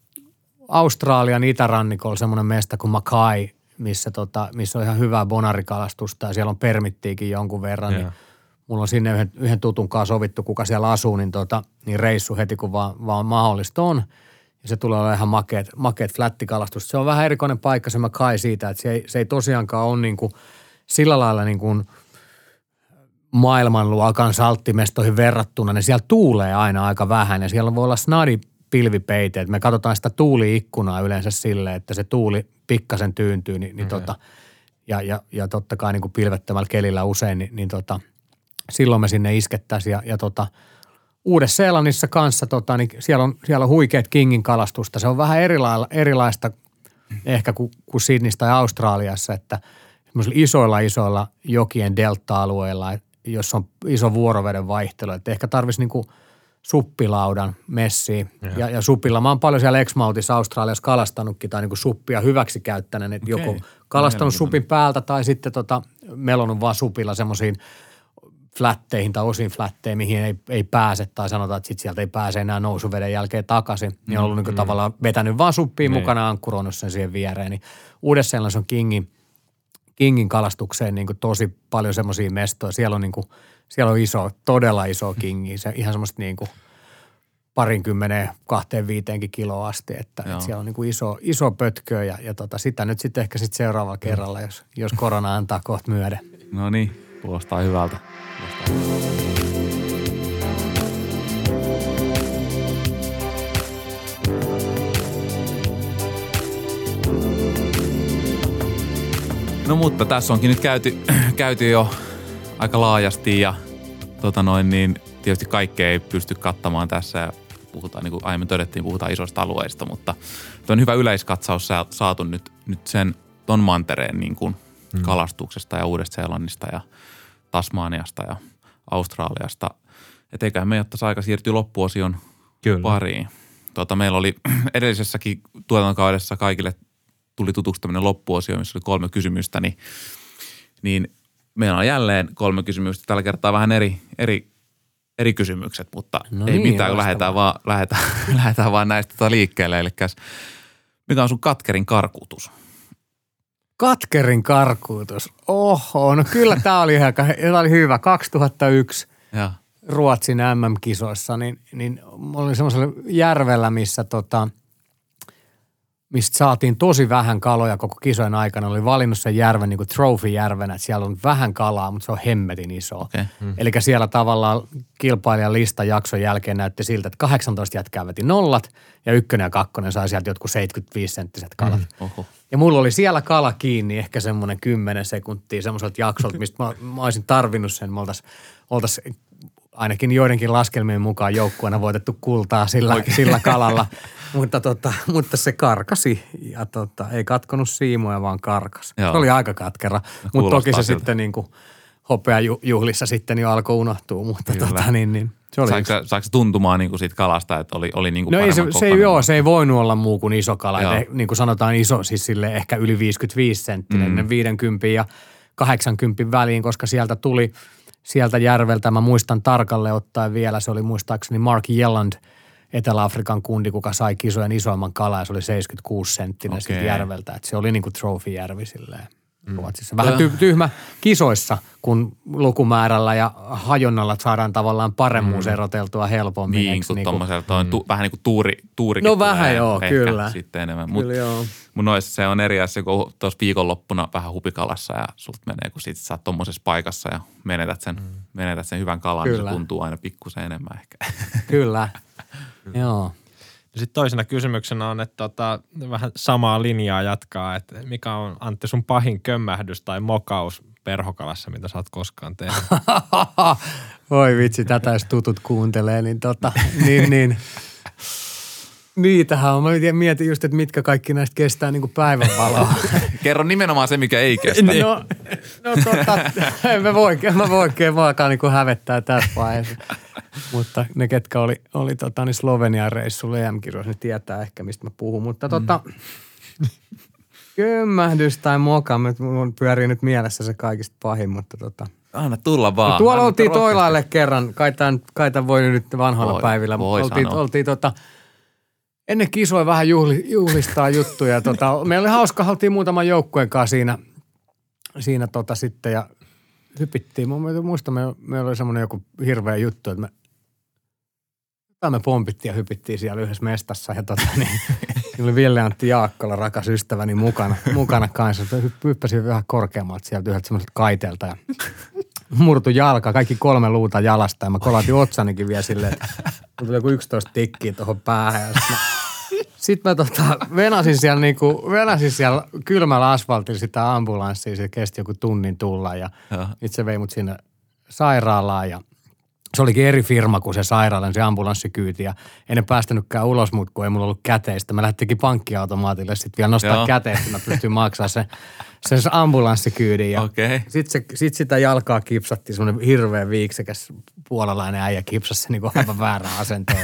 Australian itärannikolla semmoinen mesta kuin Mackay, missä, tota, missä on ihan hyvää bonarikalastusta ja siellä on permittiikin jonkun verran. Niin mulla on sinne yhden, yhden tutun kanssa sovittu, kuka siellä asuu, niin, tota, niin reissu heti kun vaan, vaan mahdollista on. Ja se tulee olla ihan makeet, makeet flättikalastusta. Se on vähän erikoinen paikka se Mackay siitä, että se ei, se ei tosiaankaan ole niin kuin sillä lailla niin kuin maailmanluokan salttimestoihin verrattuna. Ne siellä tuulee aina aika vähän ja siellä voi olla snadi pilvipeiteet. Me katsotaan sitä tuuli-ikkunaa yleensä silleen, että se tuuli pikkasen tyyntyy, niin, niin mm-hmm. tota, ja, ja, ja totta kai niin kuin pilvettömällä kelillä usein, niin, niin tota, silloin me sinne iskettäisiin. Ja, ja tota, Uudessa-Seelannissa kanssa, tota, niin siellä on, siellä on huikeat kingin kalastusta. Se on vähän erilailla, erilaista ehkä kuin, kuin Sydneyssä tai Australiassa, että isoilla isoilla jokien delta-alueilla, jossa on iso vuoroveden vaihtelu, että ehkä tarvitsisi niin kuin suppilaudan messiin. Ja, ja suppilla, mä oon paljon siellä Exmoutissa Australiassa kalastanutkin tai niin kuin suppia hyväksi käyttäneen, että okay. joko kalastanut supin päältä tai sitten tota, melonut vaan supilla semmoisiin flätteihin tai osin flätteihin, mihin ei, ei pääse tai sanotaan, että sit sieltä ei pääse enää nousuveden jälkeen takaisin. Mm, niin on ollut niin kuin mm. tavallaan vetänyt vaan suppiin niin. mukana ankkuroinut sen siihen viereen. Niin Uudessa-Seelannissa on kingin, kingin kalastukseen niin kuin tosi paljon semmoisia mestoja. Siellä on niin kuin Siellä on iso, todella iso kingi, se ihan semmoista niin kuin parinkymmeneen, kahteen viiteenkin kiloa asti, että, että siellä on niin kuin iso, iso pötköä ja, ja tota, sitä nyt sitten ehkä sitten seuraavalla kerralla, jos, jos korona antaa kohta myöden. No niin, kuulostaa hyvältä. Kuulostaa hyvältä. No mutta tässä onkin nyt käyty, käyty jo aika laajasti ja tota noin, niin tietysti kaikkea ei pysty kattamaan tässä ja puhutaan, niin kuin aiemmin todettiin, puhutaan isoista alueista, mutta on hyvä yleiskatsaus saatu nyt, nyt sen ton mantereen niin kuin hmm. kalastuksesta ja Uudesta-Seelannista ja Tasmaniasta ja Australiasta. Et eiköhän me ottaisi aika siirtyä loppuosion Kyllä. pariin. Tota, meillä oli edellisessäkin tuotantokaudessa kaikille tuli tutuksi tämmöinen loppuosio, missä oli kolme kysymystä, niin, niin meillä on jälleen kolme kysymystä. Tällä kertaa vähän eri, eri, eri kysymykset, mutta no ei niin, mitään, kun lähdetään vaan, lähdetään, lähdetään vaan näistä tota liikkeelle. Eli mikä on sun katkerin karkuutus? Katkerin karkuutus? Oho, no kyllä tämä oli, ihan, tämä oli hyvä. kaksituhattayksi ja. Ruotsin M M-kisoissa, niin, niin oli semmoisella järvellä, missä tota, mistä saatiin tosi vähän kaloja koko kisojen aikana. Oli valinnut sen järven niin kuin trophy-järvenä, että siellä on vähän kalaa, mutta se on hemmetin iso. Okay. Hmm. Eli siellä tavallaan kilpailijan lista jakson jälkeen näytti siltä, että kahdeksantoista jätkää veti nollat ja ykkönen ja kakkonen sai sieltä jotkut seitsemänkymmentäviisi senttiset kalat. Hmm. Ja mulla oli siellä kala kiinni ehkä semmoinen kymmenen sekuntia semmoiselta jaksolta, mistä mä, mä olisin tarvinnut sen. Me oltaisiin oltais ainakin joidenkin laskelmien mukaan joukkueena voitettu kultaa sillä, sillä kalalla. Mutta, tota, mutta se karkasi ja tota, ei katkonut siimoja, vaan karkas. Joo. Se oli aika katkera, no, mutta toki se siltä. Sitten niin kuin hopeajuhlissa sitten jo alkoi unohtua. Mutta tota, niin, niin, se oli saiko, saiko se tuntumaan niin kuin siitä kalasta, että oli, oli niin kuin no paremman ei se, se, ei, joo, se ei voinut olla muu kuin iso kala. Et, niin kuin sanotaan iso, siis sille ehkä yli viisikymmentäviisi senttinen, mm. viisikymmentä ja kahdeksankymmentä väliin, koska sieltä tuli sieltä järveltä, mä muistan tarkalleen ottaen vielä, se oli muistaakseni Mark Yelland, Etelä-Afrikan kundi, kuka sai kisojen isoimman kalaa, ja se oli seitsemänkymmentäkuusi senttinen okay. järveltä. Että se oli niin kuin trophy-järvi silleen. Mm. Vähän ty- tyhmä kisoissa, kun lukumäärällä ja hajonnalla saadaan tavallaan paremmuus mm. eroteltua helpommin. Niin, kun tuommoiselta on tu- vähän niin kuin tuuri, tuurikin. No vähän joo, kyllä. Sitten enemmän. Kyllä joo. Mun noissa se on eri asia, kun tuossa viikonloppuna vähän hupikalassa ja sulta menee, kun sit sä oot tuommoisessa paikassa ja menetät sen, mm. menetät sen hyvän kalan, kyllä. Niin se tuntuu aina pikkusen enemmän ehkä. Kyllä, joo. Sitten toisena kysymyksenä on, että tota, vähän samaa linjaa jatkaa, että mikä on Antti sun pahin kömmähdys tai mokaus perhokalassa, mitä sä oot koskaan tehnyt? Voi vitsi, tätä jos tutut kuuntelee, niin tota, niin niin. Niitähän on. Mä mietin just, että mitkä kaikki näistä kestää niin kuin päivänvaloa. Kerro nimenomaan se, mikä ei kestä. No, no tota, en mä voi, mä voi oikein muakaan niin kuin hävettää tässä vaiheessa. Mutta ne, ketkä oli, oli tota, niin Slovenian reissulla E M-kisoissa, ne tietää ehkä, mistä mä puhun. Mutta tota, mm. kömmähdys tai moka, mun pyörii nyt mielessä se kaikista pahin, mutta tota. Anna tulla vaan. No, tuolla oltiin Toilaille kerran, kai tämän, kai tämän voi nyt vanhoilla voi, päivillä. Voi oltiin, oltiin tota, ennen kisoja vähän juhli, juhlistaa juttuja. Tota, meillä oli hauska, oltiin muutaman joukkueen kanssa siinä, siinä tota sitten ja hypittiin. Mä muistan, me, meillä oli semmoinen joku hirveä juttu, että me, me pompittiin ja hypittiin siellä yhdessä mestassa. Ja tota, niin, oli Ville-Antti Jaakkola, rakas ystäväni, mukana, mukana kanssa. Hyppäsin vähän korkeammalta sieltä yhdeltä semmoiselta kaiteelta ja murtu jalka, kaikki kolme luuta jalasta ja mä kolaatin otsanikin vielä silleen, että tuli joku yksitoista tikkiä tuohon päähän. Ja sit mä, sit mä tota, venasin siellä niinku, venasin siellä kylmällä asfaltilla sitä ambulanssia, se kesti joku tunnin tulla ja, ja. itse vei mut sinne sairaalaan ja se olikin eri firma kuin se sairaalan, se ambulanssikyyti ja en päästänytkään ulos mut, kun ei mulla ollut käteistä. Mä lähtikin pankkiautomaatille sitten vielä nostaa Joo. käteistä, mä pystyin maksamaan sen, sen ambulanssikyydin. Ja okay. Sitten sit sitä jalkaa kipsattiin, semmoinen hirveä viiksekäs puolalainen äijä kipsasi se niinku aivan väärään asentoon.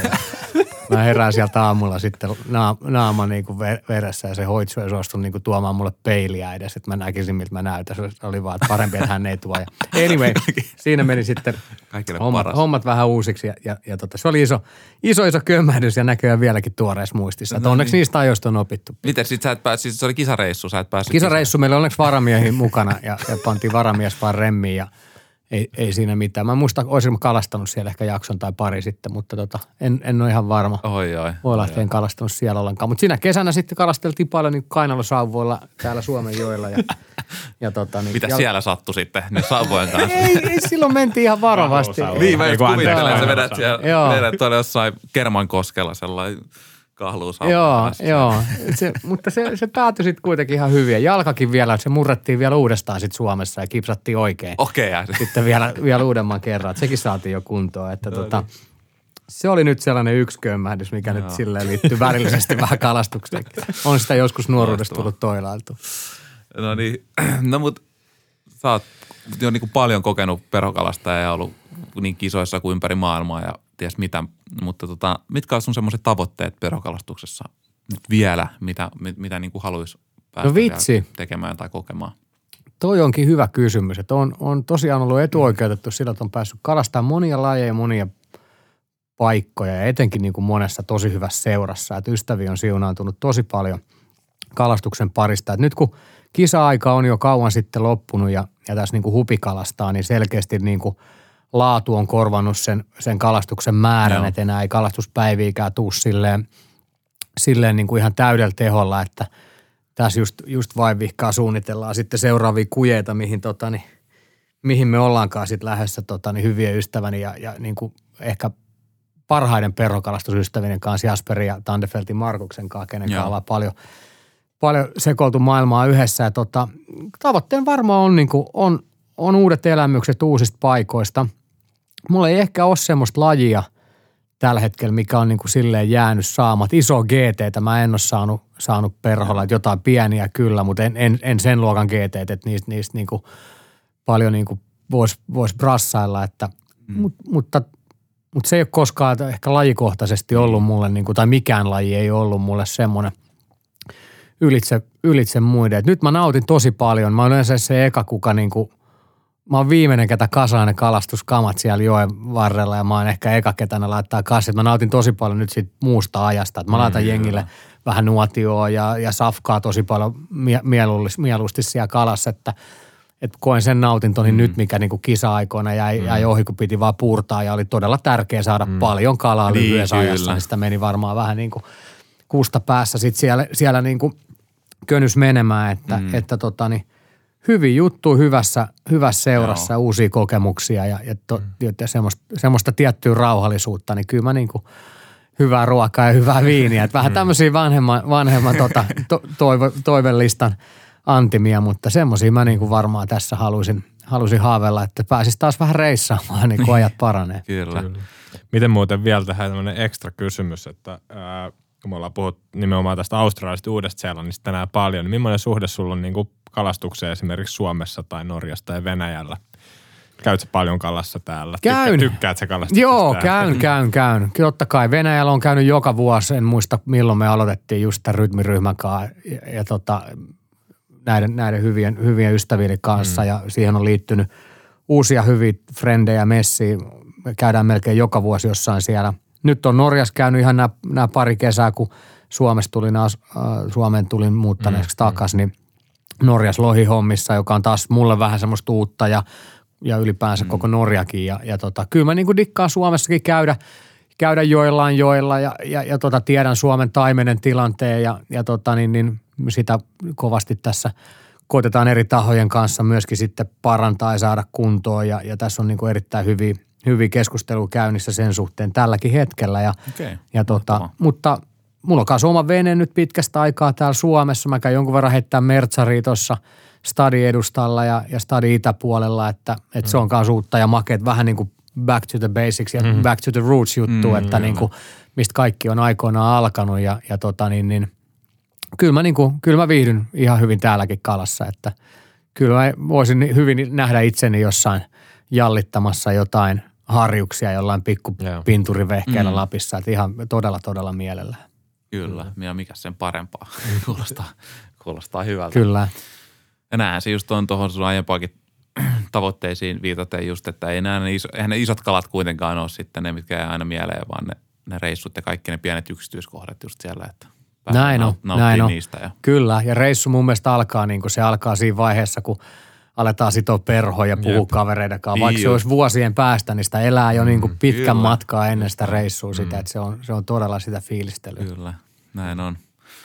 Mä herään sieltä aamulla sitten naama, naama niinku veressä ja se hoitsu ei suostunut niinku tuomaan mulle peiliä edes, että mä näkisin miltä mä näytän. Se oli vaan, että parempi, että hän ei tuo. Ja anyway, siinä meni sitten hommat, hommat vähän uusiksi ja, ja, ja tota, se oli iso, iso, iso kömmähdys ja näköjään vieläkin tuoreessa muistissa. No, onneksi niin. Niistä ajoista on opittu. Miten sit sä et päässyt, siis se oli kisareissu, sä et päässyt? Kisareissu, meillä oli onneksi varamiehi mukana ja, ja pantiin varamies vaan remmiin ja Ei, ei siinä mitään. Mä en muista, olisin kalastanut siellä ehkä jakson tai pari sitten, mutta tota, en, en ole ihan varma. Oi, oi. Voi olla, että en kalastanut siellä ollenkaan. Mutta siinä kesänä sitten kalasteltiin paljon niin kainalosauvoilla täällä Suomen joilla. Ja, ja tota, niin, mitä ja... siellä sattui sitten ne sauvojen kanssa? ei, ei, silloin mentiin ihan varovasti. Niin, mä just kuvittelen, että sä vedät siellä, vedät tuolla jossain Kermankoskella sellainen kahluusauva. Joo, joo. Se, mutta se, se päätyi sitten kuitenkin ihan hyvin. Jalkakin vielä, se murrettiin vielä uudestaan sitten Suomessa ja kipsattiin oikein. Okei. Okay, sitten vielä, vielä uudemman kerran. Että sekin saatiin jo kuntoon. Että no, tota, niin. Se oli nyt sellainen yksi kömmähdys, mikä no. nyt silleen liittyy välillisesti vähän kalastukseen. On sitä joskus nuoruudesta tullut toilailtu. No niin, no mutta sä oot jo niin kuin paljon kokenut perhokalastaja ja ollut niin kisoissa kuin ympäri maailmaa ja ties mitä. Mutta tota, mitkä on sun semmoiset tavoitteet perhokalastuksessa nyt vielä, mitä, mit, mitä niin kuin haluaisi päästä no vitsi. tekemään tai kokemaan? Toi onkin hyvä kysymys. Että on, on tosiaan ollut etuoikeutettu sillä, että on päässyt kalastamaan monia lajeja, monia paikkoja ja etenkin niin kuin monessa tosi hyvässä seurassa. Että ystäviä on siunaantunut tosi paljon kalastuksen parista. Että nyt kun kisa-aika on jo kauan sitten loppunut ja, ja tässä niin kuin hupikalastaa, niin selkeästi niin kuin laatu on korvannut sen, sen kalastuksen määrän, että enää ei kalastuspäiviikään tuu silleen silleen niin kuin ihan täydellä teholla, että tässä just, just vaivihkaa suunnitellaan sitten seuraavia kujeita, mihin, tota, niin, mihin me ollaankaan sitten lähdössä tota, niin hyvien ystäväni ja, ja niin kuin ehkä parhaiden perhokalastusystävien kanssa, Jasperin ja Tandefeltin Markuksen kanssa, kenen kanssa ollaan paljon, paljon sekoiltu maailmaa yhdessä. Ja tota, tavoitteen varmaan on, niin kuin, on, on uudet elämykset uusista paikoista. Mulla ei ehkä ole semmoista lajia tällä hetkellä, mikä on niin kuin silleen jäänyt saamat. Iso G T:tä mä en ole saanut, saanut perholla, että jotain pieniä kyllä, mutta en, en, en sen luokan G T:t, että niistä, niistä niin kuin paljon niin kuin voisi vois brassailla, että, mm. mut, mutta Mutta se ei ole koskaan ehkä lajikohtaisesti ollut mulle, niin kuin, tai mikään laji ei ollut mulle semmoinen ylitse, ylitse muiden. Et nyt mä nautin tosi paljon. Mä olen yleensä se eka, kuka niin kuin, mä oon viimeinen, ketä kasaa ne kalastuskamat siellä joen varrella, ja mä oon ehkä eka, ketä ne laittaa kassit. Mä nautin tosi paljon nyt siitä muusta ajasta. Et mä laitan mm, jengille hyvä. vähän nuotioa ja, ja safkaa tosi paljon mie- mieluusti, mieluusti siellä kalassa, että että koen sen nautintoni mm. nyt, mikä niinku kisa-aikoina jäi, mm. jäi ohi, kun piti vaan puurtaa ja oli todella tärkeää saada mm. paljon kalaa niin, lyhyessä ajassa. Niin sitä meni varmaan vähän niin kuin kuusta päässä sitten siellä, siellä niin kuin könys menemään, että, mm. että tota niin, hyvin juttu hyvässä, hyvässä seurassa, Joo. uusia kokemuksia ja, ja, to, mm. ja semmoista, semmoista tiettyä rauhallisuutta, niin kyllä mä niin kuin hyvää ruokaa ja hyvää viiniä. Että vähän tämmöisiä vanhemman, vanhemman tota, to, toive, toivelistan antimia, mutta semmoisia mä niin kuin varmaan tässä haluaisin, haluaisin haaveilla, että pääsis taas vähän reissaamaan, niin kuin ajat paranee. Kyllä. Kyllä. Miten muuten vielä tähän tämmöinen ekstra kysymys, että ää, kun me ollaan puhuttu nimenomaan tästä Australiasta Uudesta-Seelannista tänään paljon, niin millainen suhde sulla on niin kuin kalastukseen esimerkiksi Suomessa tai Norjassa tai Venäjällä? Käyt sä paljon kalassa täällä? Käyn. Tykkä, tykkäät sä kalastuksesta? Joo, käyn, käyn, käyn. Totta kai Venäjällä on käynyt joka vuosi, en muista milloin me aloitettiin just tämän rytmiryhmän kanssa ja, ja tota, näiden, näiden hyvien, hyvien ystävien kanssa mm. ja siihen on liittynyt uusia hyviä frendejä messiin. Me käydään melkein joka vuosi jossain siellä. Nyt on Norjassa käynyt ihan nämä, nämä pari kesää, kun Suomessa tuli, äh, Suomeen tulin muuttaneeksi mm. takaisin, niin Norjassa lohihommissa, joka on taas mulle vähän semmoista uutta ja, ja ylipäänsä mm. koko Norjakin. Ja, ja tota, kyllä mä niin kuin dikkaan Suomessakin käydä, käydä joillain joilla ja, ja, ja tota, tiedän Suomen taimenen tilanteen ja, ja tota, niin, niin sitä kovasti tässä koitetaan eri tahojen kanssa myöskin sitten parantaa ja saada kuntoon ja, ja tässä on niin kuin erittäin hyviä, hyviä keskustelua käynnissä sen suhteen tälläkin hetkellä. Ja, okay. ja tota, mutta mulla on kanssa oma vene nyt pitkästä aikaa täällä Suomessa. Mä käyn jonkun verran heittää mertsaria tuossa Stadi-edustalla ja, ja Stadi-itäpuolella, että, että mm. se on kanssa uutta ja makeet vähän niin kuin back to the basics ja mm. back to the roots juttu, mm, että niin kuin, mistä kaikki on aikoinaan alkanut ja, ja tota niin, niin kyllä mä, niin kuin, kyllä mä viihdyn ihan hyvin täälläkin kalassa, että kyllä mä voisin hyvin nähdä itseni jossain jallittamassa jotain harjuksia jollain pikku pinturivehkeellä mm. Lapissa, että ihan todella, todella mielellä. Kyllä, ja mikä sen parempaa. kuulostaa, kuulostaa hyvältä. Kyllä. Ja näinhän se just on tuohon sun aiempaakin tavoitteisiin viitaten just, että ei nämä iso, eihän ne isot kalat kuitenkaan ole sitten ne, mitkä jää aina mieleen, vaan ne, ne reissut ja kaikki ne pienet yksityiskohdat just siellä, että näin on, näin on. Niistä. Ja. Kyllä, ja reissu mun mielestä alkaa niin kuin se alkaa siinä vaiheessa, kun aletaan sitoa perhoa ja puhua kavereiden kanssa. Vaikka se olisi vuosien päästä, niin sitä elää jo niin kuin pitkän Kyllä. matkaa ennen sitä reissua mm. sitä, että se on, se on todella sitä fiilistelyä. Kyllä, näin on.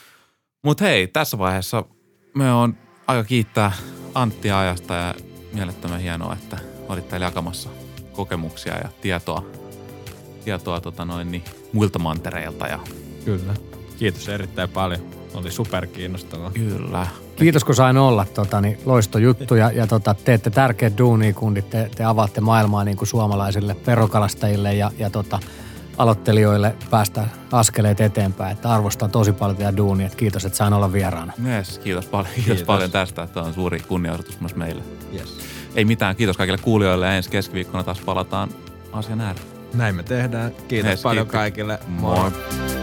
Mutta hei, tässä vaiheessa me on aika kiittää Anttia ajasta ja mielettömän hienoa, että olit täällä jakamassa kokemuksia ja tietoa, tietoa tota noin, niin, muilta mantereilta. Ja... Kyllä. Kiitos erittäin paljon. Oli superkiinnostavaa. Kyllä. Kiitos, kun sain olla. Tota, niin, loistojuttu ja, ja tota, teette tärkeät duunia, kundit. Te, te avaatte maailmaa niin kuin suomalaisille verokalastajille ja, ja tota, aloittelijoille päästä askeleet eteenpäin. Että arvostan tosi paljon teidän duunia. Että kiitos, että sain olla vieraana. Yes, kiitos paljon. Kiitos, kiitos paljon tästä. Tämä on suuri kunnianosoitus myös meille. Yes. Ei mitään. Kiitos kaikille kuulijoille ja ensi keskiviikkona taas palataan asian ääreen. Näin me tehdään. Kiitos yes, paljon kiitos. Kaikille. Moi. Moi.